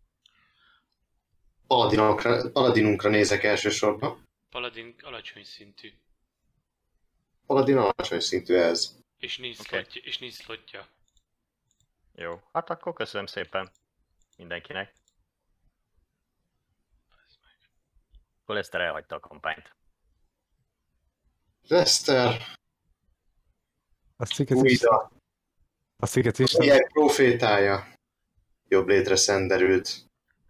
Paladinunkra nézek elsősorban. Paladin alacsony szintű. Paladin alacsony szintű ez. És nincs Oké. slotja, és nincs slotja. Jó, hát akkor köszönöm szépen mindenkinek. Akkor Leszter elhagyta a kampányt. Leszter, A sziget is. Újda, A sziget is. ilyen profétája jobb létre szenderült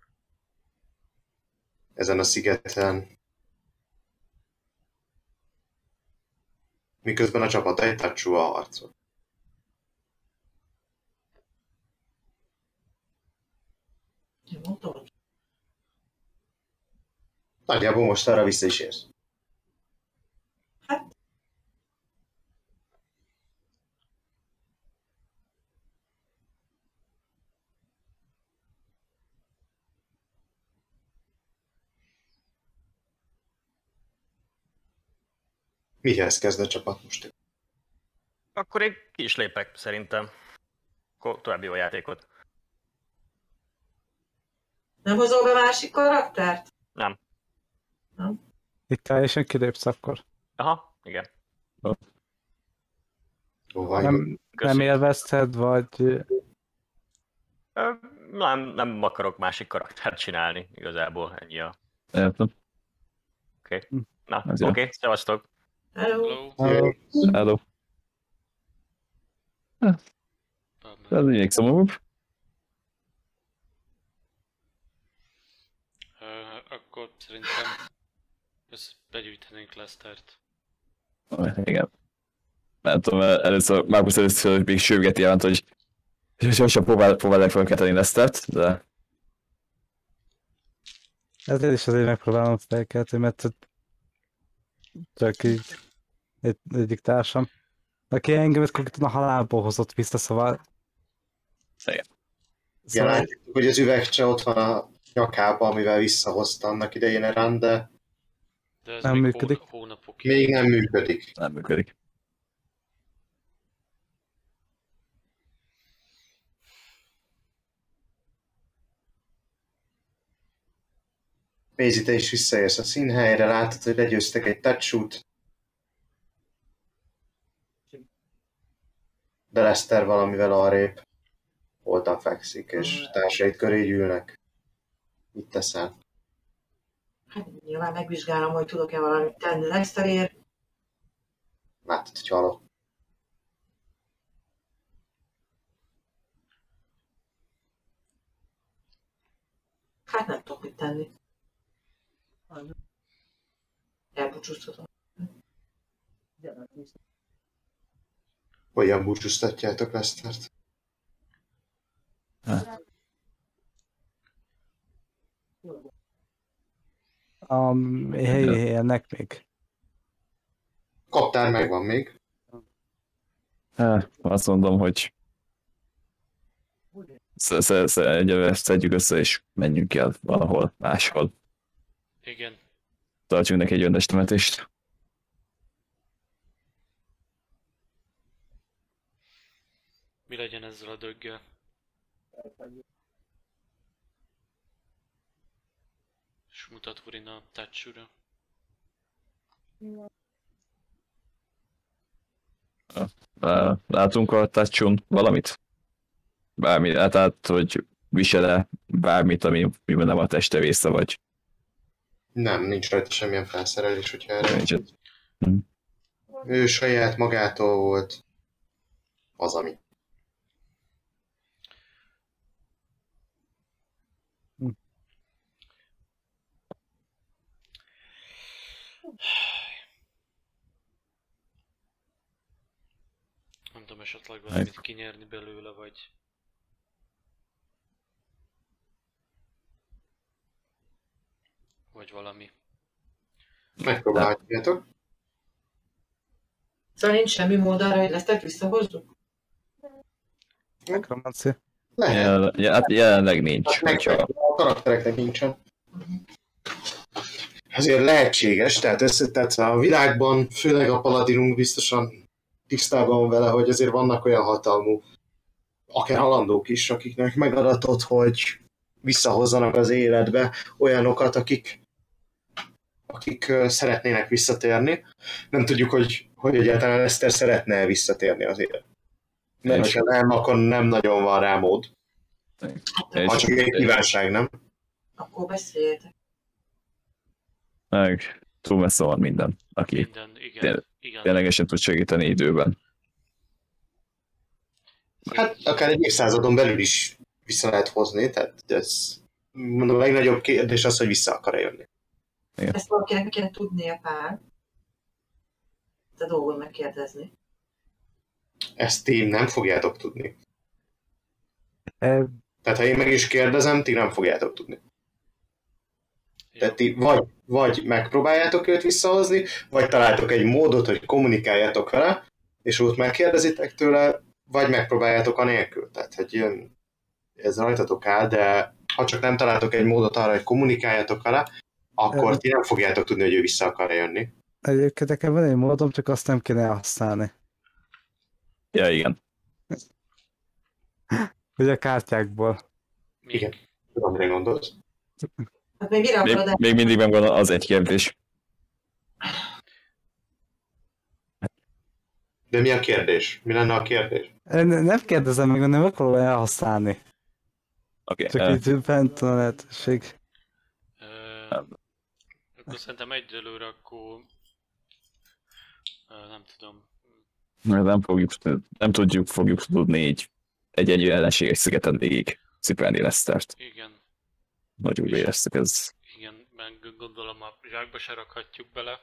ezen a szigeten. Miközben a csapata egy touch-val harcol. Nem mondtam. Nagyjából most arra vissza is érsz. Hát, Mihez kezd a csapat most? Akkor én ki is lépek szerintem. Akkor további jó játékot. nem hozol be másik karaktert? Nem. Itt teljesen kilépsz akkor. Aha, igen. Nem Köszönjük. élvezted, vagy... Nem akarok másik karaktert csinálni, igazából ennyi a... Értem. Na, Ez jó. oké, szevasztok! Hello. Hello. Hello. Ez még szomorúbb. Akkor szerintem begyűjtenénk Lesztert. Igen. Nem tudom, először Markus először még sürgeti jelent, hogy sosem próbálják felkelteni Lesztert, de Ezért is azért megpróbálom felkelteni, mert csak így egyik társam, aki engemet konkrétan a halálból hozott vissza, szóval... szegény. Igen, látjuk, hogy az üvegcse ott van a nyakába, amivel visszahozta annak idején Erán, de De ez Nem még működik. hónapokig. még nem működik. Nem működik. Maisie, te is visszaérsz a színhelyre, látod, hogy legyőztek egy touch-shoot. De Leszter valamivel arrébb. Holtan fekszik, és társait köré gyűlnek. Mit teszel? Hát nyilván megvizsgálom, hogy tudok-e valamit tenni Leszterért. Látod, hogy halott. Hát nem tudok mit tenni. Elbúcsúztatom. Hogyan búcsúztatjátok Lesztert? A helyennek még. Kaptár megvan még. Azt mondom, hogy egyelőre szedjük össze, és menjünk el valahol máshol. Igen. Tartsunk neki egy öndes temetést. Mi legyen ezzel a döggel? És mutat Urin a touch-ura. Látunk a touch-on valamit? Bármi, tehát hogy visel-e bármit, amiben nem a teste része vagy. Nem, nincs rajta semmilyen felszerelés, hogyha erre Nincs. ő saját magától volt az, ami. Nem tudom esetleg valamit kinyerni belőle, vagy... Vagy valami. Megpróbálhatjátok. Szóval nincs semmi mód arra, hogy Lesztert visszahozzuk? Nekromancia. Lehet. Hát jelenleg nincs. A karaktereknek nincsen. Azért lehetséges, tehát a világban, főleg a paladinunk biztosan tisztában van vele, hogy azért vannak olyan hatalmú, akár halandók is, akiknek megadatott, hogy visszahozzanak az életbe olyanokat, akik szeretnének visszatérni. Nem tudjuk, hogy egyáltalán Leszter szeretne visszatérni az élet. Mert ha nem, akkor nem nagyon van rá mód. Ha csak egy kívánság, nem? Akkor beszéljetek. Meg túl messze van minden, aki Minden, igen. ténylegesen tud segíteni időben. Hát akár egy évszázadon belül is vissza lehet hozni, tehát ez mondom, a legnagyobb kérdés az, hogy vissza akar-e jönni. Ezt valakinek meg kéne tudnia, Pál. Te dolgod megkérdezni. Ezt ti nem fogjátok tudni. E, Tehát ha én meg is kérdezem, ti nem fogjátok tudni. Tehát ti vagy megpróbáljátok őt visszahozni, vagy találtok egy módot, hogy kommunikáljátok vele, és ott megkérdezitek tőle, vagy megpróbáljátok anélkül. Tehát, hogy ez rajtatok áll, de ha csak nem találtok egy módot arra, hogy kommunikáljátok vele, akkor ti nem fogjátok tudni, hogy ő vissza akar jönni. Egyébként nekem van egy módom, csak azt nem kéne használni. Ja, igen. Ugye a kártyákból. Igen, tudom, mire gondolsz. Hát még mire akarod Még mindig megvan az egy kérdés. De mi a kérdés? Mi lenne a kérdés? Nem kérdezem meg, nem akarom elhasználni. Oké. Csak így bent van a lehetőség. Akkor szerintem egyelőre akkor... nem tudom. Fogjuk tudni így egy ellenséges szigeten végig cipelni Lesztert. Igen. Vagy úgy éreztük ez. Igen, meg gondolom a zsákba se rakhatjuk bele.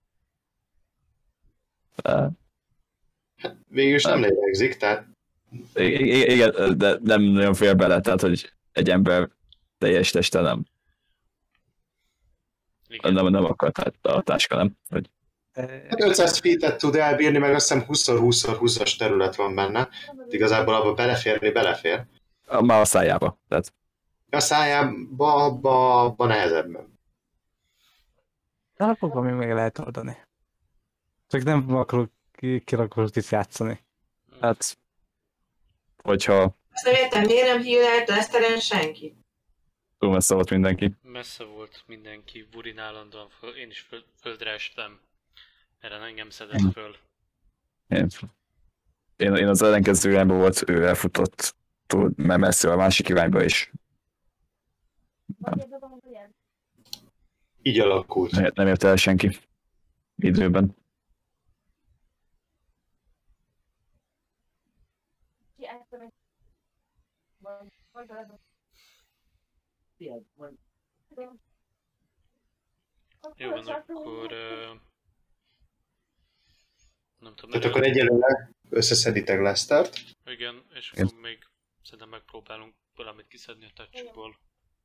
Végül is nem lélegzik, tehát Igen, de nem nagyon fér bele, tehát hogy egy ember teljes teste nem akar, tehát a táska nem. Hogy... hát 500 feet-et tud elbírni, meg azt hiszem 20x20x20-as terület van benne. Igazából abba belefér. Már a szájába. Tehát... A szájába abba nehezebben. De napokban még meg lehet oldani. Csak nem akarok kirakozott itt játszani. Hát, hogyha Azt nem értem, miért nem hílelt Leszteren senki? túl messze volt mindenki. Messze volt mindenki, Burin állandóan én is földre estem. Erre engem szedett föl. Én az ellenkező irányba volt, ő elfutott túl messze a másik irányba is. Így alakult. Nem ért el senki időben. Jó van, akkor... nem tudom... Tehát akkor egyelőre összeszeditek Lesztert. Igen, és akkor még szerintem megpróbálunk valamit kiszedni a touchból.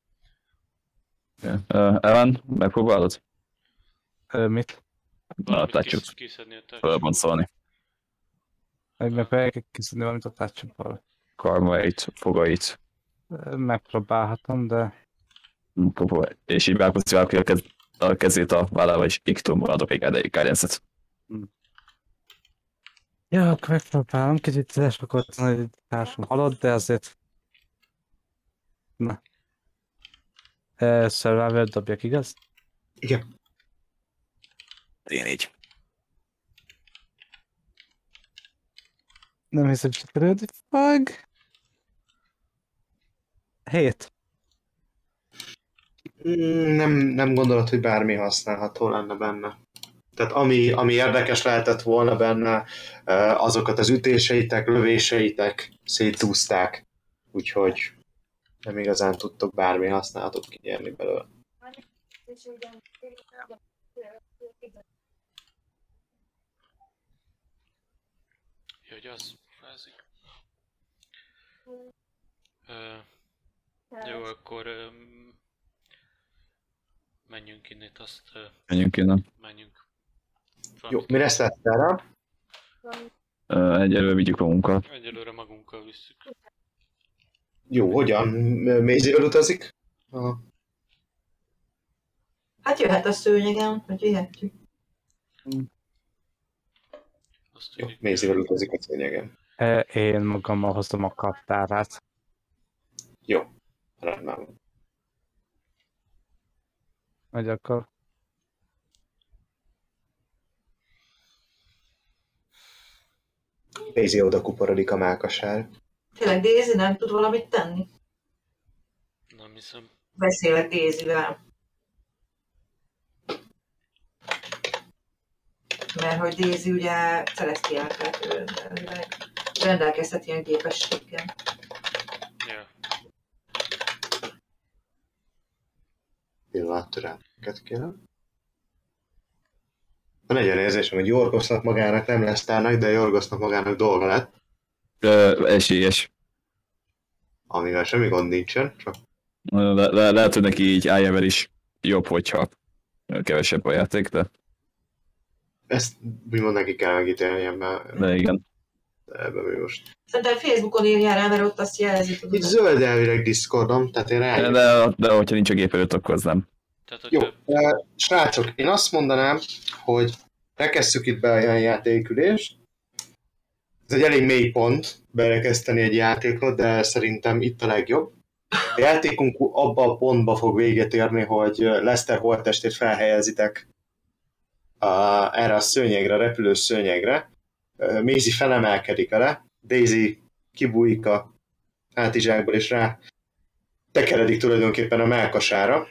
Evan, megpróbálod? Mit? Valamit touchot. kiszedni a Föl touchból. van szólni. Megpróbálják kiszedni valamit a touch-ból. Karmait, fogait. Megpróbálhatom, de... És így válkoztja a kezét a vállába, és iktomba adok egy guidance-et. Ja, akkor megpróbálom kicsit lesokoltani, hogy társam halott, de azért... Na. Survivor dobjak, igaz? Igen. Én így. Nem hiszem, sikerülni fog. 7. Nem gondolod, hogy bármi használható lenne benne. Tehát ami érdekes lehetett volna benne, azokat az ütéseitek, lövéseitek szétúzták, úgyhogy nem igazán tudtok bármi használatot kinyerni belőle. Hogy az fázik. Jó, akkor menjünk innét, azt Menjünk innen. menjünk. Jó, mi lesz erre? Egyelőre vigyük magunkkal. Egyelőre magunkkal visszük. Jó, hogyan? Mézivel utazik? Aha. Hát jöhet a szőnyegen, hogy jöhetjük. Azt Jó, tűnik, Mézivel utazik a szőnyegen. Én magammal hoztam a kaptárát. Jó, rendben. Vagy akkor... Mézi oda kuporodik a mákasára. Tényleg Daisy nem tud valamit tenni? nem hiszem. Beszélek Daisyvel. Mert hogy Daisy ugye Celestiál, tehát ő rendelkezhet ilyen képességgel. Ja. Pillanat-türelmet kérem. Van egy olyan érzésem, hogy Jorgosznak magának nem lesz tárnak, de Jorgosznak magának dolga lett, Esélyes. amivel semmi gond nincsen, csak Lehet, hogy neki így Ájevel is jobb, hogyha kevesebb a játék, de ezt úgymond neki kell megítélni ebben, de igen. ebben mi most. Szerintem Facebookon írjál rá, mert ott azt jelzi, Itt tudod. zöld elvileg Discordom, tehát én rájövök. De hogyha nincs a gép előtt, akkor az nem. Tehát, Jó, hogyha srácok, én azt mondanám, hogy rekesszük itt be a játékülést. Ez egy elég mély pont berekeszteni egy játékot, de szerintem itt a legjobb. A játékunk abba a pontba fog véget érni, hogy Lester holttestét felhelyezitek erre a szőnyegre, a repülő szőnyegre. Maisie felemelkedik vele, Daisy kibújik a hátizsákból, és rá tekeredik tulajdonképpen a mellkasára.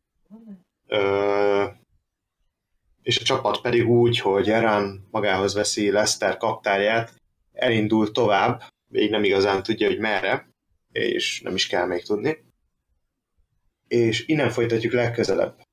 És a csapat pedig úgy, hogy Eran magához veszi Lester kaptárját, elindul tovább, még nem igazán tudja, hogy merre, és nem is kell még tudni. És innen folytatjuk legközelebb.